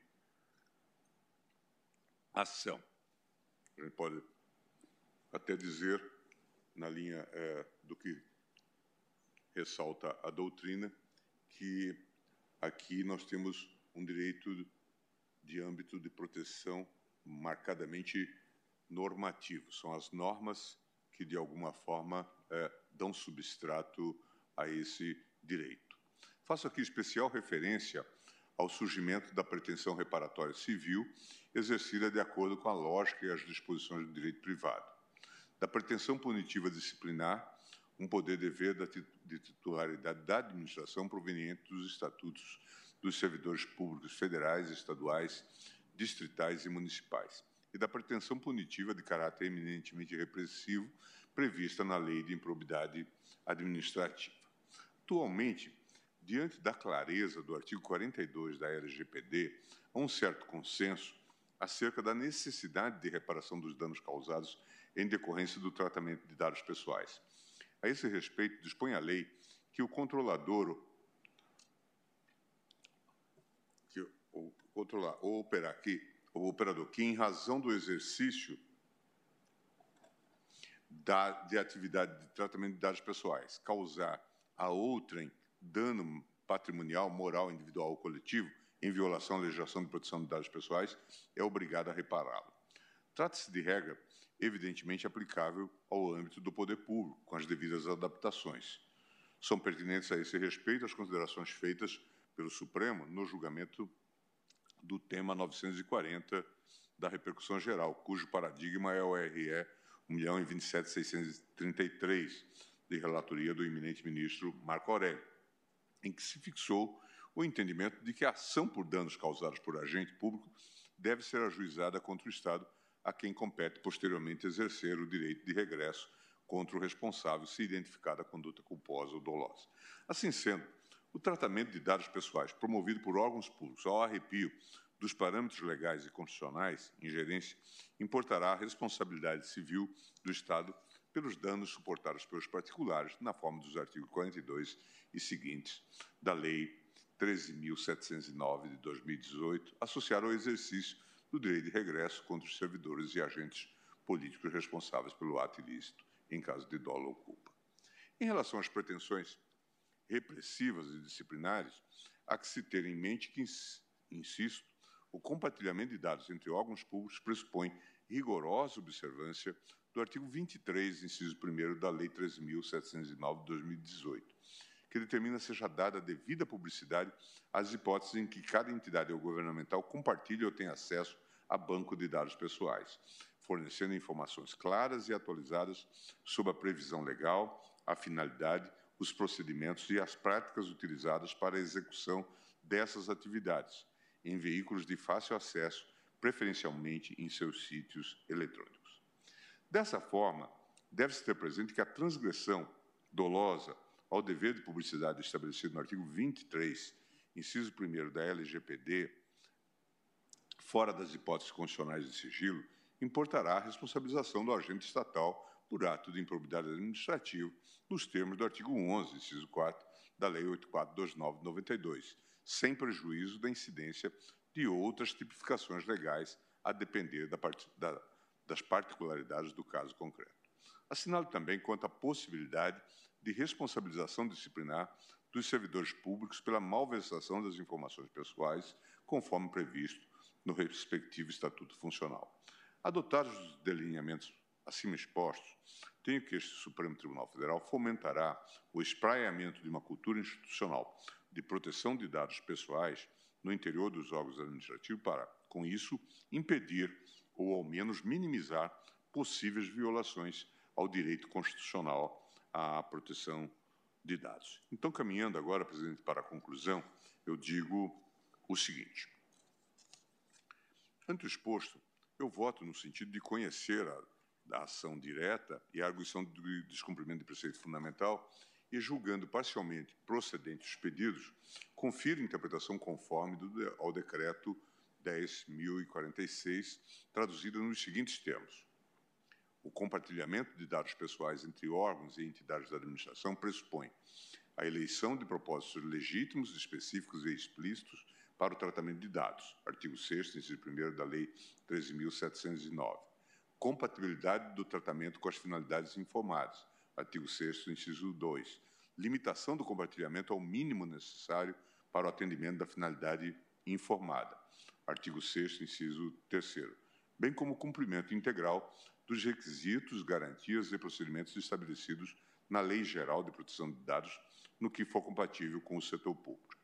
S3: ação. A gente pode até dizer, na linha do que ressalta a doutrina, que aqui nós temos um direito de âmbito de proteção marcadamente normativo. São as normas que, de alguma forma, dão substrato a esse direito. Faço aqui especial referência ao surgimento da pretensão reparatória civil exercida de acordo com a lógica e as disposições do direito privado. Da pretensão punitiva disciplinar, um poder-dever de titularidade da administração proveniente dos estatutos dos servidores públicos federais, estaduais, distritais e municipais, e da pretensão punitiva de caráter eminentemente repressivo prevista na Lei de Improbidade Administrativa. Atualmente, diante da clareza do artigo 42 da LGPD, há um certo consenso acerca da necessidade de reparação dos danos causados em decorrência do tratamento de dados pessoais. A esse respeito, dispõe a lei que o controlador o operador que, em razão do exercício de atividade de tratamento de dados pessoais, causar a outrem dano patrimonial, moral, individual ou coletivo, em violação à legislação de proteção de dados pessoais, é obrigado a repará-lo. Trata-se de regra, evidentemente, aplicável ao âmbito do poder público, com as devidas adaptações. São pertinentes a esse respeito as considerações feitas pelo Supremo no julgamento do tema 940 da repercussão geral, cujo paradigma é o RE 1.027.633, de relatoria do eminente ministro Marco Aurélio, em que se fixou o entendimento de que a ação por danos causados por agente público deve ser ajuizada contra o Estado, a quem compete posteriormente exercer o direito de regresso contra o responsável, se identificada a conduta culposa ou dolosa. Assim sendo, o tratamento de dados pessoais promovido por órgãos públicos ao arrepio dos parâmetros legais e constitucionais, ingerência, importará a responsabilidade civil do Estado pelos danos suportados pelos particulares, na forma dos artigos 42 e seguintes da Lei 13.709 de 2018, associado ao exercício do direito de regresso contra os servidores e agentes políticos responsáveis pelo ato ilícito, em caso de dolo ou culpa. Em relação às pretensões repressivas e disciplinares, há que se ter em mente que, insisto, o compartilhamento de dados entre órgãos públicos pressupõe rigorosa observância do artigo 23, inciso 1º da Lei 13.709 de 2018, que determina seja dada devida publicidade às hipóteses em que cada entidade governamental compartilhe ou tenha acesso a banco de dados pessoais, fornecendo informações claras e atualizadas sobre a previsão legal, a finalidade, os procedimentos e as práticas utilizadas para a execução dessas atividades, em veículos de fácil acesso, preferencialmente em seus sítios eletrônicos. Dessa forma, deve-se ter presente que a transgressão dolosa ao dever de publicidade estabelecido no artigo 23, inciso 1º da LGPD, fora das hipóteses constitucionais de sigilo, importará a responsabilização do agente estatal por ato de improbidade administrativa, nos termos do artigo 11, inciso 4, da Lei 8429 de 92, sem prejuízo da incidência de outras tipificações legais, a depender das particularidades do caso concreto. Assinalo também quanto à possibilidade de responsabilização disciplinar dos servidores públicos pela malversação das informações pessoais, conforme previsto no respectivo Estatuto Funcional. Adotados os delineamentos acima expostos, tenho que este Supremo Tribunal Federal fomentará o espraiamento de uma cultura institucional de proteção de dados pessoais no interior dos órgãos administrativos para, com isso, impedir ou, ao menos, minimizar possíveis violações ao direito constitucional à proteção de dados. Então, caminhando agora, presidente, para a conclusão, eu digo o seguinte. Ante o exposto, eu voto no sentido de conhecer a ação direta e a arguição de descumprimento de preceito fundamental e, julgando parcialmente procedentes os pedidos, confiro interpretação conforme ao decreto 10.046, traduzido nos seguintes termos. O compartilhamento de dados pessoais entre órgãos e entidades da administração pressupõe a eleição de propósitos legítimos, específicos e explícitos para o tratamento de dados, artigo 6º, inciso 1º da Lei 13.709. Compatibilidade do tratamento com as finalidades informadas, artigo 6º, inciso 2. Limitação do compartilhamento ao mínimo necessário para o atendimento da finalidade informada, artigo 6º, inciso 3º, bem como o cumprimento integral dos requisitos, garantias e procedimentos estabelecidos na Lei Geral de Proteção de Dados, no que for compatível com o setor público.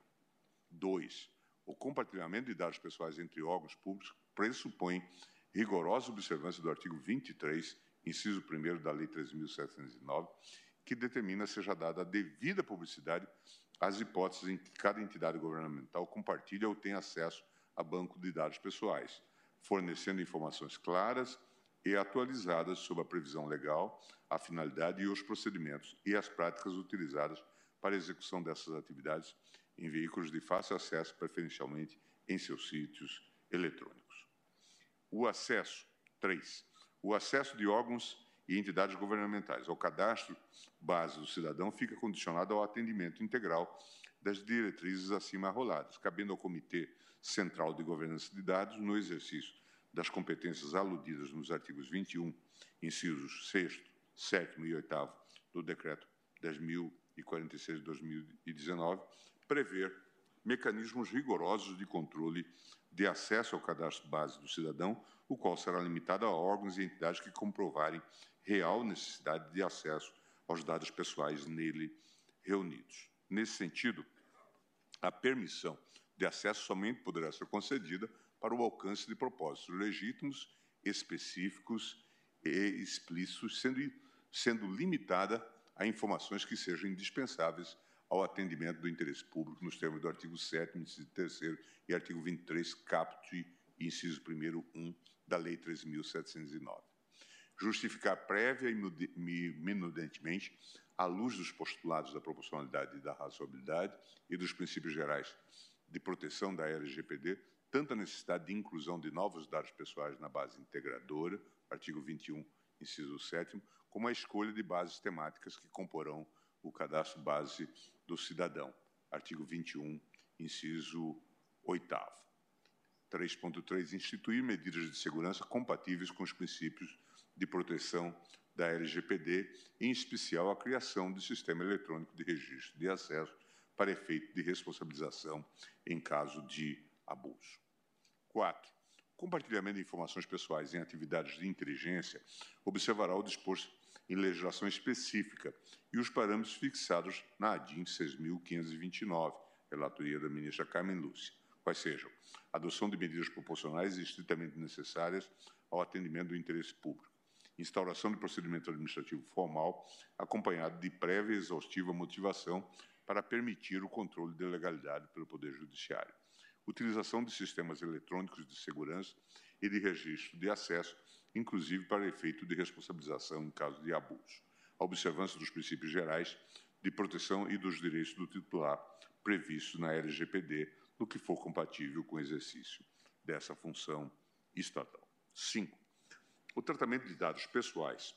S3: 2. O compartilhamento de dados pessoais entre órgãos públicos pressupõe rigorosa observância do artigo 23, inciso 1º da Lei 13.709, que determina seja dada a devida publicidade às hipóteses em que cada entidade governamental compartilha ou tem acesso a banco de dados pessoais, fornecendo informações claras e atualizadas sobre a previsão legal, a finalidade e os procedimentos e as práticas utilizadas para a execução dessas atividades em veículos de fácil acesso, preferencialmente em seus sítios eletrônicos. O acesso, 3. O acesso de órgãos e entidades governamentais ao cadastro base do cidadão fica condicionado ao atendimento integral das diretrizes acima arroladas, cabendo ao Comitê Central de Governança de Dados, no exercício das competências aludidas nos artigos 21, incisos 6º, 7º e 8º do Decreto 10.046 de 2019, prever mecanismos rigorosos de controle de acesso ao cadastro base do cidadão, o qual será limitado a órgãos e entidades que comprovarem real necessidade de acesso aos dados pessoais nele reunidos. Nesse sentido, a permissão de acesso somente poderá ser concedida para o alcance de propósitos legítimos, específicos e explícitos, sendo limitada a informações que sejam indispensáveis ao atendimento do interesse público, nos termos do artigo 7º, inciso 3º e artigo 23, caput, inciso 1º, 1 da Lei 13.709. Justificar prévia e minudentemente, à luz dos postulados da proporcionalidade e da razoabilidade e dos princípios gerais de proteção da LGPD, tanto a necessidade de inclusão de novos dados pessoais na base integradora, artigo 21, inciso 7º, como a escolha de bases temáticas que comporão o cadastro base do cidadão, artigo 21, inciso 8º. 3.3. Instituir medidas de segurança compatíveis com os princípios de proteção da LGPD, em especial a criação de sistema eletrônico de registro de acesso para efeito de responsabilização em caso de abuso. 4. Compartilhamento de informações pessoais em atividades de inteligência observará o disposto em legislação específica e os parâmetros fixados na ADIM 6.529, relatoria da ministra Carmen Lúcia, quais sejam a adoção de medidas proporcionais e estritamente necessárias ao atendimento do interesse público, instauração de procedimento administrativo formal acompanhado de prévia e exaustiva motivação para permitir o controle de legalidade pelo Poder Judiciário, utilização de sistemas eletrônicos de segurança e de registro de acesso, inclusive para efeito de responsabilização em caso de abuso, a observância dos princípios gerais de proteção e dos direitos do titular previstos na LGPD, no que for compatível com o exercício dessa função estatal. 5. O tratamento de dados pessoais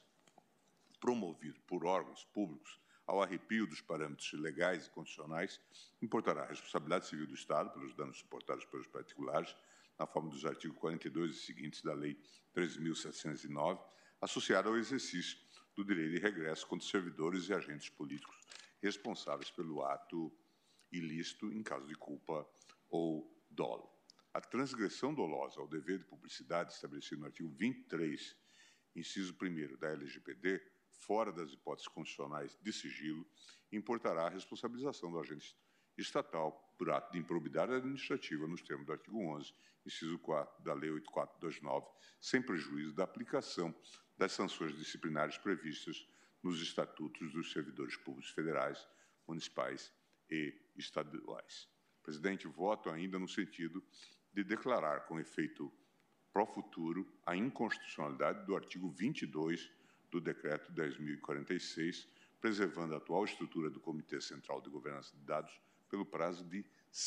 S3: promovido por órgãos públicos ao arrepio dos parâmetros legais e constitucionais importará a responsabilidade civil do Estado pelos danos suportados pelos particulares, na forma dos artigos 42 e seguintes da Lei 13.709, associada ao exercício do direito de regresso contra servidores e agentes políticos responsáveis pelo ato ilícito em caso de culpa ou dolo. A transgressão dolosa ao dever de publicidade estabelecido no artigo 23, inciso 1º da LGPD, fora das hipóteses constitucionais de sigilo, importará a responsabilização do agente estatal por ato de improbidade administrativa nos termos do artigo 11, inciso 4 da Lei 8429, sem prejuízo da aplicação das sanções disciplinares previstas nos estatutos dos servidores públicos federais, municipais e estaduais. Presidente, voto ainda no sentido de declarar com efeito pro futuro a inconstitucionalidade do artigo 22 do Decreto 10.046, preservando a atual estrutura do Comitê Central de Governança de Dados pelo prazo de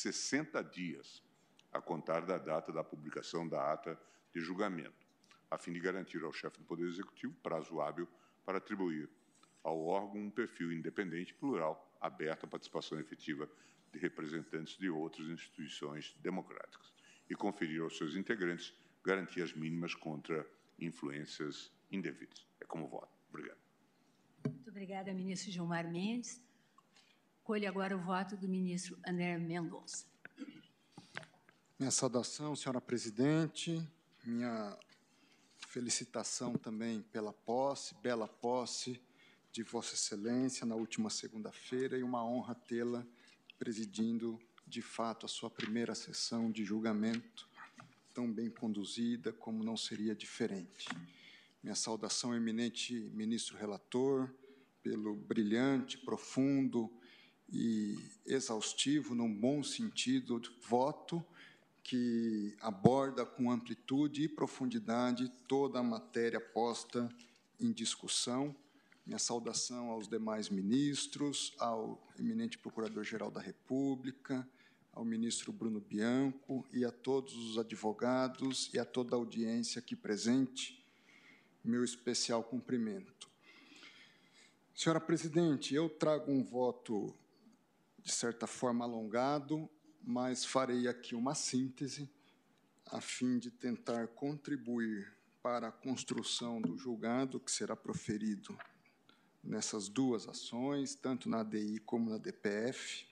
S3: 60 dias, a contar da data da publicação da ata de julgamento, a fim de garantir ao chefe do Poder Executivo prazo hábil para atribuir ao órgão um perfil independente, plural, aberto à participação efetiva de representantes de outras instituições democráticas e conferir aos seus integrantes garantias mínimas contra influências indevidas. É como voto. Obrigado.
S1: Muito obrigada, ministro Gilmar Mendes. Colho agora o voto do ministro André Mendonça.
S4: Minha saudação, senhora presidente, minha felicitação também pela posse, bela posse de Vossa Excelência na última segunda-feira, e uma honra tê-la presidindo, de fato, a sua primeira sessão de julgamento, tão bem conduzida como não seria diferente. Minha saudação ao eminente ministro relator, pelo brilhante, profundo e exaustivo, num bom sentido, voto, que aborda com amplitude e profundidade toda a matéria posta em discussão. Minha saudação aos demais ministros, ao eminente Procurador-Geral da República, ao ministro Bruno Bianco e a todos os advogados e a toda a audiência aqui presente, meu especial cumprimento. Senhora presidente, eu trago um voto, de certa forma, alongado, mas farei aqui uma síntese, a fim de tentar contribuir para a construção do julgado que será proferido nessas duas ações, tanto na ADI como na DPF,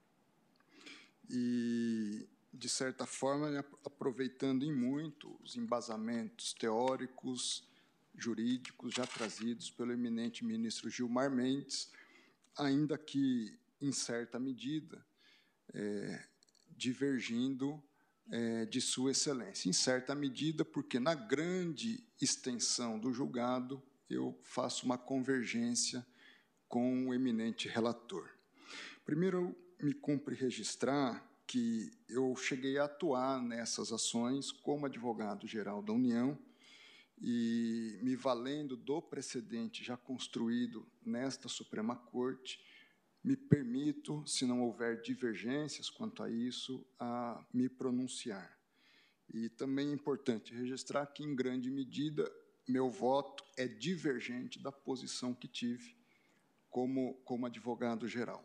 S4: e, de certa forma, aproveitando em muito os embasamentos teóricos, jurídicos já trazidos pelo eminente ministro Gilmar Mendes, ainda que, em certa medida, divergindo de Sua Excelência. Em certa medida, porque, na grande extensão do julgado, eu faço uma convergência com o eminente relator. Primeiro, me cumpre registrar que eu cheguei a atuar nessas ações como advogado-geral da União e, me valendo do precedente já construído nesta Suprema Corte, me permito, se não houver divergências quanto a isso, a me pronunciar. E também é importante registrar que, em grande medida, meu voto é divergente da posição que tive como advogado-geral.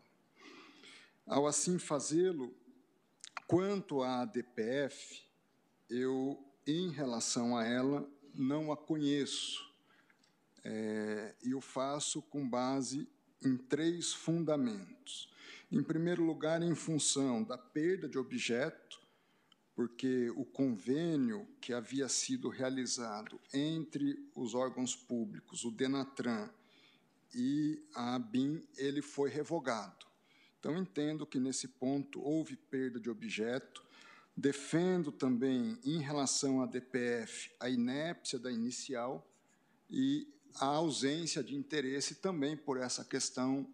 S4: Ao assim fazê-lo, quanto à ADPF, eu, em relação a ela, não a conheço, e o faço com base em 3 fundamentos. Em primeiro lugar, em função da perda de objeto, porque o convênio que havia sido realizado entre os órgãos públicos, o DENATRAN e a ABIN, ele foi revogado. Então, entendo que, nesse ponto, houve perda de objeto. Defendo também, em relação à DPF, a inépcia da inicial e a ausência de interesse também por essa questão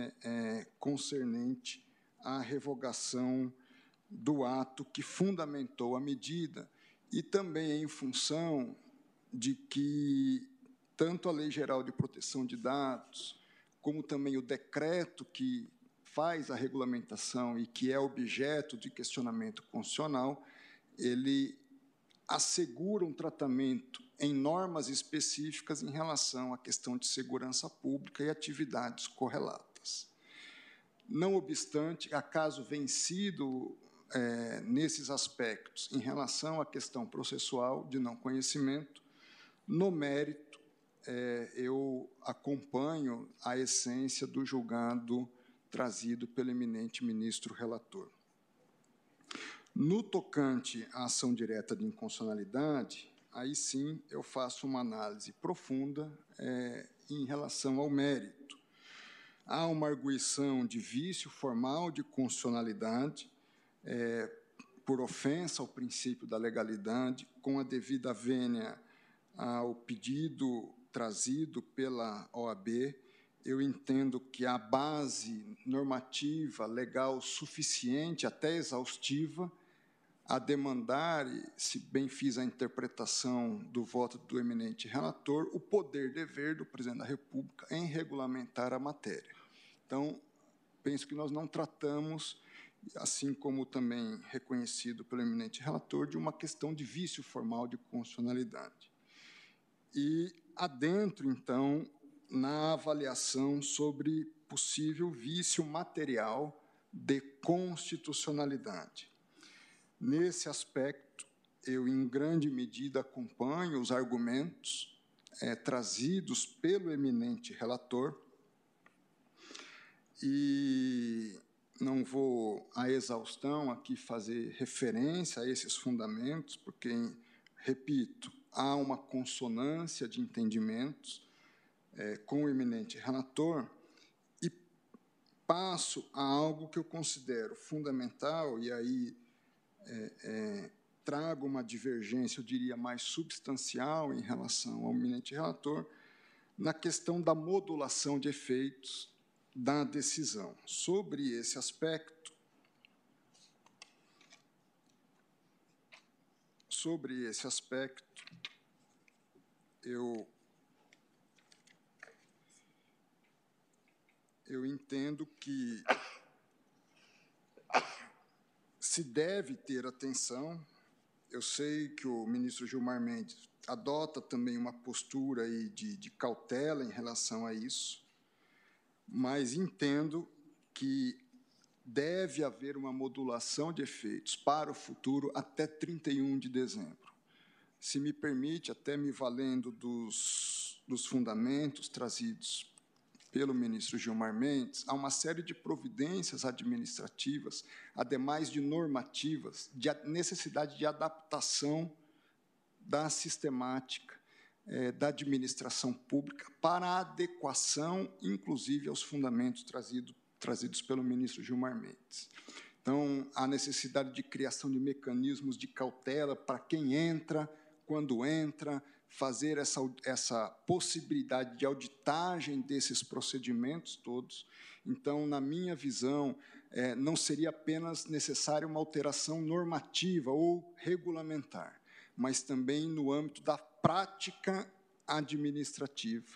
S4: concernente à revogação do ato que fundamentou a medida, e também em função de que tanto a Lei Geral de Proteção de Dados, como também o decreto que faz a regulamentação e que é objeto de questionamento constitucional, ele assegura um tratamento em normas específicas em relação à questão de segurança pública e atividades correlatas. Não obstante, acaso vencido nesses aspectos em relação à questão processual de não conhecimento, no mérito, eu acompanho a essência do julgado trazido pelo eminente ministro relator. No tocante à ação direta de inconstitucionalidade, aí sim eu faço uma análise profunda em relação ao mérito. Há uma arguição de vício formal de constitucionalidade por ofensa ao princípio da legalidade, com a devida vênia ao pedido trazido pela OAB. Eu entendo que a base normativa legal suficiente, até exaustiva, a demandar, se bem fiz a interpretação do voto do eminente relator, o poder-dever do presidente da República em regulamentar a matéria. Então, penso que nós não tratamos, assim como também reconhecido pelo eminente relator, de uma questão de vício formal de constitucionalidade. E adentro, então, na avaliação sobre possível vício material de constitucionalidade. Nesse aspecto, eu, em grande medida, acompanho os argumentos trazidos pelo eminente relator e, não vou, à exaustão, aqui fazer referência a esses fundamentos, porque, repito, há uma consonância de entendimentos com o eminente relator, e passo a algo que eu considero fundamental, e aí trago uma divergência, eu diria, mais substancial em relação ao eminente relator, na questão da modulação de efeitos da decisão. Sobre esse aspecto, eu entendo que se deve ter atenção. Eu sei que o ministro Gilmar Mendes adota também uma postura aí de cautela em relação a isso, mas entendo que deve haver uma modulação de efeitos para o futuro até 31 de dezembro. Se me permite, até me valendo dos fundamentos trazidos pelo ministro Gilmar Mendes, há uma série de providências administrativas, ademais de normativas, de necessidade de adaptação da sistemática da administração pública para a adequação, inclusive, aos fundamentos trazidos pelo ministro Gilmar Mendes. Então, a necessidade de criação de mecanismos de cautela para quem entra, quando entra, fazer essa possibilidade de auditagem desses procedimentos todos. Então, na minha visão, não seria apenas necessária uma alteração normativa ou regulamentar, mas também no âmbito da prática administrativa,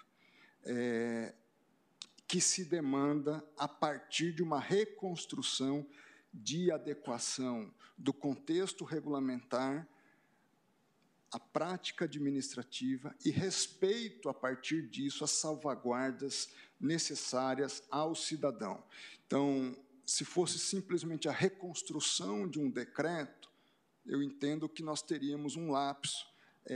S4: que se demanda a partir de uma reconstrução de adequação do contexto regulamentar, a prática administrativa e respeito, a partir disso, às salvaguardas necessárias ao cidadão. Então, se fosse simplesmente a reconstrução de um decreto, eu entendo que nós teríamos um lapso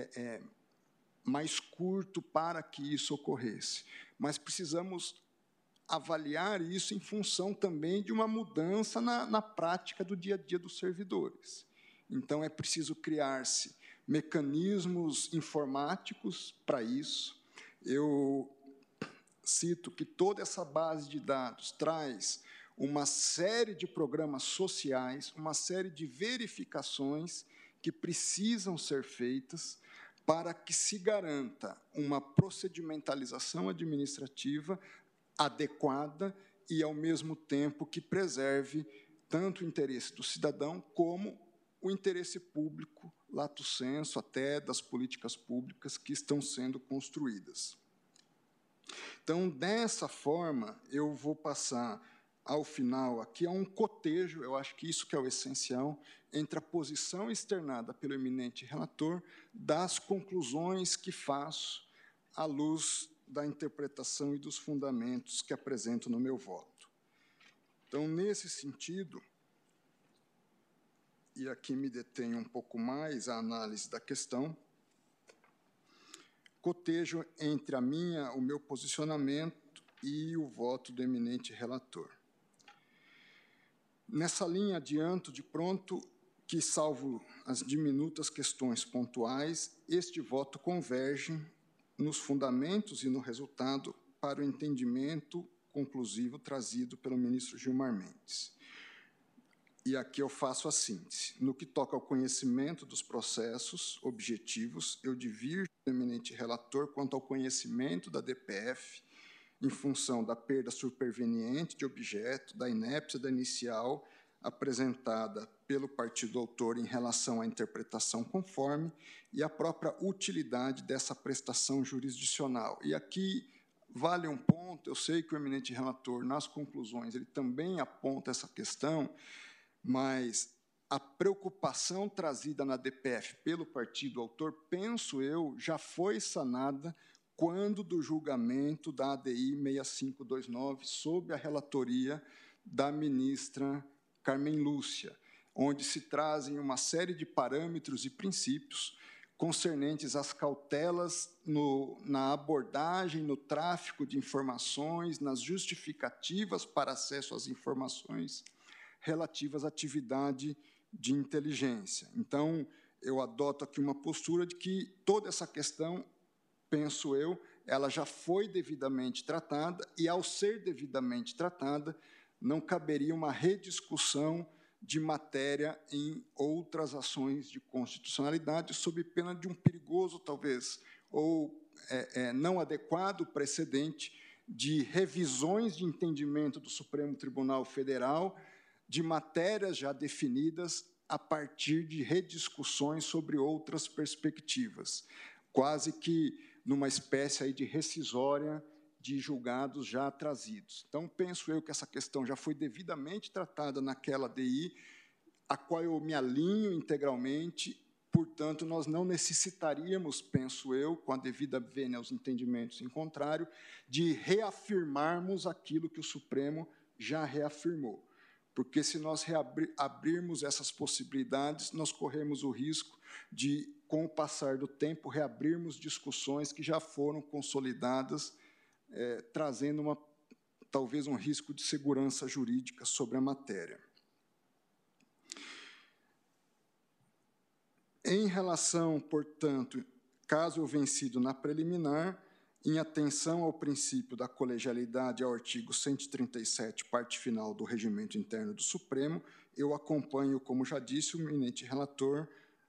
S4: mais curto para que isso ocorresse. Mas precisamos avaliar isso em função também de uma mudança na prática do dia a dia dos servidores. Então, é preciso criar-se mecanismos informáticos para isso. Eu cito que toda essa base de dados traz uma série de programas sociais, uma série de verificações que precisam ser feitas para que se garanta uma procedimentalização administrativa adequada e, ao mesmo tempo, que preserve tanto o interesse do cidadão como o interesse público, lato sensu, até das políticas públicas que estão sendo construídas. Então, dessa forma, eu vou passar ao final aqui a um cotejo, eu acho que isso que é o essencial, entre a posição externada pelo eminente relator das conclusões que faço à luz da interpretação e dos fundamentos que apresento no meu voto. Então, nesse sentido, e aqui me detenho um pouco mais a análise da questão, cotejo entre o meu posicionamento e o voto do eminente relator. Nessa linha, adianto de pronto que, salvo as diminutas questões pontuais, este voto converge nos fundamentos e no resultado para o entendimento conclusivo trazido pelo ministro Gilmar Mendes. E aqui eu faço a síntese. No que toca ao conhecimento dos processos objetivos, eu divirjo do eminente relator quanto ao conhecimento da DPF, em função da perda superveniente de objeto, da inépcia da inicial apresentada pelo partido autor em relação à interpretação conforme e a própria utilidade dessa prestação jurisdicional. E aqui vale um ponto, eu sei que o eminente relator, nas conclusões, ele também aponta essa questão, mas a preocupação trazida na DPF pelo partido autor, penso eu, já foi sanada quando do julgamento da ADI 6529, sob a relatoria da ministra Carmen Lúcia, onde se trazem uma série de parâmetros e princípios concernentes às cautelas na abordagem, no tráfico de informações, nas justificativas para acesso às informações, relativas à atividade de inteligência. Então, eu adoto aqui uma postura de que toda essa questão, penso eu, ela já foi devidamente tratada, e, ao ser devidamente tratada, não caberia uma rediscussão de matéria em outras ações de constitucionalidade, sob pena de um perigoso, talvez, ou não adequado precedente de revisões de entendimento do Supremo Tribunal Federal de matérias já definidas a partir de rediscussões sobre outras perspectivas, quase que numa espécie aí de rescisória de julgados já trazidos. Então, penso eu que essa questão já foi devidamente tratada naquela DI, a qual eu me alinho integralmente, portanto, nós não necessitaríamos, penso eu, com a devida vênia aos entendimentos em contrário, de reafirmarmos aquilo que o Supremo já reafirmou. Porque, se nós abrirmos essas possibilidades, nós corremos o risco de, com o passar do tempo, reabrirmos discussões que já foram consolidadas, trazendo talvez um risco de segurança jurídica sobre a matéria. Em relação, portanto, caso vencido na preliminar, em atenção ao princípio da colegialidade ao artigo 137, parte final do Regimento Interno do Supremo, eu acompanho, como já disse, o eminente relator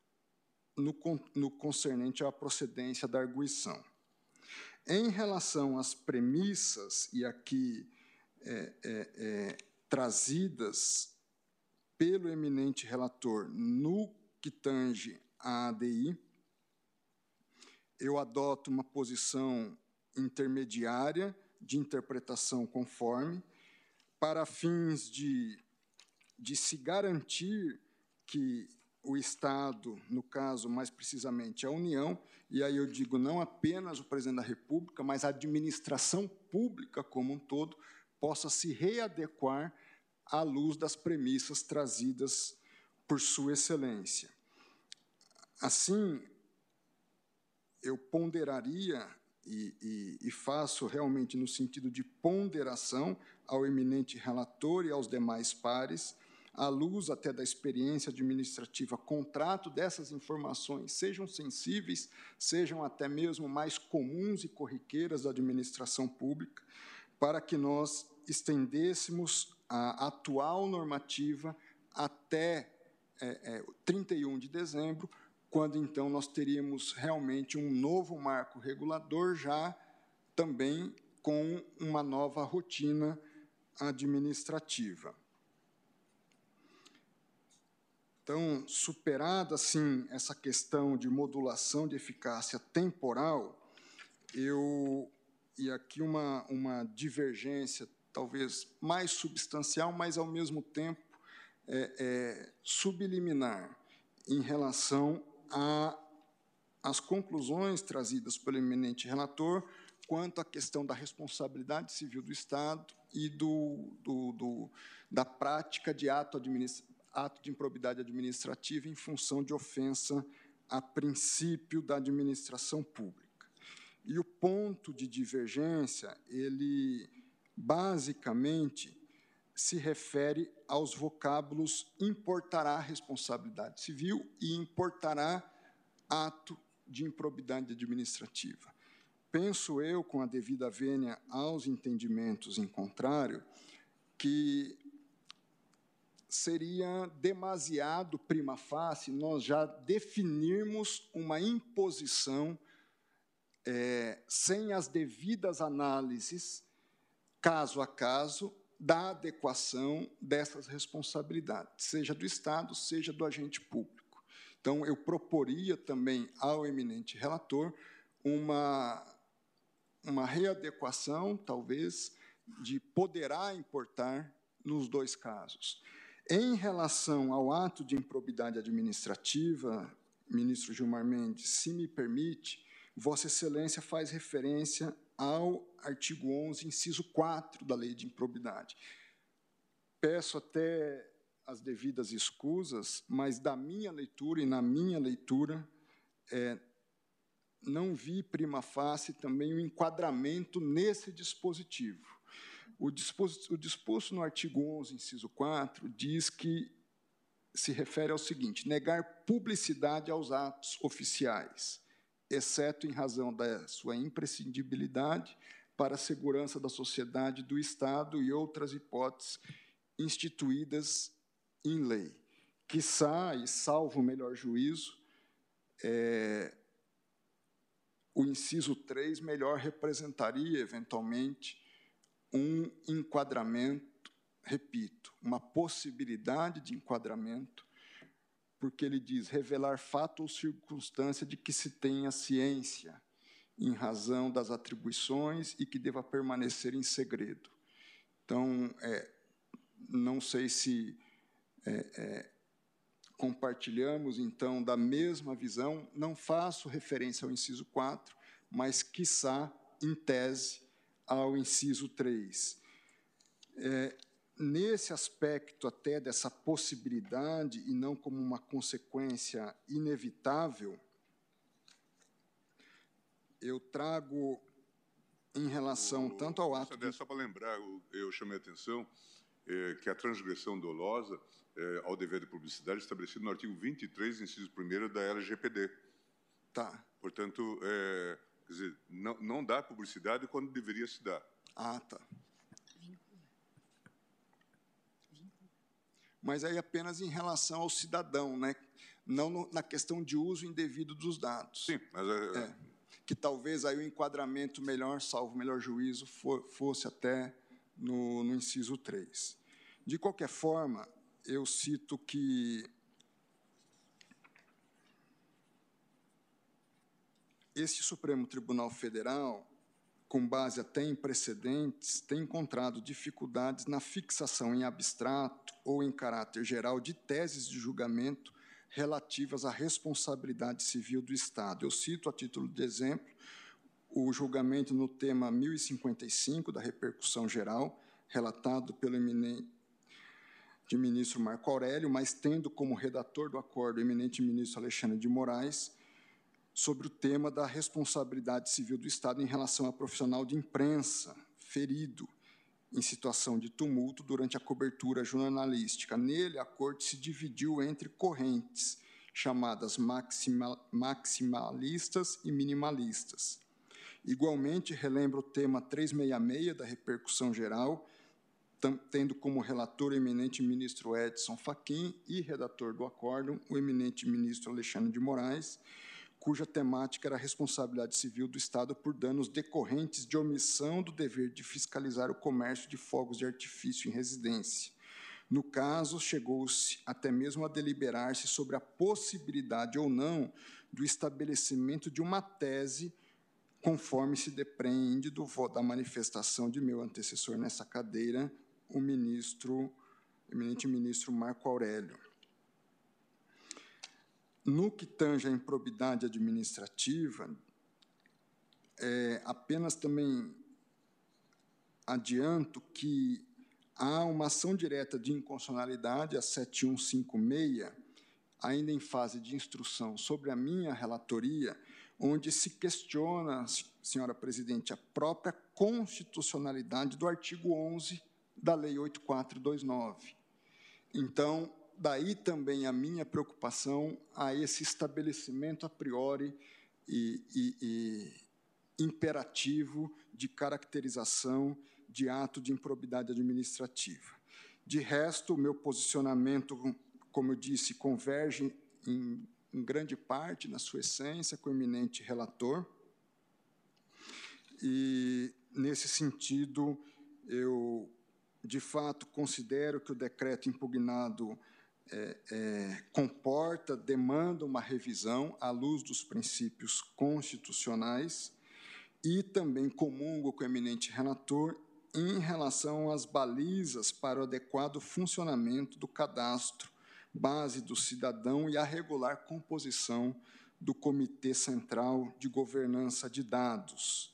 S4: no concernente à procedência da arguição. Em relação às premissas, e aqui trazidas pelo eminente relator no que tange à ADI, eu adoto uma posição intermediária de interpretação conforme, para fins de se garantir que o Estado, no caso, mais precisamente, a União, e aí eu digo não apenas o Presidente da República, mas a administração pública como um todo, possa se readequar à luz das premissas trazidas por Sua Excelência. Assim, eu ponderaria, e faço realmente no sentido de ponderação ao eminente relator e aos demais pares, à luz até da experiência administrativa, contrato dessas informações, sejam sensíveis, sejam até mesmo mais comuns e corriqueiras da administração pública, para que nós estendêssemos a atual normativa até 31 de dezembro, quando, então, nós teríamos realmente um novo marco regulador, já também com uma nova rotina administrativa. Então, superada, assim, essa questão de modulação de eficácia temporal, e aqui uma divergência talvez mais substancial, mas, ao mesmo tempo, subliminar em relação às conclusões trazidas pelo eminente relator quanto à questão da responsabilidade civil do Estado e da prática de ato de improbidade administrativa em função de ofensa a princípio da administração pública. E o ponto de divergência, ele basicamente se refere aos vocábulos importará responsabilidade civil e importará ato de improbidade administrativa. Penso eu, com a devida vênia aos entendimentos em contrário, que seria demasiado prima facie nós já definirmos uma imposição sem as devidas análises, caso a caso, da adequação dessas responsabilidades, seja do Estado, seja do agente público. Então, eu proporia também ao eminente relator uma readequação, talvez, de poderá importar nos dois casos. Em relação ao ato de improbidade administrativa, ministro Gilmar Mendes, se me permite, Vossa Excelência faz referência ao artigo 11, inciso 4 da Lei de Improbidade. Peço até as devidas escusas, mas da minha leitura e na minha leitura, não vi prima facie também o enquadramento nesse dispositivo. O disposto no artigo 11, inciso 4, diz que se refere ao seguinte: negar publicidade aos atos oficiais, exceto em razão da sua imprescindibilidade para a segurança da sociedade, do Estado e outras hipóteses instituídas em lei. Quiçá, e salvo o melhor juízo, o inciso 3 melhor representaria, eventualmente, um enquadramento, repito, uma possibilidade de enquadramento, porque ele diz revelar fato ou circunstância de que se tenha ciência, em razão das atribuições e que deva permanecer em segredo. Então, não sei se compartilhamos, então, da mesma visão. Não faço referência ao inciso 4, mas, quiçá, em tese, ao inciso 3. Nesse aspecto até dessa possibilidade, e não como uma consequência inevitável, eu trago, em relação tanto ao ato...
S3: Só para lembrar, eu chamei a atenção que a transgressão dolosa ao dever de publicidade é estabelecido no artigo 23, inciso 1º da LGPD.
S4: Tá.
S3: Portanto, quer dizer, não dá publicidade quando deveria se dar.
S4: Ah, tá. Mas aí apenas em relação ao cidadão, né? Não na questão de uso indevido dos dados.
S3: Sim, mas...
S4: que talvez aí o enquadramento melhor, salvo o melhor juízo, fosse até no inciso 3. De qualquer forma, eu cito que este Supremo Tribunal Federal, com base até em precedentes, tem encontrado dificuldades na fixação em abstrato ou em caráter geral de teses de julgamento relativas à responsabilidade civil do Estado. Eu cito, a título de exemplo, o julgamento no tema 1055 da repercussão geral, relatado pelo eminente ministro Marco Aurélio, mas tendo como redator do acordo o eminente ministro Alexandre de Moraes, sobre o tema da responsabilidade civil do Estado em relação a profissional de imprensa ferido em situação de tumulto durante a cobertura jornalística. Nele, a Corte se dividiu entre correntes, chamadas maximalistas e minimalistas. Igualmente, relembra o tema 366 da repercussão geral, tendo como relator o eminente ministro Edson Fachin e redator do acórdão o eminente ministro Alexandre de Moraes, cuja temática era a responsabilidade civil do Estado por danos decorrentes de omissão do dever de fiscalizar o comércio de fogos de artifício em residência. No caso, chegou-se até mesmo a deliberar-se sobre a possibilidade ou não do estabelecimento de uma tese, conforme se depreende da manifestação de meu antecessor nessa cadeira, o eminente ministro Marco Aurélio. No que tange à improbidade administrativa, apenas também adianto que há uma ação direta de inconstitucionalidade, a 7156, ainda em fase de instrução sobre a minha relatoria, onde se questiona, senhora presidente, a própria constitucionalidade do artigo 11 da Lei 8429. Então, daí também a minha preocupação a esse estabelecimento a priori e imperativo de caracterização de ato de improbidade administrativa. De resto, o meu posicionamento, como eu disse, converge em grande parte, na sua essência, com o eminente relator. E, nesse sentido, eu, de fato, considero que o decreto impugnado demanda uma revisão à luz dos princípios constitucionais e também comungo com o eminente relator em relação às balizas para o adequado funcionamento do cadastro, base do cidadão e a regular composição do Comitê Central de Governança de Dados.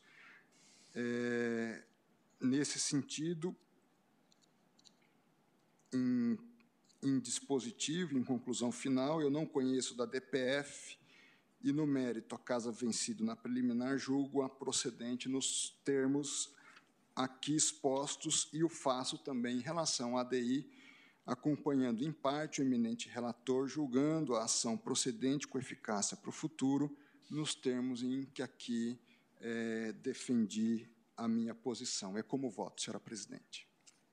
S4: Nesse sentido, em dispositivo, em conclusão final, eu não conheço da DPF e, no mérito, a casa vencido na preliminar, julgo a procedente nos termos aqui expostos e o faço também em relação à ADI, acompanhando em parte o eminente relator, julgando a ação procedente com eficácia para o futuro, nos termos em que aqui defendi a minha posição. É como voto, senhora presidente.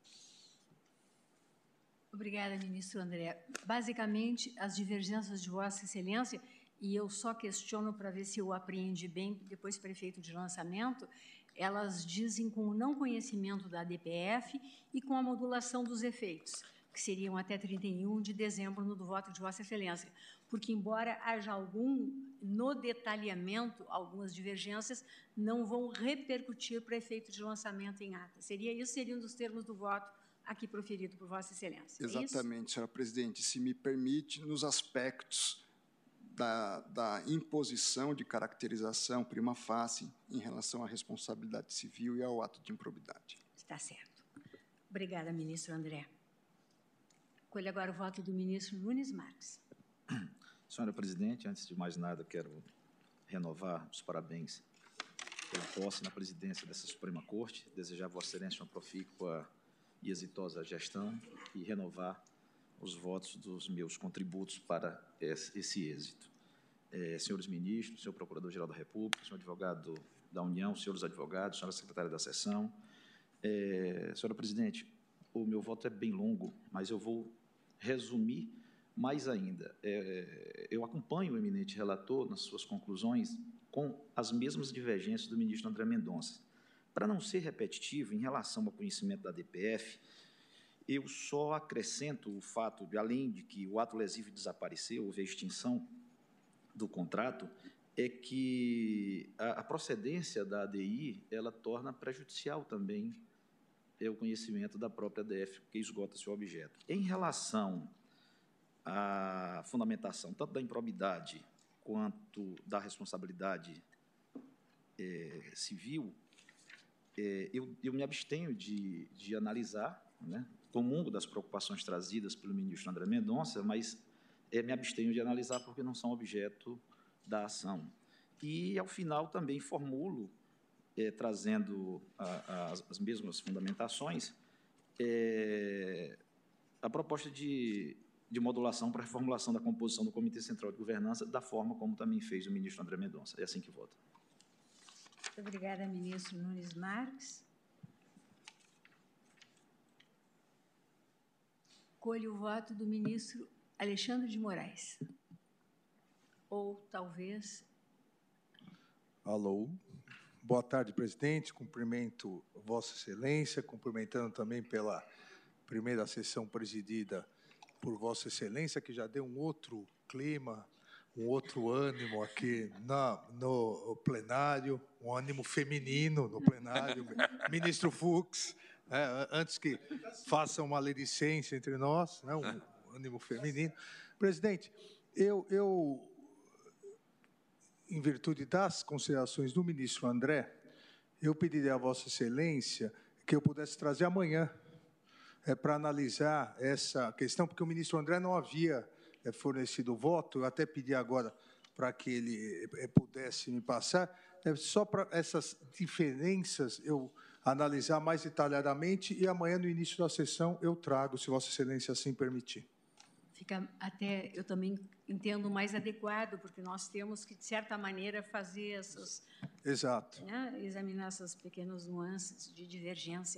S1: Obrigada, ministro André. Basicamente, as divergências de Vossa Excelência, e eu só questiono para ver se eu apreendi bem, depois prefeito de lançamento, elas dizem com o não conhecimento da ADPF e com a modulação dos efeitos, que seriam até 31 de dezembro no do voto de Vossa Excelência. Porque, embora haja no detalhamento, algumas divergências não vão repercutir para efeito de lançamento em ata. Seria um dos termos do voto aqui proferido por Vossa Excelência.
S4: Exatamente, senhora presidente. Se me permite, nos aspectos da imposição de caracterização prima facie em relação à responsabilidade civil e ao ato de improbidade.
S1: Está certo. Obrigada, ministro André. Colho agora o voto do ministro Nunes Marques.
S5: Senhora presidente, antes de mais nada, quero renovar os parabéns pela posse na presidência dessa Suprema Corte, desejar a Vossa Excelência uma profícua e exitosa gestão e renovar os votos dos meus contributos para esse êxito. Senhores ministros, senhor Procurador-Geral da República, senhor advogado da União, senhores advogados, senhora secretária da sessão. Senhora presidente, o meu voto é bem longo, mas eu vou resumir mais ainda. Eu acompanho o eminente relator nas suas conclusões com as mesmas divergências do ministro André Mendonça. Para não ser repetitivo, em relação ao conhecimento da ADPF, eu só acrescento o fato de, além de que o ato lesivo desapareceu, houve a extinção do contrato, é que a procedência da ADI, ela torna prejudicial também o conhecimento da própria ADF, porque esgota seu objeto. Em relação à fundamentação, tanto da improbidade quanto da responsabilidade civil, eu me abstenho de analisar, né, comungo das preocupações trazidas pelo ministro André Mendonça, mas me abstenho de analisar porque não são objeto da ação. E, ao final, também formulo, trazendo as mesmas fundamentações, a proposta de modulação para a reformulação da composição do Comitê Central de Governança, da forma como também fez o ministro André Mendonça. É assim que voto.
S1: Muito obrigada, ministro Nunes Marques. Colho o voto do ministro Alexandre de Moraes. Ou, talvez...
S6: Alô. Boa tarde, presidente. Cumprimento Vossa Excelência, cumprimentando também pela primeira sessão presidida por Vossa Excelência, que já deu um outro clima, um outro ânimo aqui no plenário, um ânimo feminino no plenário. Ministro Fux, antes que faça uma maledicência entre nós, né, um ânimo feminino. Presidente, eu, em virtude das considerações do ministro André, eu pediria a Vossa Excelência que eu pudesse trazer amanhã para analisar essa questão, porque o ministro André não havia fornecido o voto, eu até pedi agora para que ele pudesse me passar, só para essas diferenças eu analisar mais detalhadamente e amanhã, no início da sessão, eu trago, se Vossa Excelência assim permitir.
S1: Fica até, eu também entendo, mais adequado, porque nós temos que, de certa maneira, fazer essas...
S6: Exato.
S1: Né, examinar essas pequenas nuances de divergência.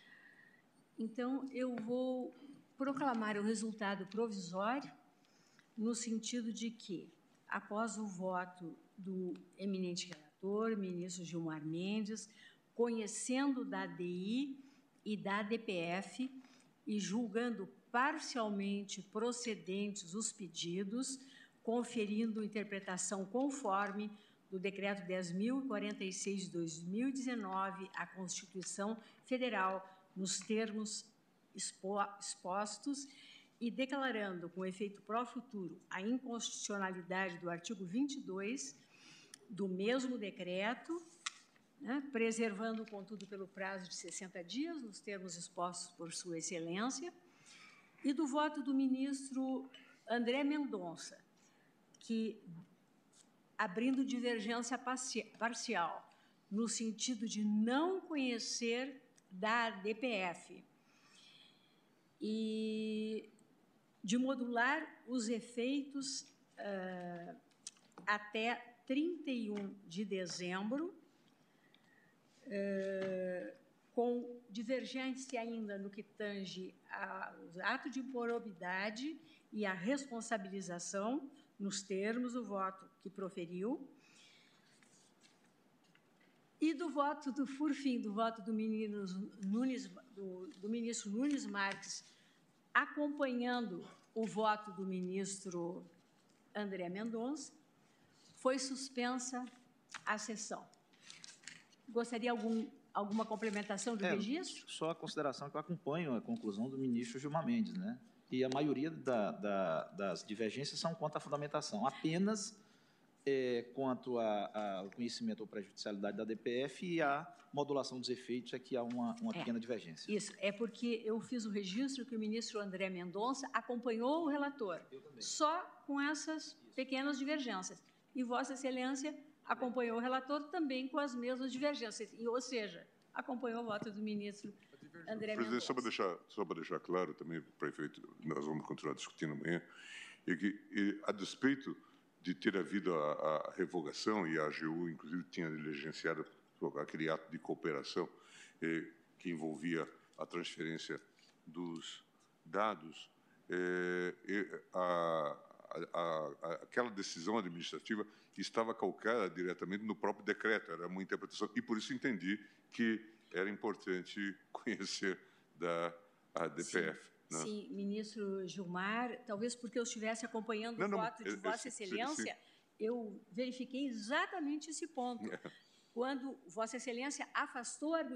S1: Então, eu vou proclamar o resultado provisório no sentido de que, após o voto do eminente relator, ministro Gilmar Mendes, conhecendo da ADI e da ADPF e julgando parcialmente procedentes os pedidos, conferindo interpretação conforme do Decreto 10.046 de 2019 à Constituição Federal, nos termos expostos, e declarando, com efeito pró-futuro, a inconstitucionalidade do artigo 22 do mesmo decreto, né, preservando, contudo, pelo prazo de 60 dias, nos termos expostos por Sua Excelência, e do voto do ministro André Mendonça, que, abrindo divergência parcial, no sentido de não conhecer da DPF e de modular os efeitos até 31 de dezembro, com divergência ainda no que tange ao ato de improbidade e a responsabilização nos termos do voto que proferiu, e do voto por fim, do voto do ministro Nunes Marques, acompanhando o voto do ministro André Mendonça, foi suspensa a sessão. Gostaria alguma complementação do registro?
S5: Só a consideração que eu acompanho a conclusão do ministro Gilmar Mendes, né? E a maioria das divergências são quanto à fundamentação, apenas quanto ao conhecimento ou prejudicialidade da DPF e a modulação dos efeitos é que há uma pequena divergência.
S1: Isso, é porque eu fiz o registro que o ministro André Mendonça acompanhou o relator, só com essas pequenas divergências. E Vossa Excelência acompanhou o relator também com as mesmas divergências, ou seja, acompanhou o voto do ministro André Mendonça.
S3: Só para deixar claro também, prefeito, nós vamos continuar discutindo amanhã, é que, a despeito de ter havido a revogação, e a AGU, inclusive, tinha diligenciado aquele ato de cooperação que envolvia a transferência dos dados, aquela decisão administrativa estava calcada diretamente no próprio decreto, era uma interpretação, e por isso entendi que era importante conhecer a DPF.
S1: Sim, ministro Gilmar, talvez porque eu estivesse acompanhando o voto de Vossa Excelência, eu verifiquei exatamente esse ponto. Quando Vossa Excelência afastou a